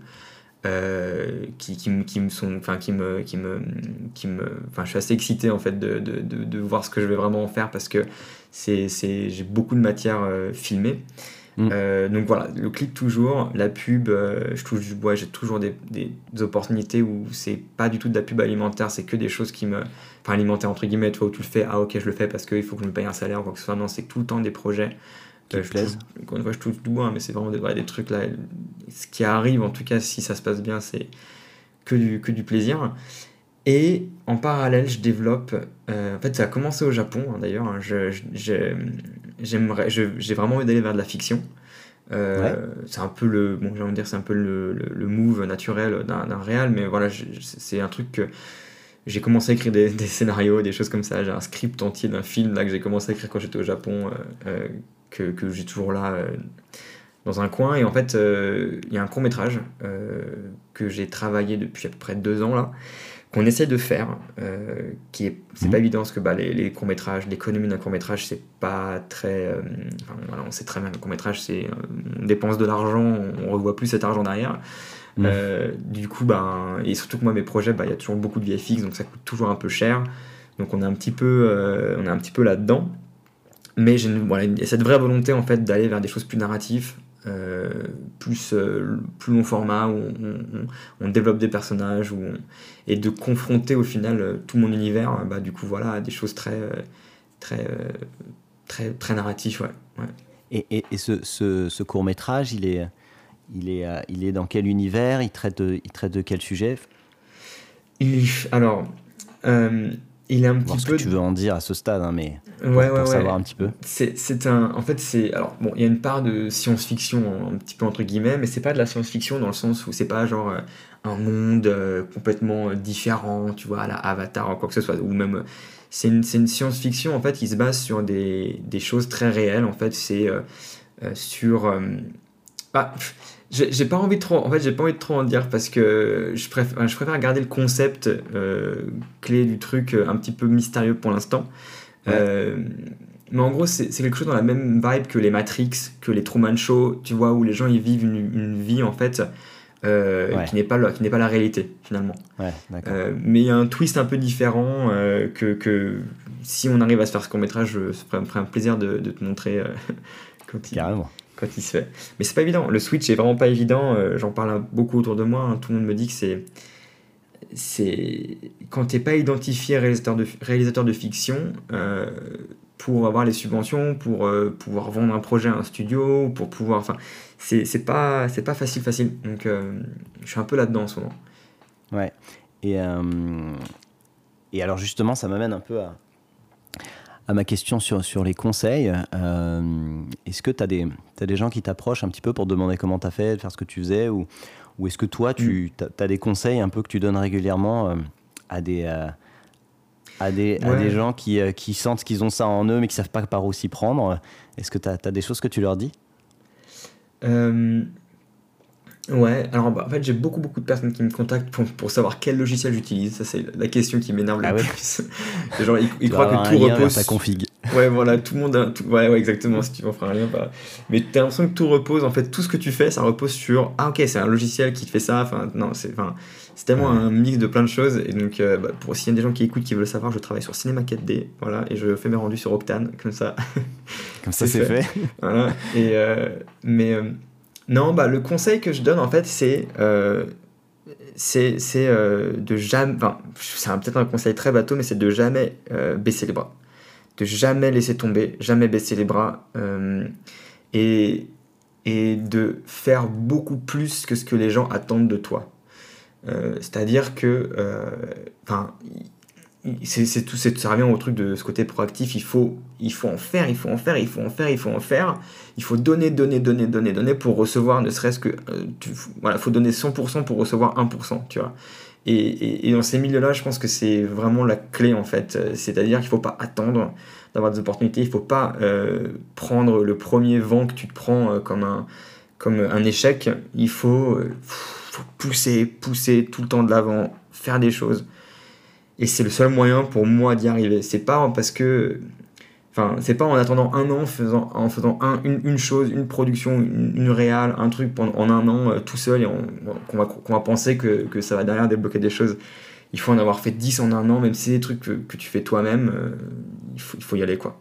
Speaker 2: euh, qui, qui, qui me sont, enfin qui me, qui me, qui me, enfin je suis assez excité en fait de, de, de, de voir ce que je vais vraiment en faire parce que c'est, c'est, j'ai beaucoup de matière euh, filmée. Mmh. Euh, donc voilà, le clip toujours, la pub, euh, je touche du bois, j'ai toujours des, des, des opportunités où c'est pas du tout de la pub alimentaire, c'est que des choses qui me... Enfin alimentaire entre guillemets, tu vois, où tu le fais, ah ok je le fais parce qu'il faut que je me paye un salaire ou quoi que ce soit, non c'est tout le temps des projets
Speaker 3: qui euh, te plaisent.
Speaker 2: Encore une fois je touche du bois, mais c'est vraiment des, ouais, des trucs là, ce qui arrive en tout cas si ça se passe bien c'est que du, que du plaisir. Et en parallèle, je développe. Euh, en fait, ça a commencé au Japon, hein, d'ailleurs. Hein, je, je, j'aimerais, je, j'ai vraiment envie d'aller vers de la fiction. Euh, ouais. C'est un peu le, bon, j'ai envie de dire, c'est un peu le, le, le move naturel d'un, d'un réal, mais voilà, je, c'est un truc que j'ai commencé à écrire des, des scénarios, des choses comme ça. J'ai un script entier d'un film là que j'ai commencé à écrire quand j'étais au Japon, euh, euh, que, que j'ai toujours là. Euh, dans un coin, et en fait, il euh, y a un court-métrage euh, que j'ai travaillé depuis à peu près deux ans là, qu'on essaie de faire, euh, qui est, c'est mmh. pas évident parce que bah, les, les courts-métrages, l'économie d'un court-métrage, c'est pas très... Euh, enfin, voilà, on sait très bien que le court-métrage, c'est, on dépense de l'argent, on revoit plus cet argent derrière. Mmh. Euh, du coup, bah, et surtout que moi, mes projets, bah, y a toujours beaucoup de V F X, donc ça coûte toujours un peu cher. Donc on est un petit peu, euh, on est un petit peu là-dedans. Mais j'ai une, voilà, cette vraie volonté en fait, d'aller vers des choses plus narratives, Euh, plus, euh, plus long format où on, on, on développe des personnages où on, et de confronter au final euh, tout mon univers bah, du coup voilà des choses très euh, très, euh, très très narratifs ouais, ouais.
Speaker 3: Et, et, et ce, ce, ce court-métrage il est, il, est, euh, il est dans quel univers, il traite de, il traite de quel sujet?
Speaker 2: il, alors euh, il est un
Speaker 3: petit
Speaker 2: ce
Speaker 3: peu. Que tu veux en dire à ce stade, hein, mais
Speaker 2: ouais,
Speaker 3: pour,
Speaker 2: ouais,
Speaker 3: pour
Speaker 2: ouais.
Speaker 3: savoir un petit peu.
Speaker 2: C'est, c'est un, en fait, c'est alors bon, il y a une part de science-fiction un petit peu entre guillemets, mais c'est pas de la science-fiction dans le sens où c'est pas genre euh, un monde euh, complètement différent, tu vois, à la Avatar ou quoi que ce soit, ou même c'est une, c'est une science-fiction en fait qui se base sur des, des choses très réelles. En fait, c'est euh, euh, sur euh, ah, J'ai, j'ai pas envie de trop, en fait, j'ai pas envie de trop en dire parce que je préfère, je préfère garder le concept euh, clé du truc un petit peu mystérieux pour l'instant. Ouais. Euh, mais en gros, c'est, c'est quelque chose dans la même vibe que les Matrix, que les Truman Show, tu vois, où les gens ils vivent une, une vie en fait euh, ouais. qui n'est pas la, qui n'est pas la réalité finalement.
Speaker 3: Ouais, d'accord.
Speaker 2: Euh, mais il y a un twist un peu différent euh, que, que si on arrive à se faire ce court métrage, ça me ferait un plaisir de, de te montrer euh, quand, il, quand il se fait. Mais c'est pas évident. Le switch est vraiment pas évident. Euh, j'en parle beaucoup autour de moi. Hein. Tout le monde me dit que c'est, c'est quand t'es pas identifié réalisateur de réalisateur de fiction euh, pour avoir les subventions, pour euh, pouvoir vendre un projet à un studio, pour pouvoir, enfin, c'est c'est pas c'est pas facile facile. Donc euh, je suis un peu là-dedans en ce moment.
Speaker 3: Ouais. Et euh, et alors justement, ça m'amène un peu à à ma question sur, sur les conseils. Euh, est-ce que tu as des, t'as des gens qui t'approchent un petit peu pour te demander comment tu as fait, de faire ce que tu faisais, ou, ou est-ce que toi, tu as des conseils un peu que tu donnes régulièrement euh, à, des, euh, à, des, ouais. à des gens qui, euh, qui sentent qu'ils ont ça en eux mais qui ne savent pas par où s'y prendre? Est-ce que tu as des choses que tu leur dis?
Speaker 2: euh... Ouais, alors bah, en fait j'ai beaucoup beaucoup de personnes qui me contactent pour, pour savoir quel logiciel j'utilise. Ça c'est la question qui m'énerve le
Speaker 3: ah ouais.
Speaker 2: plus. Genre ils, ils croient que tout repose
Speaker 3: ta config.
Speaker 2: Ouais voilà, tout le monde a, tout... ouais ouais exactement, si tu m'en feras un lien bah... mais t'as l'impression que tout repose, en fait tout ce que tu fais ça repose sur ah OK, c'est un logiciel qui te fait ça, enfin non, c'est enfin c'est tellement ouais. un mix de plein de choses. Et donc euh, bah, pour s'il y a des gens qui écoutent qui veulent savoir, je travaille sur Cinema quatre D, voilà, et je fais mes rendus sur Octane comme ça.
Speaker 3: Comme ça c'est fait. fait.
Speaker 2: Voilà, et euh, mais euh, non, bah, le conseil que je donne, en fait, c'est, euh, c'est, c'est euh, de jamais... Enfin, c'est peut-être un conseil très bateau, mais c'est de jamais euh, baisser les bras. De jamais laisser tomber, jamais baisser les bras. Euh, et, et de faire beaucoup plus que ce que les gens attendent de toi. Euh, c'est-à-dire que... Enfin... Euh, C'est, c'est tout, c'est, ça revient au truc de ce côté proactif. Il faut, il faut en faire, il faut en faire, il faut en faire, il faut en faire. Il faut donner, donner, donner, donner, donner pour recevoir ne serait-ce que... Euh, tu, voilà, il faut donner cent pour cent pour recevoir un pour cent, tu vois. Et, et, et dans ces milieux-là, je pense que c'est vraiment la clé, en fait. C'est-à-dire qu'il ne faut pas attendre d'avoir des opportunités. Il ne faut pas euh, prendre le premier vent que tu te prends euh, comme, un, comme un échec. Il faut, euh, faut pousser, pousser tout le temps de l'avant, faire des choses. Et c'est le seul moyen pour moi d'y arriver. C'est pas parce que, enfin, c'est pas en attendant un an, faisant, en faisant un, une, une chose, une production, une, une réal, un truc pendant, en un an euh, tout seul et on, qu'on, va, qu'on va penser que, que ça va derrière débloquer des choses. Il faut en avoir fait dix en un an, même si c'est des trucs que, que tu fais toi-même, euh, il, faut, il faut y aller, quoi.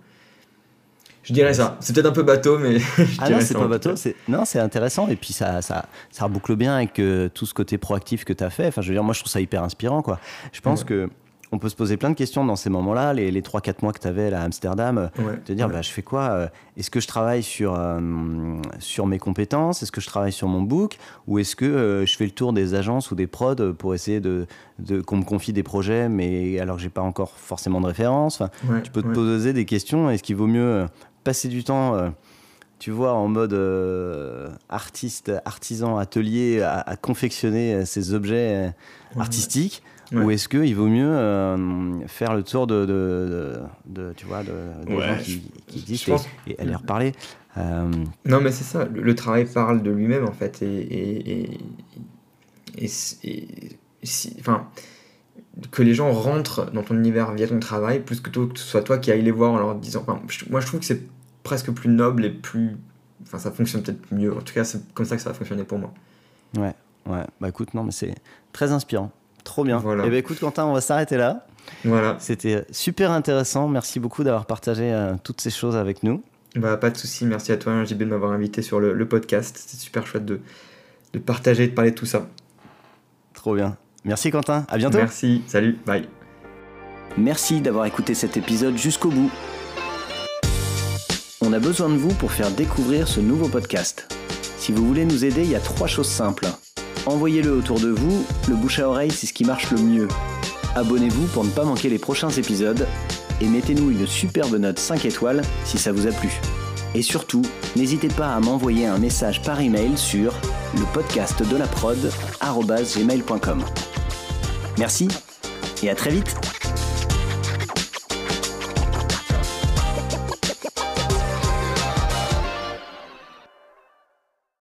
Speaker 2: Je dirais ça. C'est peut-être un peu bateau, mais je
Speaker 3: ah
Speaker 2: dirais
Speaker 3: non, c'est
Speaker 2: ça
Speaker 3: pas bateau. C'est... Non, c'est intéressant. Et puis ça, ça, ça reboucle bien avec euh, tout ce côté proactif que tu as fait. Enfin, je veux dire, moi, je trouve ça hyper inspirant, quoi. Je pense ouais. que on peut se poser plein de questions dans ces moments-là, les, les trois quatre mois que tu avais là, à Amsterdam,
Speaker 2: ouais,
Speaker 3: te dire,
Speaker 2: ouais.
Speaker 3: bah, je fais quoi? Est-ce que je travaille sur, euh, sur mes compétences? Est-ce que je travaille sur mon book? Ou est-ce que euh, je fais le tour des agences ou des prods pour essayer de, de, qu'on me confie des projets, mais alors que je n'ai pas encore forcément de référence? Enfin,
Speaker 2: ouais,
Speaker 3: tu peux te
Speaker 2: ouais.
Speaker 3: poser des questions. Est-ce qu'il vaut mieux passer du temps, euh, tu vois, en mode euh, artiste, artisan, atelier, à, à confectionner ces objets
Speaker 2: ouais,
Speaker 3: artistiques?
Speaker 2: Ouais.
Speaker 3: Ou est-ce qu'il vaut mieux euh, faire le tour de, de, de, de tu vois, de, de
Speaker 2: ouais,
Speaker 3: gens qui, qui existent
Speaker 2: pense...
Speaker 3: et, et aller reparler euh...
Speaker 2: Non, mais c'est ça. Le, le travail parle de lui-même, en fait. Et, et, et, et, et si, enfin, que les gens rentrent dans ton univers via ton travail, plus que, toi, que ce soit toi qui ailles les voir en leur disant... Enfin, je, moi, je trouve que c'est presque plus noble et plus... Enfin, ça fonctionne peut-être mieux. En tout cas, c'est comme ça que ça va fonctionner pour moi.
Speaker 3: Ouais, ouais. Bah écoute, non, mais c'est très inspirant. Trop bien.
Speaker 2: Voilà.
Speaker 3: Eh bien, écoute, Quentin, on va s'arrêter là.
Speaker 2: Voilà.
Speaker 3: C'était super intéressant. Merci beaucoup d'avoir partagé euh, toutes ces choses avec nous.
Speaker 2: Bah, pas de souci. Merci à toi, J B, de m'avoir invité sur le, le podcast. C'était super chouette de, de partager et de parler de tout ça.
Speaker 3: Trop bien. Merci, Quentin. À bientôt.
Speaker 2: Merci. Salut. Bye.
Speaker 1: Merci d'avoir écouté cet épisode jusqu'au bout. On a besoin de vous pour faire découvrir ce nouveau podcast. Si vous voulez nous aider, il y a trois choses simples. Envoyez-le autour de vous, le bouche à oreille c'est ce qui marche le mieux. Abonnez-vous pour ne pas manquer les prochains épisodes et mettez-nous une superbe note cinq étoiles si ça vous a plu. Et surtout, n'hésitez pas à m'envoyer un message par email sur le podcast de la prod arobase gmail point com. Merci et à très vite.